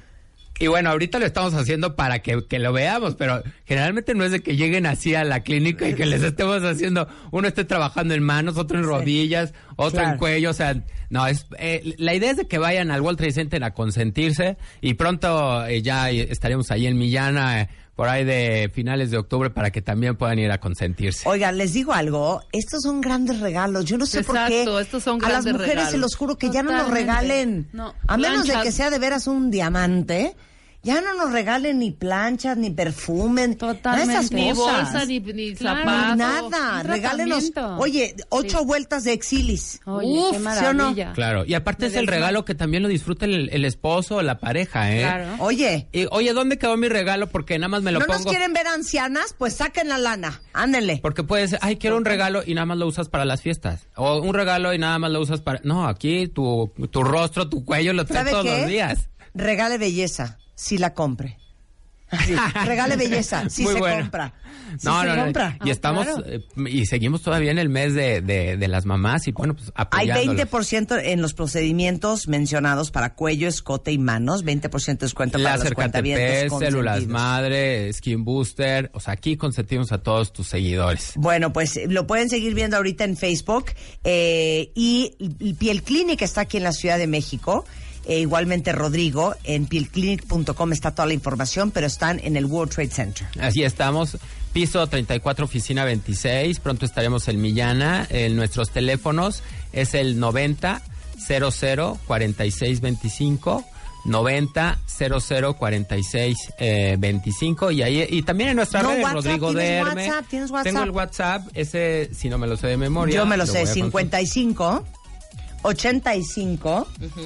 Y bueno, ahorita lo estamos haciendo para que, que lo veamos, pero generalmente no es de que lleguen así a la clínica y que les estemos haciendo, uno esté trabajando en manos, otro en rodillas, otro claro. en cuello, o sea, no, es eh, la idea es de que vayan al World Trade Center a consentirse y pronto eh, ya estaremos ahí en Millana, eh, por ahí de finales de octubre para que también puedan ir a consentirse. Oigan, les digo algo, estos son grandes regalos. Yo no sé Exacto, por qué estos son a las mujeres regalos. se los juro que Totalmente. ya no nos regalen, no. a menos Planchas. de que sea de veras un diamante. Ya no nos regalen ni planchas, ni perfume, Totalmente. esas Ni cosas. bolsa, ni, ni Claro, zapato. Nada, regálenos, oye, ocho sí. vueltas de Exilis. Oye, Uf, qué maravilla. ¿sí o no? Claro, y aparte es el regalo que también lo disfruta el, el esposo o la pareja, ¿eh? Claro. Oye. Y, oye, ¿dónde quedó mi regalo? Porque nada más me lo ¿No pongo. nos quieren ver ancianas? Pues saquen la lana, ándenle. Porque puedes, ay, quiero un regalo y nada más lo usas para las fiestas. O un regalo y nada más lo usas para... No, aquí tu, tu rostro, tu cuello lo traes todos qué? los días. Regale belleza, si la compre. Sí, regale belleza, sí Muy se bueno. compra. Sí no, se no, no. compra. Y Ah, estamos, claro. eh, y seguimos todavía en el mes de, de, de las mamás y bueno, pues Hay apoyándolos. veinte por ciento en los procedimientos mencionados para cuello, escote y manos, veinte por ciento de descuento para Láser los K T P, cuentavientes células consentidos. madre, Skin Booster, o sea, aquí consentimos a todos tus seguidores. Bueno, pues eh, lo pueden seguir viendo ahorita en Facebook eh, y, y Piel Clínica está aquí en la Ciudad de México. E igualmente Rodrigo, en piel clinic punto com está toda la información, pero están en el World Trade Center. Así estamos, piso treinta y cuatro, oficina veintiséis, pronto estaremos en Millana, en nuestros teléfonos es el noventa cero cero cuarenta y seis veinticinco, noventa cero cero cuarenta y seis veinticinco y ahí y también en nuestra No, red WhatsApp, Rodrigo ¿tienes Derme. WhatsApp? ¿Tienes WhatsApp? Tengo el WhatsApp, ese si no me lo sé de memoria. Yo me lo, lo sé, voy a cincuenta y cinco, ochenta y cinco,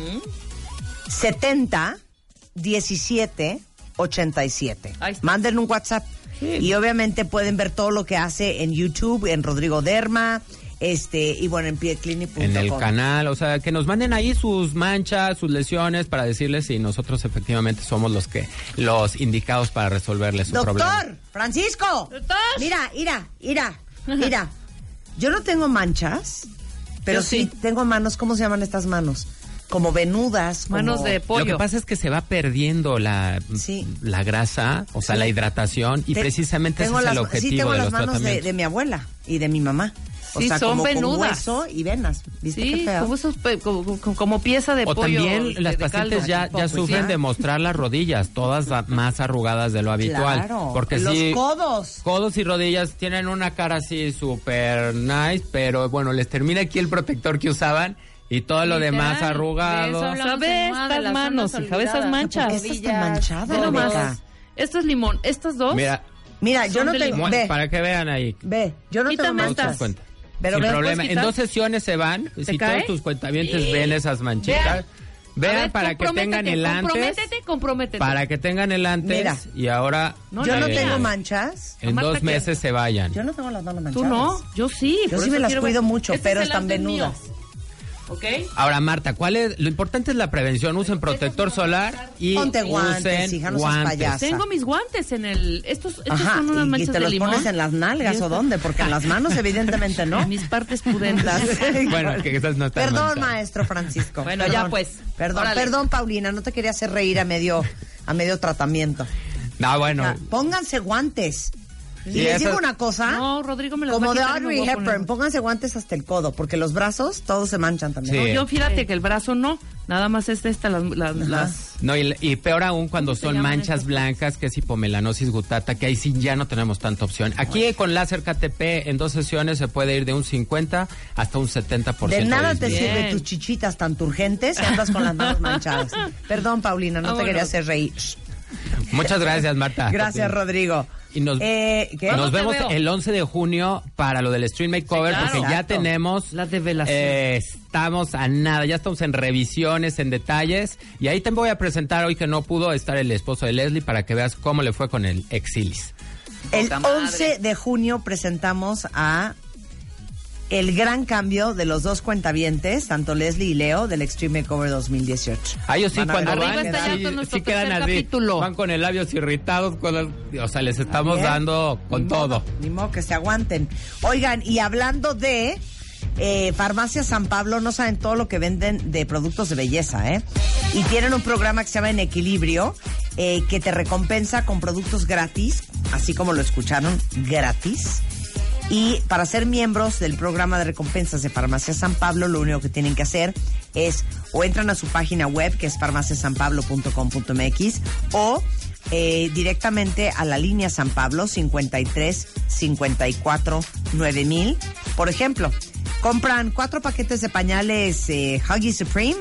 setenta, diecisiete, ochenta y siete. Manden un WhatsApp. Sí. Y obviamente pueden ver todo lo que hace en YouTube, en Rodrigo Derma, Este, y bueno, en pieclinic punto com. En el canal, o sea, que nos manden ahí sus manchas, sus lesiones, para decirles si nosotros efectivamente somos los que los indicados para resolverles su Doctor, problema. Doctor, Francisco. Doctor. Mira, mira, mira, mira. Yo no tengo manchas, pero sí. sí tengo manos, ¿cómo se llaman estas manos? Como venudas. Como... Manos de pollo. Lo que pasa es que se va perdiendo la, sí. la grasa, o sea, sí. la hidratación, y Te, precisamente ese es el objetivo sí, tengo de las los manos tratamientos. De, de mi abuela y de mi mamá. O sí, sea, son como venudas. Con hueso y venas. ¿Viste sí, qué feo? Como, esos, como, como pieza de o pollo. O también las de pacientes caldo. ya, ya sufren de mostrar las rodillas, todas más arrugadas de lo habitual. Claro. Porque los sí, codos. Codos y rodillas tienen una cara así súper nice, pero bueno, les termina aquí el protector que usaban y todo lo demás arrugado. ¿Sabes? Estas manos, hija, esas manchas. ¿Por qué estás tan manchada, no más. Esto es limón. Estas dos. Mira, Mira yo no tengo. Ve. Para que vean ahí. Ve, yo no Quítame tengo manchas. Cuenta. Pero sin problema. En dos sesiones se van. Si cae? todos tus cuentavientes ven esas manchitas. Vean, vean ver, para que tengan el antes. Comprométete, comprométete. Para que tengan el antes. Mira, y ahora. No, yo no eh, tengo manchas. En dos que... meses se vayan. Yo no tengo las manos manchadas. Tú no, yo sí. Yo sí me las cuido ver. mucho, este pero es están venudas. ¿Okay? Ahora, Marta, ¿cuál es? Lo importante es la prevención. Usen protector solar y Ponte guantes, usen hija, no guantes. Payasa. Tengo mis guantes en el... Estos, estos Ajá, son unas y, manchas y te de los limón. pones en las nalgas o dónde, porque en las manos evidentemente no. En mis partes pudentas. Bueno, que esas no están Perdón, manchadas. maestro Francisco. Bueno, perdón, ya pues. Perdón, Órale. perdón, Paulina, no te quería hacer reír a medio, a medio tratamiento. No, bueno. O sea, pónganse guantes. Y Sí, les eso- digo una cosa, No, Rodrigo me las como va a de quitar y me Audrey voy a Hepburn, poner. pónganse guantes hasta el codo, porque los brazos todos se manchan también. Sí. No, yo fíjate que el brazo no. Nada más es esta, las... las, las- No, y, y peor aún cuando ¿Cómo se son llaman manchas estas? blancas, que es hipomelanosis gutata, que ahí sí ya no tenemos tanta opción. Aquí con láser K T P en dos sesiones se puede ir de un cincuenta hasta un setenta por ciento. De nada te disminución. sirve tus chichitas tan turgentes si andas con las manos manchadas. Perdón, Paulina, no te Vámonos. quería hacer reír. Muchas gracias, Marta. Gracias, Rodrigo. Y nos, Eh, ¿qué? nos ¿Dónde te vemos veo? el once de junio para lo del Stream Makeover, Sí, claro. porque ya Exacto. tenemos... La develación. eh, estamos a nada, ya estamos en revisiones, en detalles, y ahí te voy a presentar hoy que no pudo estar el esposo de Leslie para que veas cómo le fue con el Exilis. El Poca madre. once de junio presentamos a el gran cambio de los dos cuentavientes, tanto Leslie y Leo, del Extreme Makeover dos mil dieciocho. Ah, ellos sí, Van a cuando ver, Arriba van, está quedan- ya sí, con nuestro sí quedan tercer así, capítulo. van con el labios irritados, con el- o sea, les estamos Bien. dando con Ni todo. modo, ni modo que se aguanten. Oigan, y hablando de eh, Farmacia San Pablo, no saben todo lo que venden de productos de belleza, ¿eh? Y tienen un programa que se llama En Equilibrio, eh, que te recompensa con productos gratis, así como lo escucharon, gratis. Y para ser miembros del programa de recompensas de Farmacia San Pablo, lo único que tienen que hacer es o entran a su página web, que es farmacia san pablo punto com punto m x, o eh, directamente a la línea San Pablo cincuenta y tres cincuenta y cuatro nueve mil. Por ejemplo, compran cuatro paquetes de pañales eh, Huggy Supreme,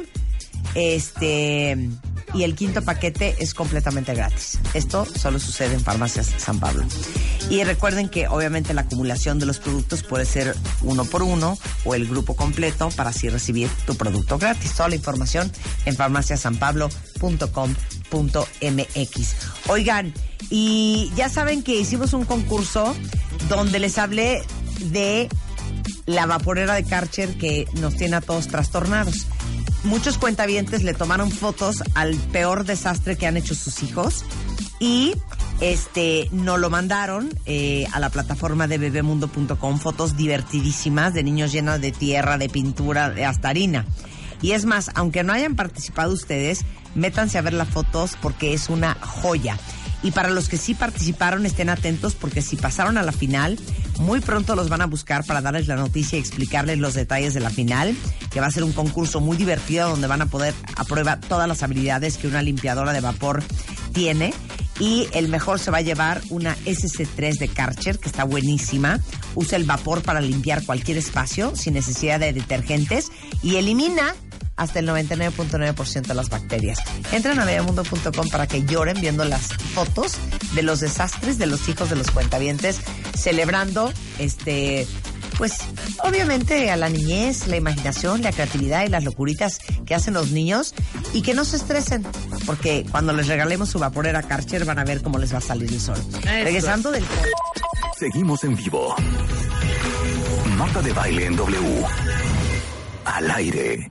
este, y el quinto paquete es completamente gratis. Esto solo sucede en Farmacias San Pablo. Y recuerden que obviamente la acumulación de los productos puede ser uno por uno o el grupo completo para así recibir tu producto gratis. Toda la información en farmacia san pablo punto com punto m x. Oigan, y ya saben que hicimos un concurso donde les hablé de la vaporera de Karcher que nos tiene a todos trastornados. Muchos cuentavientes le tomaron fotos al peor desastre que han hecho sus hijos y este nos lo mandaron eh, a la plataforma de bebemundo punto com, fotos divertidísimas de niños llenos de tierra, de pintura, de hasta harina. Y es más, aunque no hayan participado ustedes, métanse a ver las fotos porque es una joya. Y para los que sí participaron, estén atentos porque si pasaron a la final, muy pronto los van a buscar para darles la noticia y explicarles los detalles de la final, que va a ser un concurso muy divertido donde van a poder a prueba todas las habilidades que una limpiadora de vapor tiene. Y el mejor se va a llevar una ese ce tres de Karcher, que está buenísima. Usa el vapor para limpiar cualquier espacio sin necesidad de detergentes y elimina hasta el noventa y nueve punto nueve por ciento de las bacterias. Entren a bebemundo punto com para que lloren viendo las fotos de los desastres de los hijos de los cuentavientes, celebrando, este, pues, obviamente a la niñez, la imaginación, la creatividad y las locuritas que hacen los niños y que no se estresen, porque cuando les regalemos su vaporera Karcher van a ver cómo les va a salir el sol. Eso Regresando del... Seguimos en vivo. Marta de Baile en W. Al aire.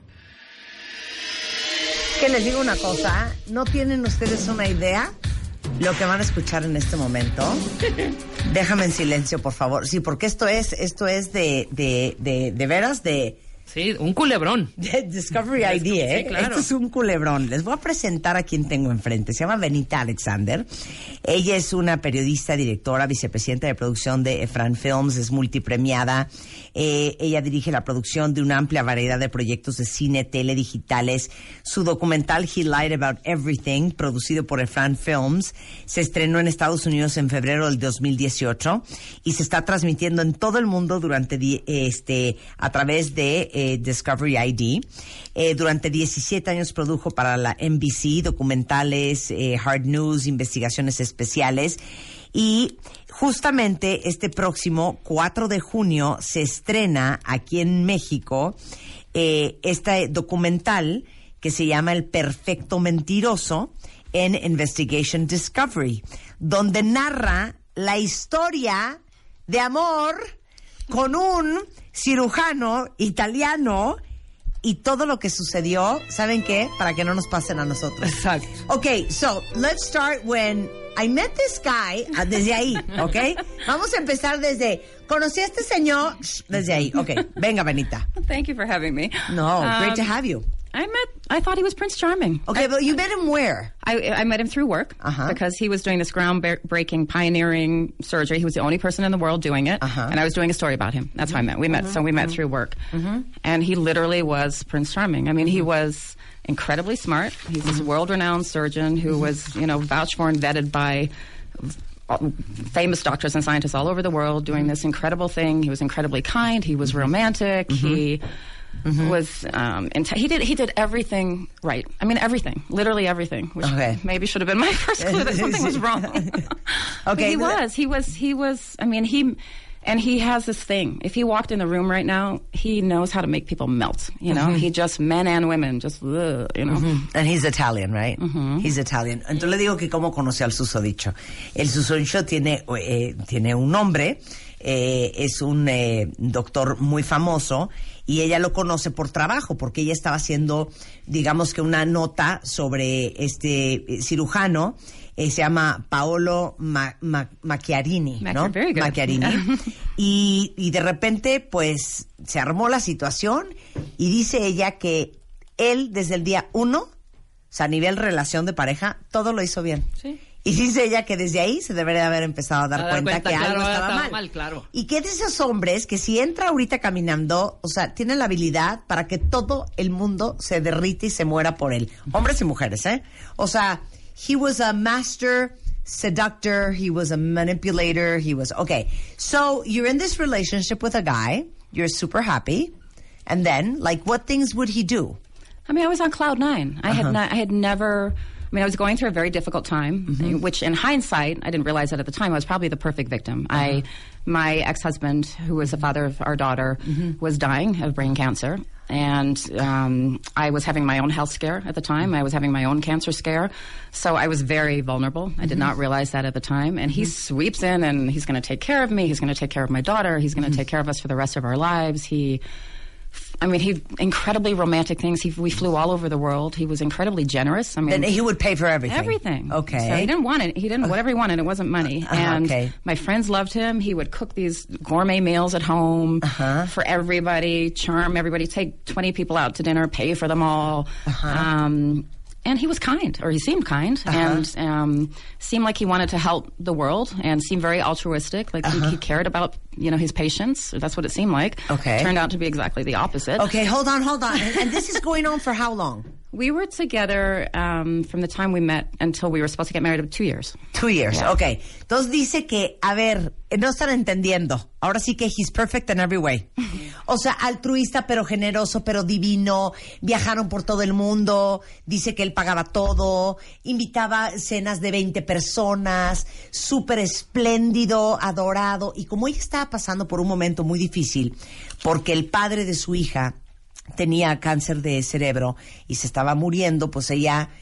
Que les digo una cosa, ¿no tienen ustedes una idea lo que van a escuchar en este momento? Déjame en silencio, por favor. Sí, porque esto es, esto es de, de, de, de veras de... Sí, un culebrón. Discovery I D, ¿eh? Sí, claro. Esto es un culebrón. Les voy a presentar a quien tengo enfrente. Se llama Benita Alexander. Ella es una periodista, directora, vicepresidenta de producción de Efran Films, es multipremiada. Eh, ella dirige la producción de una amplia variedad de proyectos de cine, tele, digitales. Su documental He Lied About Everything, producido por Efran Films, se estrenó en Estados Unidos en febrero del dos mil dieciocho y se está transmitiendo en todo el mundo durante di- este a través de eh, Discovery I D. Eh, durante diecisiete años produjo para la N B C documentales, eh, hard news, investigaciones especiales. Y justamente este próximo cuatro de junio se estrena aquí en México eh, este documental que se llama El Perfecto Mentiroso en Investigation Discovery, donde narra la historia de amor con un cirujano italiano y todo lo que sucedió, ¿saben qué? Para que no nos pasen a nosotros. Exacto. Okay, so let's start when I met this guy, uh, desde ahí, ¿ok? Vamos a empezar desde, conocí a este señor, shh, desde ahí. Ok, venga, Benita. Thank you for having me. No, great Um, to have you. I met, I thought he was Prince Charming. Okay, but you met him where? I, I met him through work Uh-huh. because he was doing this groundbreaking, pioneering surgery. He was the only person in the world doing it. Uh-huh. And I was doing a story about him. That's how I met. We met, so we met through work. And he literally was Prince Charming. I mean, he was incredibly smart. He's this world-renowned surgeon who was, you know, vouched for and vetted by famous doctors and scientists all over the world doing this incredible thing. He was incredibly kind. He was romantic. He was um, inte- he did he did everything right. I mean everything, literally everything. Which Okay. maybe should have been my first clue that something was wrong. But Okay, he but- was. He was. He was. I mean he. And he has this thing. If he walked in the room right now, he knows how to make people melt. You know, he just men and women just ugh, you know. And he's Italian, right? He's Italian. Entonces le digo que cómo conocí al susodicho. El susodicho tiene, eh, tiene un nombre, eh, es un eh, doctor muy famoso y ella lo conoce por trabajo porque ella estaba haciendo, digamos que una nota sobre este eh, cirujano. Eh, se llama Paolo Ma- Ma- Macchiarini, Mac- ¿no? very good. Macchiarini. y, y de repente, pues, se armó la situación y dice ella que él, desde el día uno, o sea, a nivel relación de pareja, todo lo hizo bien. Sí. Y dice ella que desde ahí se debería haber empezado a dar, A dar cuenta, cuenta, que claro, algo estaba, estaba mal. mal, claro. Y que de esos hombres que si entra ahorita caminando, o sea, tiene la habilidad para que todo el mundo se derrite y se muera por él. Hombres y mujeres, ¿eh? O sea, he was a master seductor, he was a manipulator, he was... Okay, so you're in this relationship with a guy, you're super happy, and then, like, what things would he do? I mean, I was on cloud nine. I had not, I had never. I mean, I was going through a very difficult time, which, in hindsight, I didn't realize that at the time. I was probably the perfect victim. I, my ex-husband, who was the father of our daughter, was dying of brain cancer, and um, I was having my own health scare at the time. I was having my own cancer scare, so I was very vulnerable. I did not realize that at the time. And he sweeps in, and he's going to take care of me. He's going to take care of my daughter. He's going to take care of us for the rest of our lives. He. I mean, he incredibly romantic things. He, we flew all over the world. He was incredibly generous. I mean, Then he would pay for everything. everything. Okay. So he didn't want it. He didn't whatever he wanted. It wasn't money. Uh-huh, and okay. my friends loved him. He would cook these gourmet meals at home Uh-huh. for everybody, charm everybody, take twenty people out to dinner, pay for them all. Uh-huh. Um, and he was kind, or he seemed kind, Uh-huh. and um, seemed like he wanted to help the world, and seemed very altruistic. Like he, he cared about, you know, his patients. That's what it seemed like. Okay. Turned out to be exactly the opposite. Okay, hold on, hold on. And, and this is going on for how long? We were together um, from the time we met until we were supposed to get married. Two years. Two years, Yeah. okay. Entonces dice que, a ver, no están entendiendo. Ahora sí que he's perfect in every way. O sea, altruista, pero generoso, pero divino. Viajaron por todo el mundo. Dice que él pagaba todo. Invitaba cenas de veinte personas. Súper espléndido, adorado. Y como ella estaba pasando por un momento muy difícil, porque el padre de su hija tenía cáncer de cerebro y se estaba muriendo, pues ella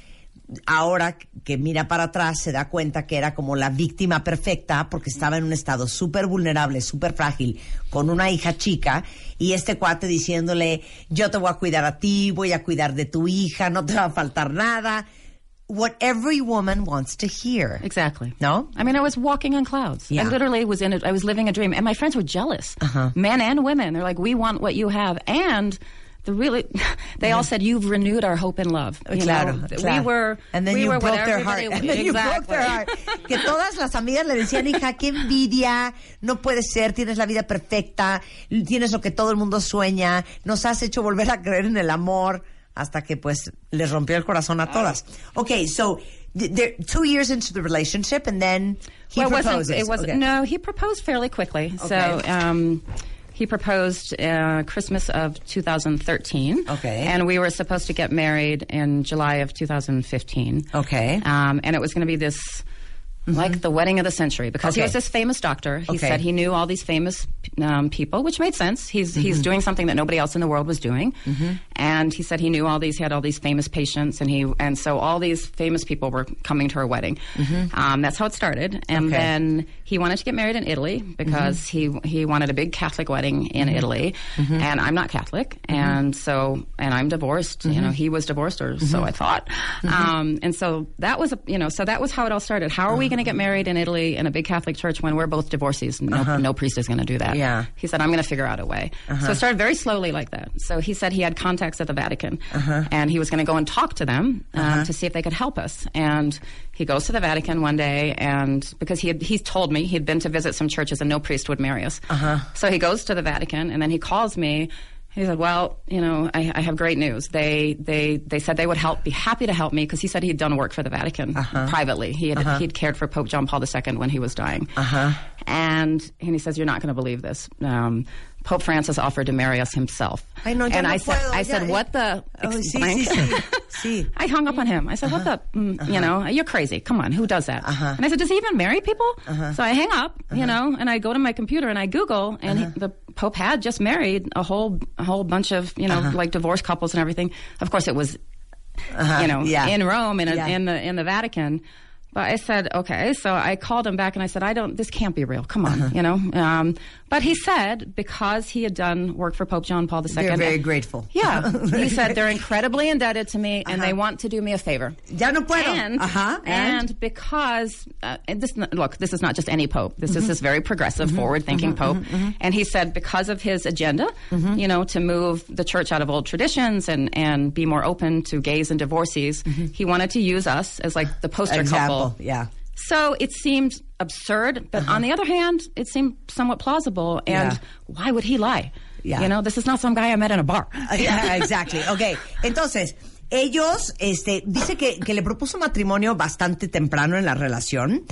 ahora que mira para atrás se da cuenta que era como la víctima perfecta porque estaba en un estado súper vulnerable, súper frágil, con una hija chica, y este cuate diciéndole, yo te voy a cuidar a ti, voy a cuidar de tu hija, no te va a faltar nada. What every woman wants to hear. Exactly. No? I mean, I was walking on clouds. Yeah. I literally was in it. I was living a dream. And my friends were jealous. Uh-huh. Men and women. They're like, we want what you have. And the really, they mm-hmm. all said, you've renewed our hope and love. You claro, know, claro. We were, and then we you were broke what their heart. everybody- And then you broke Exactly. their heart. Que todas las amigas le decían, hija, qué envidia, no puede ser, tienes la vida perfecta, tienes lo que todo el mundo sueña, nos has hecho volver a creer en el amor, hasta que pues les rompió el corazón a todas. Okay, so they're two years into the relationship, and then he well, proposes. It wasn't, it wasn't, okay. No, he proposed fairly quickly. Okay. So um, he proposed uh, Christmas of two thousand thirteen. Okay. And we were supposed to get married in July of two thousand fifteen. Okay. Um, and it was going to be this... Mm-hmm. Like the wedding of the century, because Okay. he was this famous doctor. He Okay. said he knew all these famous um, people, which made sense. He's Mm-hmm. he's doing something that nobody else in the world was doing, Mm-hmm. and he said he knew all these. He had all these famous patients, and he and so all these famous people were coming to our wedding. Mm-hmm. Um, that's how it started, and Okay. then he wanted to get married in Italy because Mm-hmm. he he wanted a big Catholic wedding in Mhm. Italy, Mhm. and I'm not Catholic, Mhm. and so and I'm divorced. You Mhm. know, he was divorced, or so Mhm. I thought, Mhm. um, and so that was a, you know so that was how it all started. How are we going to get married in Italy in a big Catholic church when we're both divorcees? No, Uh-huh. no priest is going to do that. Yeah. He said, I'm going to figure out a way. Uh-huh. So it started very slowly like that. So he said he had contacts at the Vatican, Uh-huh. and he was going to go and talk to them um, Uh-huh. to see if they could help us. And he goes to the Vatican one day, and because he had, he's told me he'd been to visit some churches and no priest would marry us. Uh-huh. So he goes to the Vatican, and then he calls me. He said, well, you know, I, I have great news. They they they said they would help, be happy to help me, because he said he'd done work for the Vatican Uh-huh. privately. He had Uh-huh. he'd cared for Pope John Paul the Second when he was dying. Uh-huh. And and he says, you're not going to believe this. Um, Pope Francis offered to marry us himself. Ay, no, ya and no I said, puedo, I ya, said, eh. what the? Oh, sí, blank? sí, sí, sí. I hung up on him. I said, what the? Mm, You know, you're crazy. Come on, who does that? Uh-huh. And I said, does he even marry people? Uh-huh. So I hang up, you know, and I go to my computer and I Google, and he, the Pope had just married a whole a whole bunch of, you know, Uh-huh. like divorced couples and everything. Of course, it was, Uh-huh. you know, Yeah. in Rome, in, a, Yeah. in the in the Vatican. But I said, okay. So I called him back and I said, I don't, this can't be real. Come on, Uh-huh. you know. Um, but he said, because he had done work for Pope John Paul the Second. They're very grateful. Yeah. He said, they're incredibly indebted to me, and they want to do me a favor. Ya no puedo. And, Ajá. and because, uh, and this, look, this is not just any Pope. This is this very progressive, forward-thinking Pope. And he said, because of his agenda, you know, to move the church out of old traditions and, and be more open to gays and divorcees, he wanted to use us as like the poster Example. couple. Yeah. So it seemed absurd, but on the other hand, it seemed somewhat plausible. And Yeah. why would he lie? Yeah. You know, this is not some guy I met in a bar. Yeah, exactly. Okay. Entonces, ellos, este, dice que, que le propuso matrimonio bastante temprano en la relación,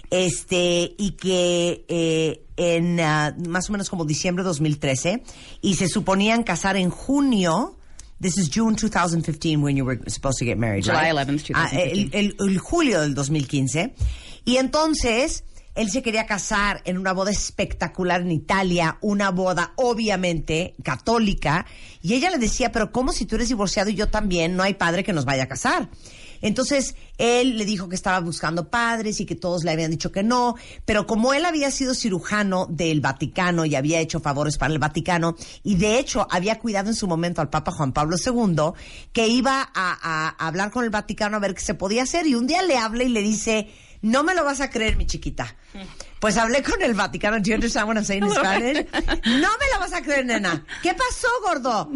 este, y que eh, en uh, más o menos como diciembre de dos mil trece, y se suponían casar en junio. This is June twenty fifteen when you were supposed to get married, July right? eleventh, Ah, twenty fifteen. el, el, el julio del dos mil quince. Y entonces, él se quería casar en una boda espectacular en Italia, una boda obviamente católica, y ella le decía, pero ¿cómo si tú eres divorciado y yo también? No hay padre que nos vaya a casar. Entonces, él le dijo que estaba buscando padres y que todos le habían dicho que no, pero como él había sido cirujano del Vaticano y había hecho favores para el Vaticano, y de hecho había cuidado en su momento al Papa Juan Pablo segundo, que iba a, a, a hablar con el Vaticano a ver qué se podía hacer, y un día le habla y le dice, no me lo vas a creer, mi chiquita. Pues hablé con el Vaticano. Do you understand what I'm saying in Spanish? No me lo vas a creer, nena. ¿Qué pasó, gordo?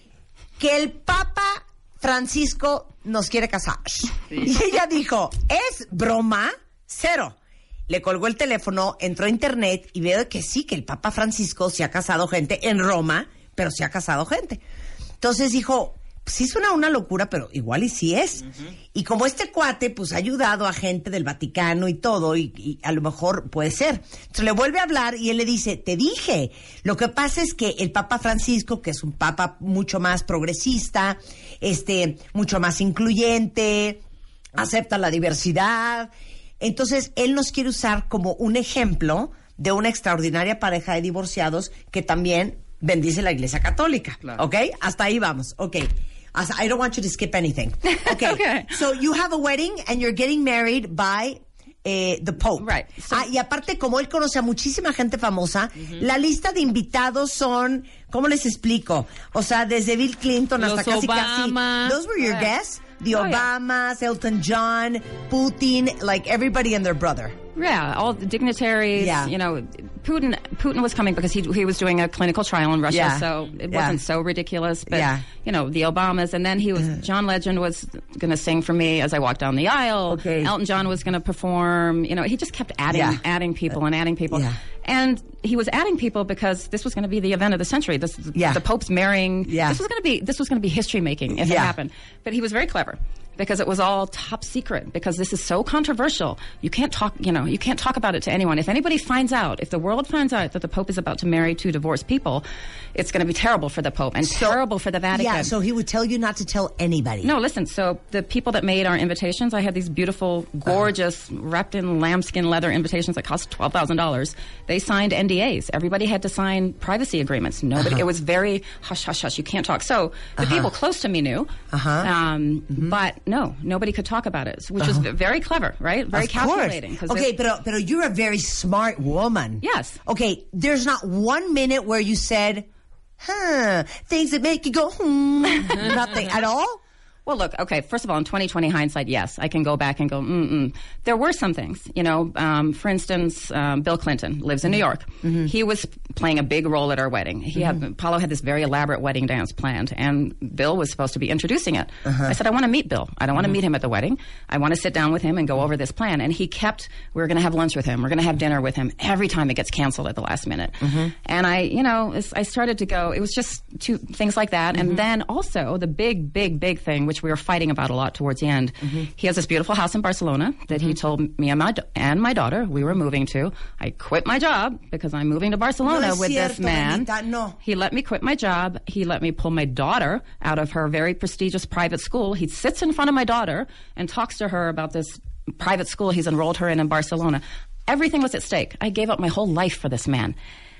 Que el Papa Francisco nos quiere casar. Y ella dijo, ¿es broma? Cero. Le colgó el teléfono, entró a internet y veo que sí, que el Papa Francisco se ha casado gente en Roma, pero se ha casado gente. Entonces dijo, sí suena una locura, pero igual y sí es. Uh-huh. Y como este cuate, pues ha ayudado a gente del Vaticano y todo, y, y a lo mejor puede ser. Entonces le vuelve a hablar y él le dice, te dije, lo que pasa es que el Papa Francisco, que es un papa mucho más progresista, este, mucho más incluyente, acepta la diversidad, entonces él nos quiere usar como un ejemplo de una extraordinaria pareja de divorciados que también bendice la Iglesia Católica. Claro. ¿Ok? Hasta ahí vamos. Ok. I don't want you to skip anything. Okay. Okay. So you have a wedding and you're getting married by eh, the Pope. Right. So, ah, y aparte, como él conoce a muchísima gente famosa, mm-hmm. la lista de invitados son, ¿cómo les explico? O sea, desde Bill Clinton Los hasta casi Obama. casi. Those were your Right. guests? The Oh, Obamas, yeah. Elton John, Putin, like everybody and their brother. Yeah, all the dignitaries. Yeah. You know, Putin. Putin was coming because he he was doing a clinical trial in Russia, Yeah. so it Yeah. wasn't so ridiculous. But Yeah. you know, the Obamas, and then he was John Legend was going to sing for me as I walked down the aisle. Okay. Elton John was going to perform. You know, he just kept adding, Yeah. adding people and adding people. Yeah. And he was adding people because this was going to be the event of the century. This, Yeah. the Pope's marrying. Yeah. This was going to be this was going to be history making if Yeah. it happened. But he was very clever. Because it was all top secret, because this is so controversial. You can't talk, you know, you can't talk about it to anyone. If anybody finds out, if the world finds out that the Pope is about to marry two divorced people, it's going to be terrible for the Pope and So- terrible for the Vatican. Yeah, so he would tell you not to tell anybody. No, listen, so the people that made our invitations, I had these beautiful, gorgeous, uh-huh. wrapped in lambskin leather invitations that cost twelve thousand dollars. They signed N D As. Everybody had to sign privacy agreements. Nobody, Uh-huh. it was very hush, hush, hush. You can't talk. So the Uh-huh. people close to me knew. Uh-huh. Um, Mm-hmm. But no, nobody could talk about it, which was v- very clever, right? Very Of course. calculating. 'cause Okay, it- pero, pero you're a very smart woman. Yes. Okay, there's not one minute where you said, huh, things that make you go, hmm, nothing at all? Well, look, okay, first of all, in twenty twenty hindsight, yes, I can go back and go, mm-mm. There were some things, you know, um, for instance, um, Bill Clinton lives in New York. Mm-hmm. He was playing a big role at our wedding. He Mm-hmm. had, Paulo had this very elaborate wedding dance planned, and Bill was supposed to be introducing it. Uh-huh. I said, I want to meet Bill. I don't want to Mm-hmm. meet him at the wedding. I want to sit down with him and go over this plan. And he kept, we were going to have lunch with him. We're going to have dinner with him every time it gets canceled at the last minute. Mm-hmm. And I, you know, it's- I started to go, it was just two things like that. Mm-hmm. And then also the big, big, big thing, which we were fighting about a lot towards the end. Mm-hmm. He has this beautiful house in Barcelona that he told me and my, da- and my daughter we were moving to. I quit my job because I'm moving to Barcelona No es with this cierto, man. Anita, no. He let me quit my job. He let me pull my daughter out of her very prestigious private school. He sits in front of my daughter and talks to her about this private school he's enrolled her in in Barcelona. Everything was at stake. I gave up my whole life for this man.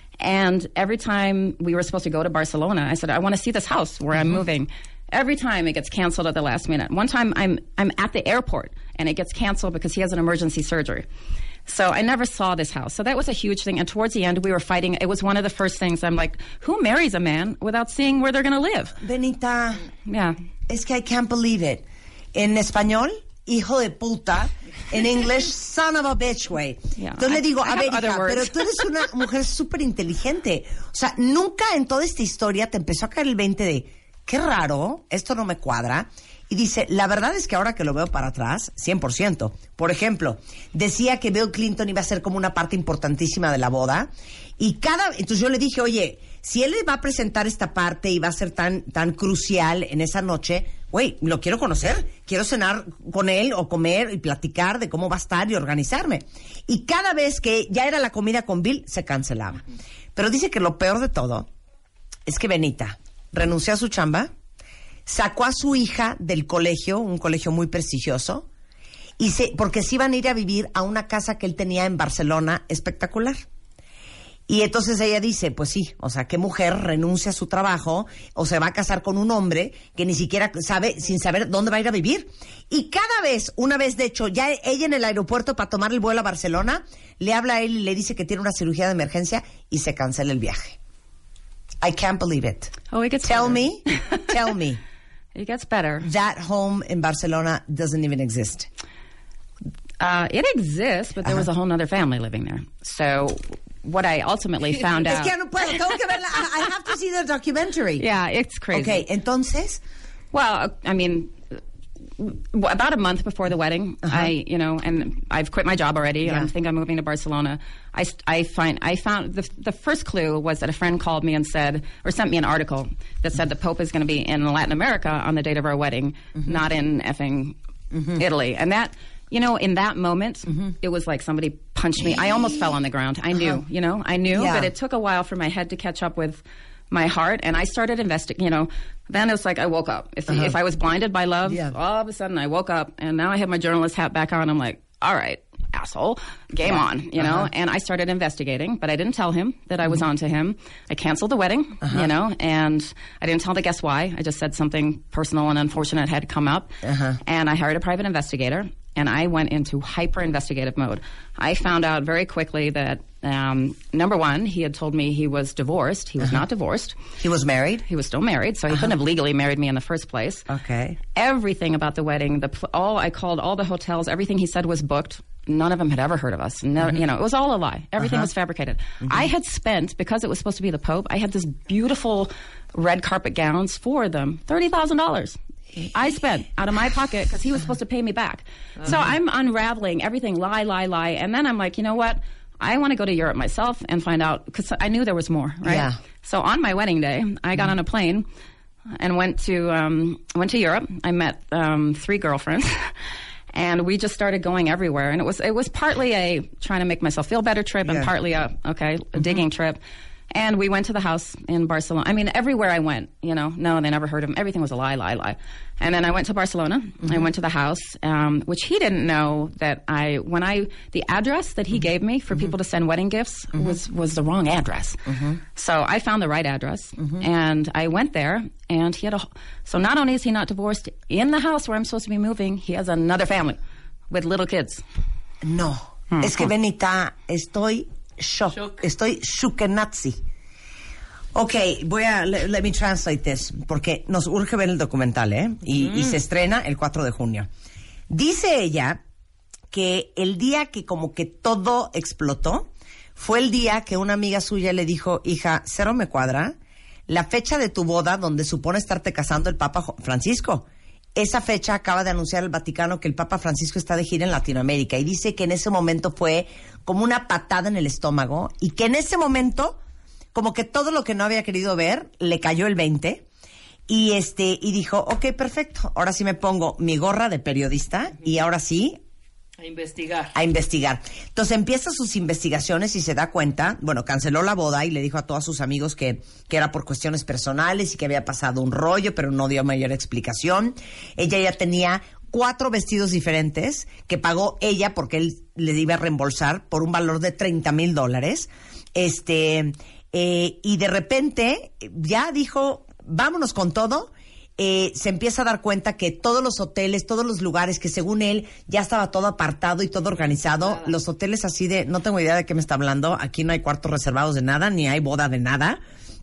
And every time we were supposed to go to Barcelona, I said, I want to see this house where I'm moving. Every time it gets canceled at the last minute. One time I'm I'm at the airport and it gets canceled because he has an emergency surgery. So I never saw this house. So that was a huge thing. And towards the end, we were fighting. It was one of the first things. I'm like, who marries a man without seeing where they're going to live? Benita, Yeah. es que I can't believe it. En español, hijo de puta. En English, son of a bitch, güey. Yeah, Entonces le I- digo, I a have ver, other hija, words. pero tú eres una mujer súper inteligente. O sea, nunca en toda esta historia te empezó a caer el veinte de, qué raro, esto no me cuadra. Y dice, la verdad es que ahora que lo veo para atrás, cien por ciento. Por ejemplo, decía que Bill Clinton iba a ser como una parte importantísima de la boda. Y cada... Entonces yo le dije, oye, si él le va a presentar esta parte y va a ser tan, tan crucial en esa noche, güey, lo quiero conocer. Quiero cenar con él o comer y platicar de cómo va a estar y organizarme. Y cada vez que ya era la comida con Bill, se cancelaba. Pero dice que lo peor de todo es que Benita renunció a su chamba, sacó a su hija del colegio, un colegio muy prestigioso, y se, porque se iban a ir a vivir a una casa que él tenía en Barcelona espectacular. Y entonces ella dice, pues sí, o sea, ¿qué mujer renuncia a su trabajo o se va a casar con un hombre que ni siquiera sabe, sin saber dónde va a ir a vivir? Y cada vez, una vez de hecho, ya ella en el aeropuerto para tomar el vuelo a Barcelona, le habla a él y le dice que tiene una cirugía de emergencia y se cancela el viaje. I can't believe it. Oh, it gets Tell better. me, tell me. It gets better. That home in Barcelona doesn't even exist. Uh, it exists, but there was a whole other family living there. So what I ultimately found Es out... que ya no puedo, tengo que verla. I I have to see the documentary. Yeah, it's crazy. Okay, entonces... Well, I mean, w- about a month before the wedding, Uh-huh. I, you know, and I've quit my job already. Yeah. I think I'm moving to Barcelona. I, st- I find, I found the, the first clue was that a friend called me and said, or sent me an article that said the Pope is going to be in Latin America on the date of our wedding, Mm-hmm. not in effing Italy. And that, you know, in that moment, Mm-hmm. it was like somebody punched me. I almost fell on the ground. I knew, you know, I knew, Uh-huh. Yeah. but it took a while for my head to catch up with my heart, and I started investigating, you know, then it was like I woke up. If, Uh-huh. if I was blinded by love, Yeah. all of a sudden I woke up, and now I have my journalist hat back on. I'm like, all right, asshole. Game Yeah. on, you know? Uh-huh. And I started investigating, but I didn't tell him that I was on to him. I canceled the wedding, Uh-huh. you know, and I didn't tell the guests why. I just said something personal and unfortunate had come up. Uh-huh. And I hired a private investigator, and I went into hyper-investigative mode. I found out very quickly that, um, number one, he had told me he was divorced. He was Uh-huh. not divorced. He was married? He was still married, so he couldn't have legally married me in the first place. Okay. Everything about the wedding, the pl- all I called all the hotels, everything he said was booked. None of them had ever heard of us. No, Mhm. You know, it was all a lie. Everything Uh-huh. was fabricated. Mhm. I had spent, because it was supposed to be the Pope, I had this beautiful red carpet gowns for them, thirty thousand dollars. I spent out of my pocket because he was supposed to pay me back. So Uh-huh. I'm unraveling everything, lie, lie, lie. And then I'm like, you know what? I want to go to Europe myself and find out, because I knew there was more, right? Yeah. So on my wedding day, I got on a plane and went to um, went to Europe. I met um, three girlfriends, and we just started going everywhere. And it was it was partly a trying to make myself feel better trip, and Yeah. partly a okay a digging trip. And we went to the house in Barcelona. I mean, everywhere I went, you know, no, they never heard of him. Everything was a lie, lie, lie. And then I went to Barcelona. I went to the house, um, which he didn't know that I, when I, the address that he gave me for people to send wedding gifts was, was the wrong address. So I found the right address, and I went there, and he had a, so not only is he not divorced, in the house where I'm supposed to be moving, he has another family with little kids. No. Es que, Benita, estoy shock. Estoy shukenatsi. Ok, voy a... Let, let me translate this, porque nos urge ver el documental, ¿eh? Y, y se estrena el cuatro de junio. Dice ella que el día que como que todo explotó fue el día que una amiga suya le dijo, hija, cero me cuadra la fecha de tu boda donde supone estarte casando el Papa Francisco. Esa fecha acaba de anunciar el Vaticano que el Papa Francisco está de gira en Latinoamérica, y dice que en ese momento fue como una patada en el estómago, y que en ese momento como que todo lo que no había querido ver le cayó el veinte, y este y dijo, ok, perfecto, ahora sí me pongo mi gorra de periodista y ahora sí A investigar. a investigar. Entonces empieza sus investigaciones y se da cuenta, bueno, canceló la boda y le dijo a todos sus amigos que, que era por cuestiones personales y que había pasado un rollo, pero no dio mayor explicación. Ella ya tenía cuatro vestidos diferentes que pagó ella porque él le iba a reembolsar por un valor de treinta mil dólares. Este, eh, y de repente ya dijo, vámonos con todo. Eh, se empieza a dar cuenta que todos los hoteles, todos los lugares que según él ya estaba todo apartado y todo organizado, nada. Los hoteles así de, no tengo idea de qué me está hablando, aquí no hay cuartos reservados de nada, ni hay boda de nada.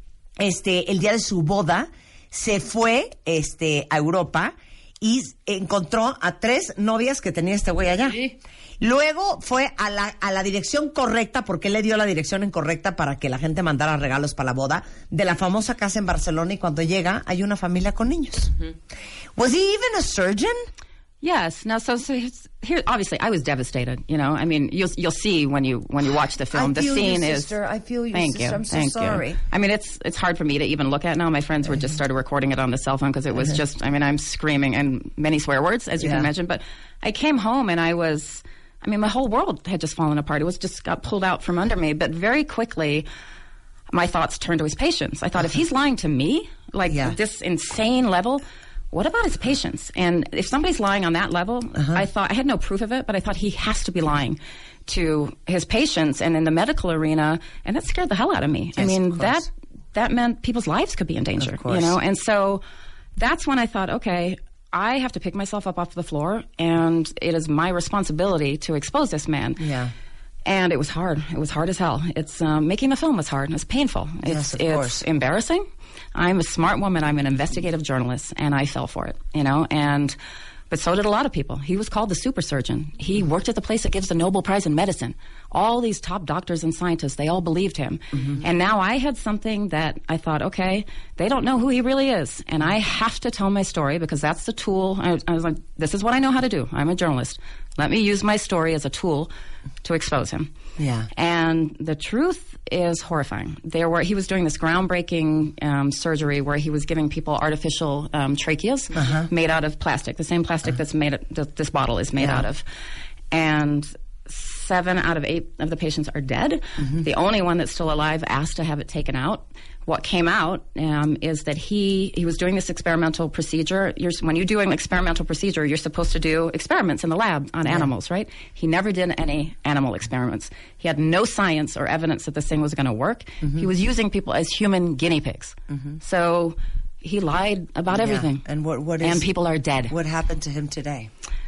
Este, el día de su boda se fue este, a Europa y encontró a tres novias que tenía este güey allá. Sí. Luego fue a la, a la dirección correcta, porque él le dio la dirección incorrecta para que la gente mandara regalos para la boda, de la famosa casa en Barcelona, y cuando llega hay una familia con niños. Mm-hmm. Was he even a surgeon? Yes. Now, so, so here, obviously, I was devastated. You know, I mean, you'll you'll see when you when you watch the film. I the feel scene you, is. Sister. I feel you, thank sister. you. I'm so thank sorry. You. I mean, it's it's hard for me to even look at now. My friends were just started recording it on the cell phone because it was Uh-huh. just. I mean, I'm screaming and many swear words, as you Yeah. can imagine. But I came home and I was. I mean, my whole world had just fallen apart. It was just got pulled out from under me. But very quickly, my thoughts turned to his patients. I thought, if he's lying to me, like Yeah. this insane level, what about his patients? And if somebody's lying on that level, Uh-huh. I thought, I had no proof of it, but I thought he has to be lying to his patients and in the medical arena. And that scared the hell out of me. I Yes, mean, of that, course. that meant people's lives could be in danger, Of course. you know? And so that's when I thought, okay, I have to pick myself up off the floor, and it is my responsibility to expose this man. Yeah. And it was hard. It was hard as hell. It's um, making the film was hard. It's painful. Yes, It's of it's course. embarrassing. I'm a smart woman. I'm an investigative journalist, and I fell for it. You know, and but so did a lot of people. He was called the super surgeon. He worked at the place that gives the Nobel Prize in medicine. All these top doctors and scientists, they all believed him. Mm-hmm. And now I had something that I thought, okay, they don't know who he really is, and I have to tell my story because that's the tool. I, I was like, this is what I know how to do. I'm a journalist. Let me use my story as a tool to expose him. Yeah. And the truth is horrifying. There were he was doing this groundbreaking um, surgery where he was giving people artificial um, tracheas Uh-huh. made out of plastic, the same plastic that's made that this bottle is made Yeah. out of. And seven out of eight of the patients are dead. Mm-hmm. The only one that's still alive asked to have it taken out. What came out um, is that he he was doing this experimental procedure. You're, when you do an experimental procedure, you're supposed to do experiments in the lab on yeah. animals, right? He never did any animal experiments. He had no science or evidence that this thing was going to work. Mm-hmm. He was using people as human guinea pigs. Mm-hmm. So he lied about yeah. everything. And what what is, and people are dead. What happened to him today?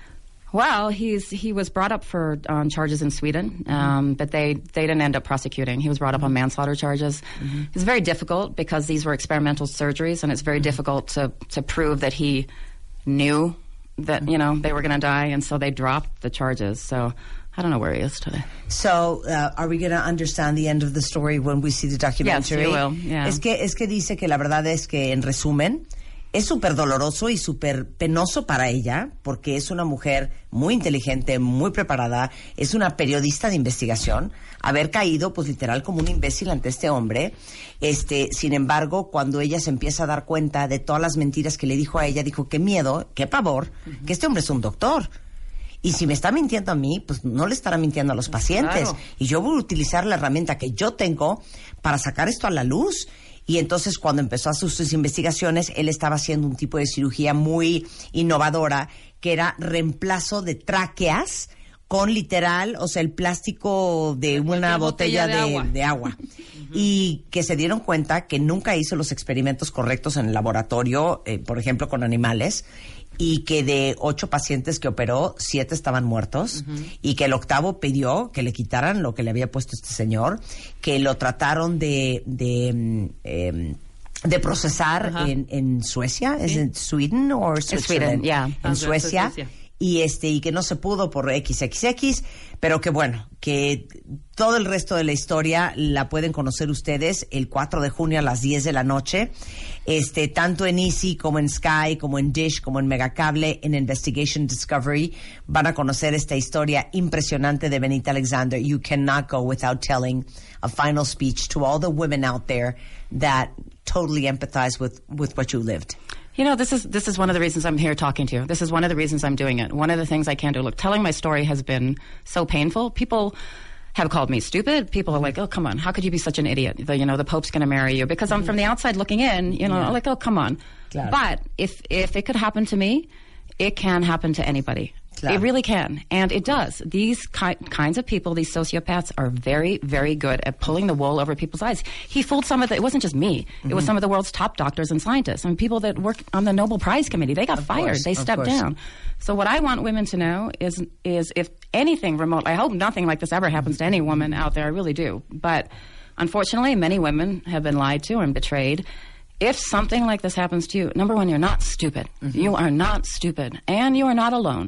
Well, he's he was brought up for um, charges in Sweden, um, but they, they didn't end up prosecuting. He was brought up on manslaughter charges. Mm-hmm. It's very difficult because these were experimental surgeries, and it's very mm-hmm. difficult to, to prove that he knew that, mm-hmm. you know, they were going to die, and so they dropped the charges. So I don't know where he is today. So, uh, are we going to understand the end of the story when we see the documentary? Yes, you will. Yeah. Es que, es que dice que la verdad es que, en resumen, es súper doloroso y súper penoso para ella, porque es una mujer muy inteligente, muy preparada, es una periodista de investigación, haber caído, pues literal, como un imbécil ante este hombre. Este, sin embargo, cuando ella se empieza a dar cuenta de todas las mentiras que le dijo a ella, dijo, qué miedo, qué pavor, uh-huh. que este hombre es un doctor. Y si me está mintiendo a mí, pues no le estará mintiendo a los pacientes. Claro. Y yo voy a utilizar la herramienta que yo tengo para sacar esto a la luz. Y entonces, cuando empezó a hacer sus investigaciones, él estaba haciendo un tipo de cirugía muy innovadora, que era reemplazo de tráqueas con literal, o sea, el plástico de una botella, botella de, de agua. De agua. Uh-huh. Y que se dieron cuenta que nunca hizo los experimentos correctos en el laboratorio, eh, por ejemplo, con animales, y que de ocho pacientes que operó, siete estaban muertos, uh-huh. y que el octavo pidió que le quitaran lo que le había puesto este señor, que lo trataron de de, eh, de procesar uh-huh. en, en Suecia, ¿es en Sweden o Sweden? Yeah. En ah, Suecia. Suecia. Y este y que no se pudo por equis equis equis, pero que bueno, que todo el resto de la historia la pueden conocer ustedes el cuatro de junio a las diez de la noche, este tanto en Easy como en Sky, como en Dish, como en Megacable, en Investigation Discovery van a conocer esta historia impresionante de Benita Alexander. You cannot go without telling a final speech to all the women out there that totally empathize with with what you lived. You know, this is this is one of the reasons I'm here talking to you. This is one of the reasons I'm doing it. One of the things I can do. Look, telling my story has been so painful. People have called me stupid. People are like, oh, come on, how could you be such an idiot? The, you know, the Pope's going to marry you. Because I'm from the outside looking in, you know, yeah. like, oh, come on. Claro. But if if it could happen to me, it can happen to anybody. Claro. It really can. And it does. These ki- kinds of people, these sociopaths, are very, very good at pulling the wool over people's eyes. He fooled some of the, it wasn't just me. Mm-hmm. It was some of the world's top doctors and scientists. I mean, people that work on the Nobel Prize Committee, they got of fired. Course, they stepped down. So what I want women to know is, is if anything remote, I hope nothing like this ever happens to any woman out there. I really do. But unfortunately, many women have been lied to and betrayed. If something like this happens to you, number one, you're not stupid. Mm-hmm. You are not stupid. And you are not alone.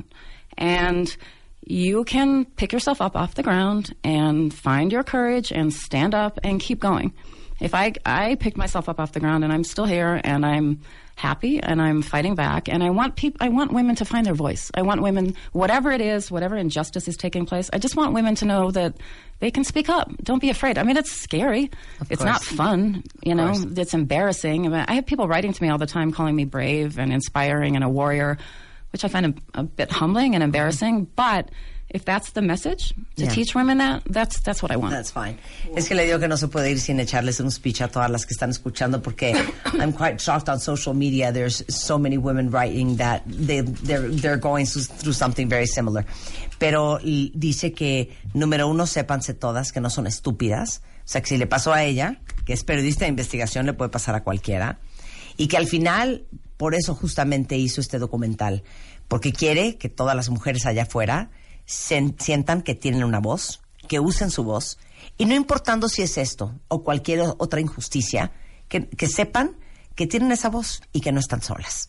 And you can pick yourself up off the ground and find your courage and stand up and keep going. If I, I picked myself up off the ground and I'm still here and I'm happy and I'm fighting back and I want people, I want women to find their voice. I want women, whatever it is, whatever injustice is taking place, I just want women to know that they can speak up. Don't be afraid. I mean, it's scary. Of it's course. Not fun. You of know, course. It's embarrassing. I have people writing to me all the time calling me brave and inspiring and a warrior, which I find a, a bit humbling and embarrassing. But if that's the message, to yeah. teach women that, that's that's what I want. That's fine. Es que le digo que no se puede ir sin echarles un speech a todas las que están escuchando, porque I'm quite shocked on social media. There's so many women writing that they, they're, they're going through something very similar. Pero dice que, número uno, sépanse todas que no son estúpidas. O sea, que si le pasó a ella, que es periodista de investigación, le puede pasar a cualquiera. Y que al final, por eso justamente hizo este documental, porque quiere que todas las mujeres allá afuera se sientan que tienen una voz, que usen su voz, y no importando si es esto o cualquier otra injusticia, que, que sepan que tienen esa voz y que no están solas.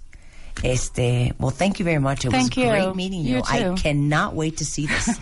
Este, well, thank you very much. It thank was you. great meeting you. You too. I cannot wait to see this.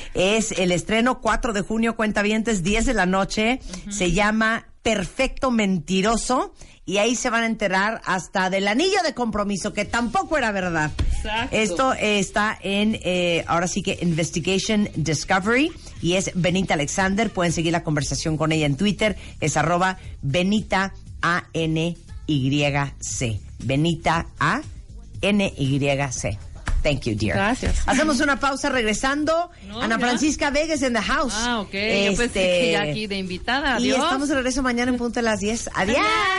Es el estreno cuatro de junio, cuentavientes, diez de la noche. Uh-huh. Se llama Perfecto Mentiroso. Y ahí se van a enterar hasta del anillo de compromiso, que tampoco era verdad. Exacto. Esto eh, está en, eh, ahora sí que Investigation Discovery, y es Benita Alexander. Pueden seguir la conversación con ella en Twitter. Es arroba Benita A N Y C. Benita A N Y C. Thank you, dear. Gracias. Hacemos una pausa regresando. No, Ana ya. Francisca Vegas in the house. Ah, ok. Yo pensé que ya aquí de invitada. Y Adiós. estamos de regreso mañana en punto de las diez. Adiós.